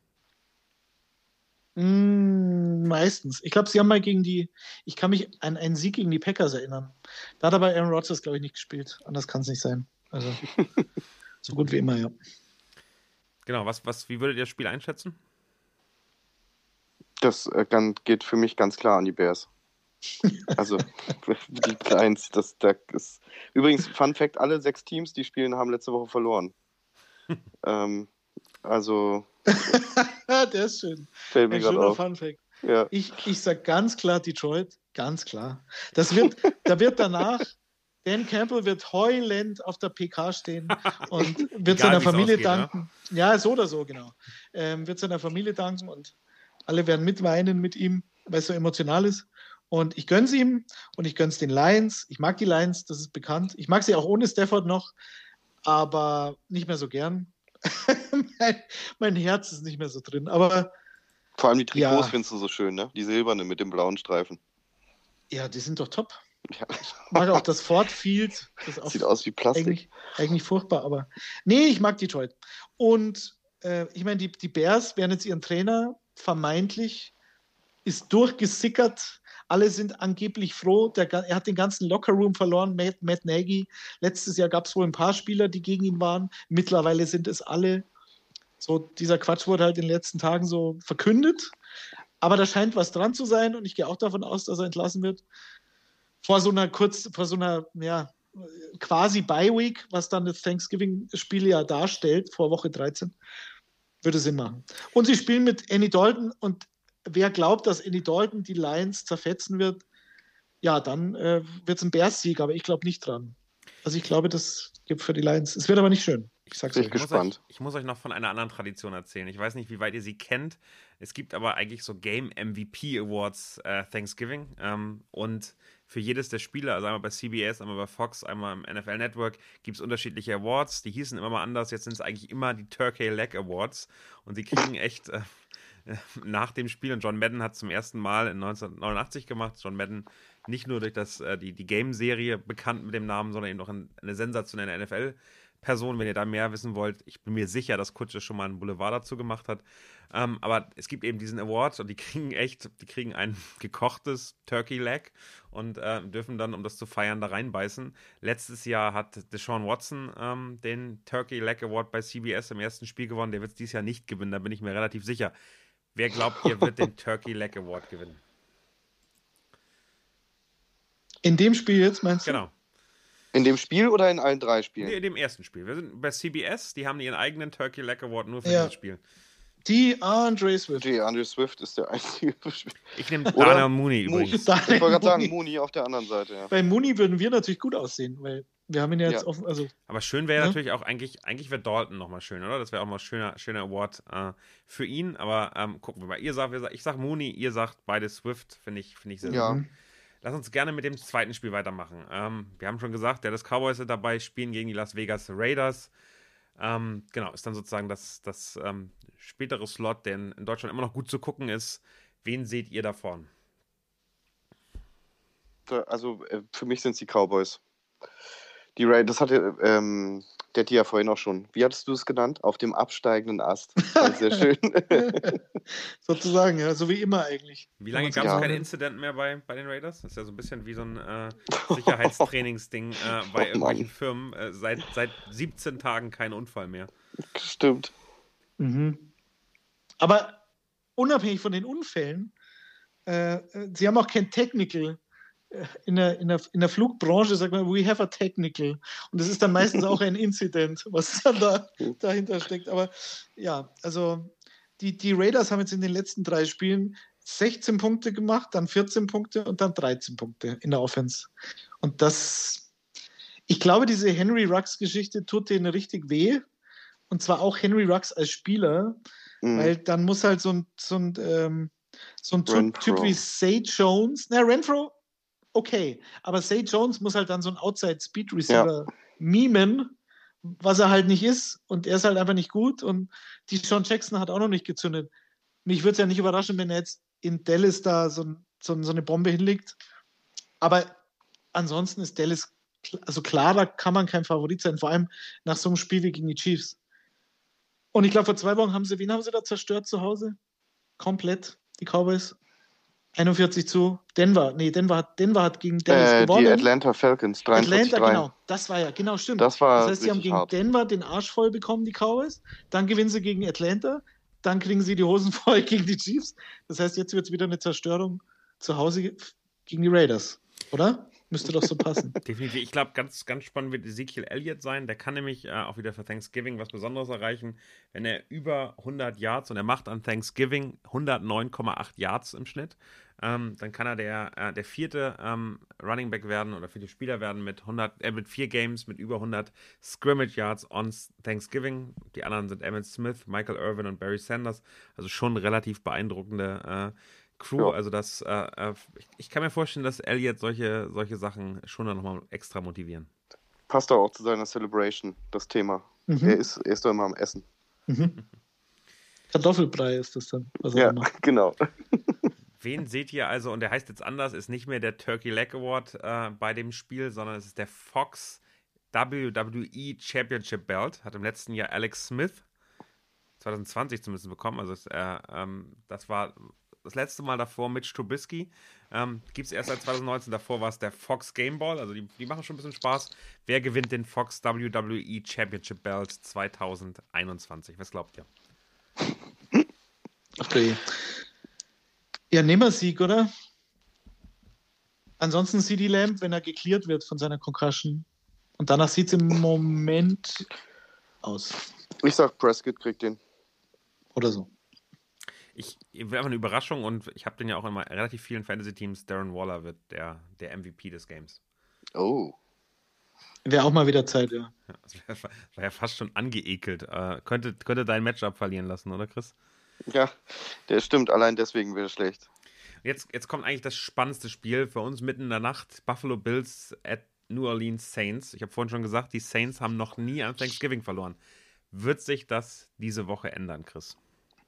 Mm, meistens. Ich glaube, sie haben mal gegen die, ich kann mich an einen Sieg gegen die Packers erinnern. Da hat aber Aaron Rodgers, glaube ich, nicht gespielt. Anders kann es nicht sein. Also, so gut wie immer, ja. Genau, was, was, wie würdet ihr das Spiel einschätzen? Das äh, geht für mich ganz klar an die Bears. Also, die Lions, das, das ist. Übrigens, Fun Fact: alle sechs Teams, die spielen, haben letzte Woche verloren. ähm, also. Der ist schön. Fällt mir Ein gerade schöner auf. Funfact. Ja. Ich, ich sag ganz klar Detroit, ganz klar. Das wird, da wird danach, Dan Campbell wird heulend auf der P K stehen und wird Egal, seiner wie's Familie ausgeht, danken. Ne? Ja, so oder so, genau. Ähm, wird seiner Familie danken und alle werden mitweinen mit ihm, weil es so emotional ist. Und ich gönn's ihm und ich gönn's den Lions. Ich mag die Lions, das ist bekannt. Ich mag sie auch ohne Stafford noch, aber nicht mehr so gern. mein, mein Herz ist nicht mehr so drin. Aber vor allem die Trikots ja. findest du so schön, ne? Die silberne mit dem blauen Streifen. Ja, die sind doch top. Ja. Ich mag auch das Ford Field. Das Sieht aus wie Plastik. Eigentlich, eigentlich furchtbar, aber nee, ich mag Detroit. Und äh, ich meine, die, die Bears werden jetzt ihren Trainer vermeintlich ist durchgesickert. Alle sind angeblich froh. Der, er hat den ganzen Lockerroom verloren, Matt, Matt Nagy. Letztes Jahr gab es wohl ein paar Spieler, die gegen ihn waren. Mittlerweile sind es alle. So, dieser Quatsch wurde halt in den letzten Tagen so verkündet. Aber da scheint was dran zu sein und ich gehe auch davon aus, dass er entlassen wird. Vor so einer kurz, vor so einer, ja, quasi Bye-Week, was dann das Thanksgiving-Spiel ja darstellt, vor Woche dreizehn, würde Sinn machen. Und sie spielen mit Andy Dalton und wer glaubt, dass Andy Dalton die Lions zerfetzen wird, ja, dann äh, wird es ein Bears-Sieg, aber ich glaube nicht dran. Also ich glaube, das gibt für die Lions. Es wird aber nicht schön. Ich sag's Bin euch. ich gespannt. Muss euch, ich muss euch noch von einer anderen Tradition erzählen. Ich weiß nicht, wie weit ihr sie kennt. Es gibt aber eigentlich so Game-M V P Awards äh, Thanksgiving. Ähm, und für jedes der Spiele, also einmal bei C B S, einmal bei Fox, einmal im N F L Network, gibt es unterschiedliche Awards. Die hießen immer mal anders. Jetzt sind es eigentlich immer die Turkey Leg Awards. Und sie kriegen echt... Äh, nach dem Spiel, und John Madden hat es zum ersten Mal in neunzehnhundertneunundachtzig gemacht. John Madden nicht nur durch das, äh, die, die Game-Serie bekannt mit dem Namen, sondern eben auch ein, eine sensationelle N F L-Person. Wenn ihr da mehr wissen wollt, ich bin mir sicher, dass Kutsche schon mal einen Boulevard dazu gemacht hat. Ähm, aber es gibt eben diesen Award und die kriegen echt, die kriegen ein gekochtes Turkey Leg und äh, dürfen dann, um das zu feiern, da reinbeißen. Letztes Jahr hat Deshaun Watson ähm, den Turkey Leg Award bei C B S im ersten Spiel gewonnen. Der wird es dieses Jahr nicht gewinnen, da bin ich mir relativ sicher. Wer glaubt, ihr wird den Turkey Leg Award gewinnen? In dem Spiel jetzt, meinst du? Genau. In dem Spiel oder in allen drei Spielen? Nee, in dem ersten Spiel. Wir sind bei C B S, die haben ihren eigenen Turkey Leg Award nur für Ja. dieses Spiel. Die Andre Swift. Die Andre Swift ist der einzige. Ich nehme Oder Dana Mooney übrigens. Ich wollte Daniel gerade sagen, Mooney. Mooney auf der anderen Seite. Ja. Bei Mooney würden wir natürlich gut aussehen, weil wir haben ihn ja jetzt Ja. offen, also Aber schön wäre Ja. natürlich auch, eigentlich, eigentlich wäre Dalton nochmal schön, oder? Das wäre auch mal ein schöner, schöner Award äh, für ihn. Aber ähm, gucken wir mal. Ihr sagt, wir sagt, ich sag Mooney, ihr sagt beide Swift, finde ich, finde ich sehr, sehr Ja. gut. Lass uns gerne mit dem zweiten Spiel weitermachen. Ähm, wir haben schon gesagt, der des Cowboys sind dabei, spielen gegen die Las Vegas Raiders. Ähm, genau, ist dann sozusagen das, das ähm, spätere Slot, der in, in Deutschland immer noch gut zu gucken ist. Wen seht ihr da vorn? Also äh, für mich sind es die Cowboys. Die Raiders, das hatte ähm, der Dia vorhin auch schon. Wie hattest du es genannt? Auf dem absteigenden Ast. Das ist sehr schön. sozusagen, ja, so wie immer eigentlich. Wie lange Wenn gab man es Ja. kein Incident mehr bei, bei den Raiders? Das ist ja so ein bisschen wie so ein äh, Sicherheitstrainingsding äh, bei Oh, irgendwelchen Mann. Firmen. Äh, seit, seit siebzehn Tagen kein Unfall mehr. Stimmt. Mhm. Aber unabhängig von den Unfällen, äh, äh, sie haben auch kein Technical. Äh, In der, in, der, in der Flugbranche sagt man, we have a technical. Und das ist dann meistens auch ein Incident, was dann da, dahinter steckt. Aber ja, also die, die Raiders haben jetzt in den letzten drei Spielen sechzehn Punkte gemacht, dann vierzehn Punkte und dann dreizehn Punkte in der Offense. Und das, ich glaube, diese Henry Ruggs-Geschichte tut denen richtig weh. Und zwar auch Henry Ruggs als Spieler, mhm. weil dann muss halt so ein, so ein, ähm, so ein Typ, typ wie Zay Jones, na, Renfro, okay, aber Zay Jones muss halt dann so ein Outside-Speed-Receiver ja. mimen, was er halt nicht ist. Und er ist halt einfach nicht gut. Und die Sean Jackson hat auch noch nicht gezündet. Mich würde es ja nicht überraschen, wenn er jetzt in Dallas da so, so, so eine Bombe hinlegt. Aber ansonsten ist Dallas, also klarer kann man kein Favorit sein, vor allem nach so einem Spiel wie gegen die Chiefs. Und ich glaube, vor zwei Wochen haben sie, wen haben sie da zerstört zu Hause? Komplett, die Cowboys. einundvierzig zu Denver. Nee, Denver hat, Denver hat gegen Dallas äh, gewonnen. Die Atlanta Falcons, dreiundvierzig drei. Atlanta, genau. Das war ja, genau, stimmt. Das, war das heißt, sie haben gegen hart. Denver den Arsch voll bekommen, die Cowboys. Dann gewinnen sie gegen Atlanta. Dann kriegen sie die Hosen voll gegen die Chiefs. Das heißt, jetzt wird es wieder eine Zerstörung zu Hause gegen die Raiders. Oder? Müsste doch so passen. Definitiv. Ich glaube, ganz, ganz spannend wird Ezekiel Elliott sein. Der kann nämlich äh, auch wieder für Thanksgiving was Besonderes erreichen, wenn er über hundert Yards, und er macht an Thanksgiving hundertneun Komma acht Yards im Schnitt, ähm, dann kann er der, äh, der vierte ähm, Running Back werden oder vierte Spieler werden mit, hundert, äh, mit vier Games mit über hundert Scrimmage Yards on Thanksgiving. Die anderen sind Emmitt Smith, Michael Irvin und Barry Sanders. Also schon relativ beeindruckende äh, Crew, ja. Also das, äh, ich, ich kann mir vorstellen, dass Elliott solche, solche Sachen schon dann nochmal extra motivieren. Passt auch zu seiner Celebration, das Thema. Mhm. Er, ist, er ist doch immer am Essen. Mhm. Kartoffelbrei ist das dann. Was ja, genau. Wen seht ihr also, und der heißt jetzt anders, ist nicht mehr der Turkey Leg Award äh, bei dem Spiel, sondern es ist der Fox W W E Championship Belt. Hat im letzten Jahr Alex Smith zwanzig zwanzig zumindest bekommen. Also es, äh, ähm, das war das letzte Mal davor Mitch Trubisky. Ähm, Gibt es erst seit zwanzig neunzehn. Davor war es der Fox Game Ball. Also die, die machen schon ein bisschen Spaß. Wer gewinnt den Fox W W E Championship Belt zwanzig einundzwanzig? Was glaubt ihr? Okay. Ja, nehmen wir Sieg, oder? Ansonsten CeeDee Lamb, wenn er geklärt wird von seiner Concussion. Und danach sieht es im Moment aus. Ich sag, Prescott kriegt den. Oder so. Ich, ich will einfach eine Überraschung, und ich habe den ja auch in relativ vielen Fantasy-Teams. Darren Waller wird der, der M V P des Games. Oh. Wäre auch mal wieder Zeit, ja. ja das wär, war ja fast schon angeekelt. Äh, könnte, könnte dein Matchup verlieren lassen, oder Chris? Ja, der stimmt. Allein deswegen wäre schlecht. Jetzt, jetzt kommt eigentlich das spannendste Spiel für uns mitten in der Nacht. Buffalo Bills at New Orleans Saints. Ich habe vorhin schon gesagt, die Saints haben noch nie an Thanksgiving verloren. Wird sich das diese Woche ändern, Chris?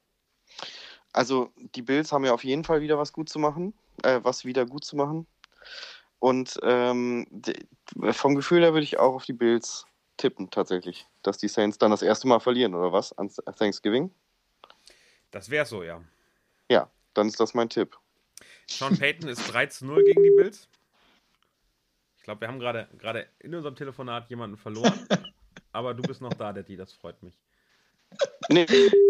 Also die Bills haben ja auf jeden Fall wieder was gut zu machen, äh, was wieder gut zu machen. Und ähm, die, vom Gefühl her würde ich auch auf die Bills tippen, tatsächlich. Dass die Saints dann das erste Mal verlieren, oder was? An Thanksgiving? Das wäre so, ja. Ja, dann ist das mein Tipp. Sean Payton ist drei zu null gegen die Bills. Ich glaube, wir haben gerade gerade in unserem Telefonat jemanden verloren. Aber du bist noch da, Detti, das freut mich. Nee.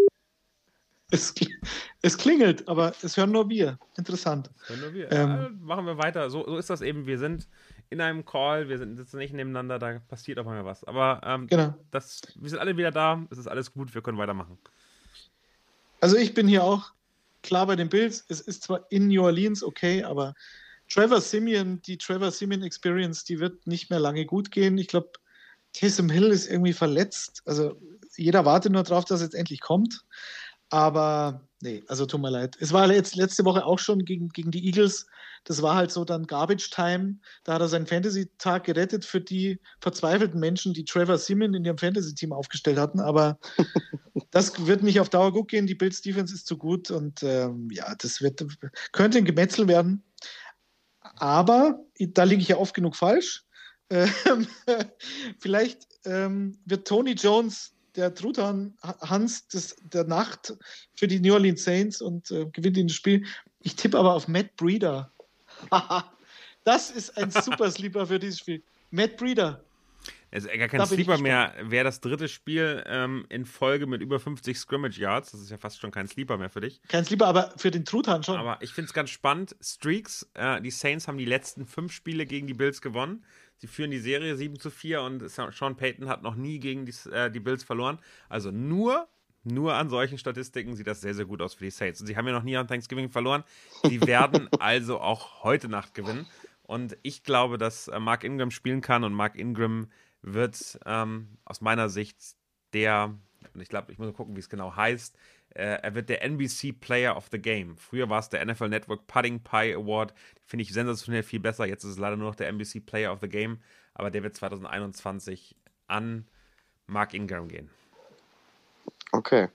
Es, es klingelt, aber es hören nur wir. Interessant. Es hören nur wir. Ähm, ja, machen wir weiter. So, so ist das eben. Wir sind in einem Call, wir sind, sitzen nicht nebeneinander, da passiert auch mal was. Aber ähm, genau. das, wir sind alle wieder da, es ist alles gut, wir können weitermachen. Also ich bin hier auch klar bei den Bills. Es ist zwar in New Orleans okay, aber Trevor Siemian, die Trevor Siemian Experience, die wird nicht mehr lange gut gehen. Ich glaube, Taysom Hill ist irgendwie verletzt. Also jeder wartet nur drauf, dass es jetzt endlich kommt. Aber nee, also tut mir leid. Es war jetzt letzte Woche auch schon gegen, gegen die Eagles. Das war halt so dann Garbage Time. Da hat er seinen Fantasy-Tag gerettet für die verzweifelten Menschen, die Trevor Siemian in ihrem Fantasy-Team aufgestellt hatten. Aber das wird nicht auf Dauer gut gehen. Die Bills-Defense ist zu gut. Und ähm, ja, das wird, könnte ein Gemetzel werden. Aber da liege ich ja oft genug falsch. Ähm, vielleicht ähm, wird Tony Jones der Truthahn Hans des, der Nacht für die New Orleans Saints und äh, gewinnt in das Spiel. Ich tippe aber auf Matt Breida. Das ist ein super Sleeper für dieses Spiel. Matt Breida. Es ist gar kein Sleeper mehr. Wäre das dritte Spiel ähm, in Folge mit über fünfzig Scrimmage Yards. Das ist ja fast schon kein Sleeper mehr für dich. Kein Sleeper, aber für den Truthahn schon. Aber ich finde es ganz spannend. Streaks, äh, die Saints haben die letzten fünf Spiele gegen die Bills gewonnen. Sie führen die Serie sieben zu vier und Sean Payton hat noch nie gegen die, äh, die Bills verloren. Also nur Nur an solchen Statistiken sieht das sehr, sehr gut aus für die Saints. Und sie haben ja noch nie an Thanksgiving verloren. Sie werden also auch heute Nacht gewinnen. Und ich glaube, dass äh, Mark Ingram spielen kann. Und Mark Ingram wird ähm, aus meiner Sicht der, und ich glaube, ich muss mal gucken, wie es genau heißt, äh, er wird der N B C Player of the Game. Früher war es der N F L Network Pudding Pie Award. Finde ich sensationell viel besser. Jetzt ist es leider nur noch der N B C Player of the Game. Aber der wird zwanzig einundzwanzig an Mark Ingram gehen. Okay.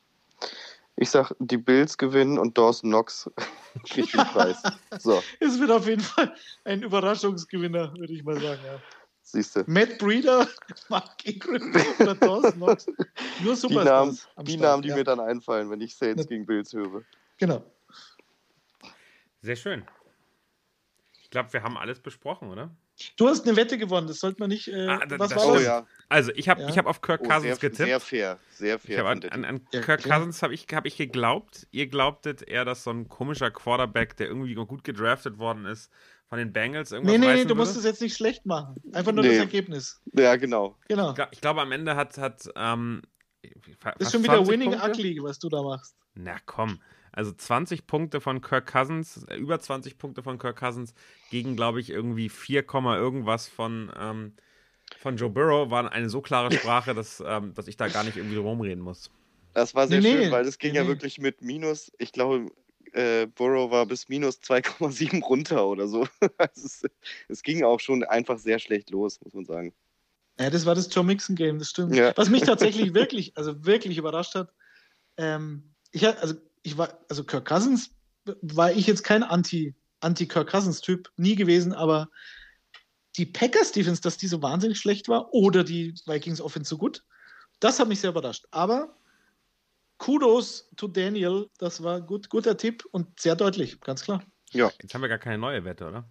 Ich sag, die Bills gewinnen und Dawson Knox kriegt den Preis. So, Es wird auf jeden Fall ein Überraschungsgewinner, würde ich mal sagen. Ja. siehst du. Matt Breeder, Mark Ingram oder Dawson Knox. Nur Die Superstars Namen, am die, Start, Namen, die ja. mir dann einfallen, wenn ich Saints Ja. gegen Bills höre. Genau. Sehr schön. Ich glaube, wir haben alles besprochen, oder? Du hast eine Wette gewonnen, das sollte man nicht. Äh, Ah, da- was das war Oh stimmt. das? ja, Also, ich habe Ja. ich hab auf Kirk oh, Cousins sehr, getippt. sehr fair. Sehr fair. Ich hab von an, der an, Team. an Ja, Kirk klar. Cousins habe ich, hab ich geglaubt. Ihr glaubtet eher, dass so ein komischer Quarterback, der irgendwie gut gedraftet worden ist, von den Bengals irgendwas Nee, nee, nee, reißen du musst würde. es jetzt nicht schlecht machen. Einfach nur Nee. das Ergebnis. Ja, genau. Genau. Ich glaub- Ich glaube, am Ende hat, hat ähm, Das ist schon wieder Winning Punkte. Ugly, was du da machst. Na komm. Also zwanzig Punkte von Kirk Cousins, äh, über zwanzig Punkte von Kirk Cousins gegen, glaube ich, irgendwie vier, irgendwas von, ähm, von Joe Burrow war eine so klare Sprache, dass, ähm, dass ich da gar nicht irgendwie rumreden muss. Das war sehr Nee, schön, nee. weil das ging Nee, ja nee. wirklich mit minus, ich glaube, äh, Burrow war bis minus zwei Komma sieben runter oder so. Also es, es ging auch schon einfach sehr schlecht los, muss man sagen. Ja, das war das Joe Mixon-Game, das stimmt. Ja. Was mich tatsächlich wirklich, also wirklich überrascht hat, ähm, ich, hab- also ich war, also Kirk Cousins war ich jetzt kein Anti, Anti-Kirk Cousins-Typ, nie gewesen, aber die Packers-Defense, dass die so wahnsinnig schlecht war oder die Vikings-Offense so gut, das hat mich sehr überrascht. Aber Kudos to Daniel, das war gut, guter Tipp und sehr deutlich, ganz klar. Ja, Jetzt haben wir gar keine neue Wette, oder?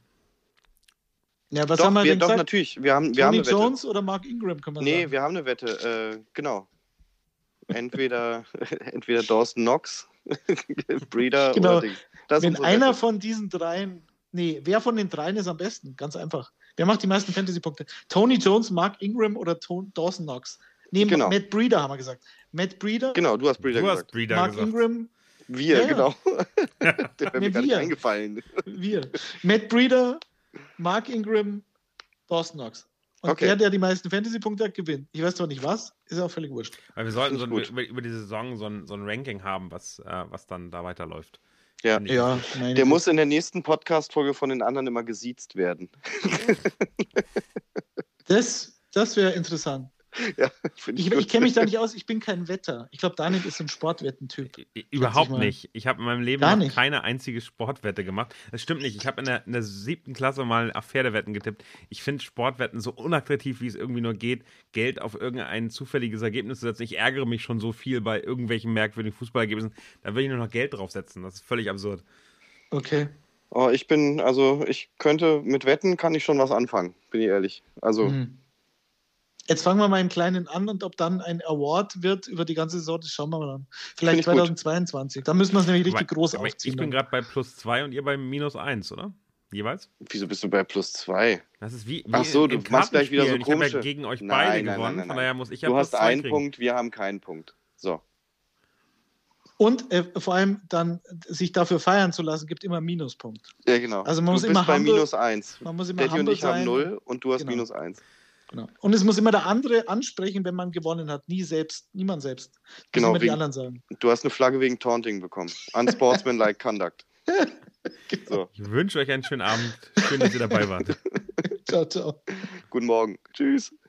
Ja, was doch, haben wir wir, denn doch gesagt? natürlich. Wir haben, wir Tony haben eine Wette. Jones oder Mark Ingram, kann man Nee, sagen. wir haben eine Wette. Äh, genau. Entweder, entweder Dawson Knox, Breeder Genau. oder Dings. Das ist Wenn unsere einer Wette. von diesen dreien, nee, wer von den dreien ist am besten? Ganz einfach. Wer macht die meisten Fantasy-Punkte? Tony Jones, Mark Ingram oder Ton- Dawson Knox? Nee, Genau. Matt Breeder haben wir gesagt. Matt Breeder, Genau, du hast Breeder Du hast gesagt. Breeder Mark gesagt. Ingram, Wir, Ja. genau. Der wäre Nee, mir gar nicht wir. eingefallen. wir. Matt Breeder, Mark Ingram, Dawson Knox. Und Okay. der, der die meisten Fantasy-Punkte hat, gewinnt. Ich weiß zwar nicht was, ist auch völlig wurscht. Weil wir sollten so ein, Finde ich über, über die Saison so ein, so ein Ranking haben, was, äh, was dann da weiterläuft. Ja. Finde ich Ja, wichtig. meine Der Güte. muss in der nächsten Podcast-Folge von den anderen immer gesiezt werden. Das, das wäre interessant. Ja, finde Ich, ich, ich kenne mich da nicht aus, ich bin kein Wetter. Ich glaube, Daniel ist so ein Sportwettentyp. I- I- Überhaupt mal. nicht. Ich habe in meinem Leben Gar noch nicht. keine einzige Sportwette gemacht. Das stimmt nicht. Ich habe in der, in der siebten Klasse mal auf Pferdewetten getippt. Ich finde Sportwetten so unattraktiv, wie es irgendwie nur geht, Geld auf irgendein zufälliges Ergebnis zu setzen. Ich ärgere mich schon so viel bei irgendwelchen merkwürdigen Fußballergebnissen. Da will ich nur noch Geld draufsetzen. Das ist völlig absurd. Okay. Oh, ich bin, also ich könnte, mit Wetten kann ich schon was anfangen, bin ich ehrlich. Also, Mhm. Jetzt fangen wir mal im Kleinen an und ob dann ein Award wird über die ganze Saison, das schauen wir mal an. Vielleicht Finde ich gut. zweitaußzweiundzwanzig. Da müssen wir es nämlich richtig Aber- groß aber aufziehen. Ich bin dann. gerade bei plus zwei und ihr bei minus eins, oder? Jeweils? wieso bist du bei plus zwei? Das ist wie, wie Ach so, in, in du machst gleich wieder so Kartenspielen. Ich habe ja komische- gegen euch Nein, beide nein, nein, gewonnen. nein, Von nein. daher muss ich ja Du plus hast zwei einen kriegen. Punkt, wir haben keinen Punkt. So. Und äh, vor allem dann sich dafür feiern zu lassen, gibt immer einen Minuspunkt. Ja, genau. Also man du muss bist immer bei humble- minus eins. Man muss immer Detti und humble ich haben sein. null und du hast Genau. minus eins. Genau. Und es muss immer der andere ansprechen, wenn man gewonnen hat. Nie selbst, niemand selbst. Müssen Genau, immer die wegen- anderen sagen. Du hast eine Flagge wegen Taunting bekommen. Unsportsmanlike Conduct. So, Ich wünsche euch einen schönen Abend. Schön, dass ihr dabei wart. Ciao, ciao. guten Morgen. Tschüss.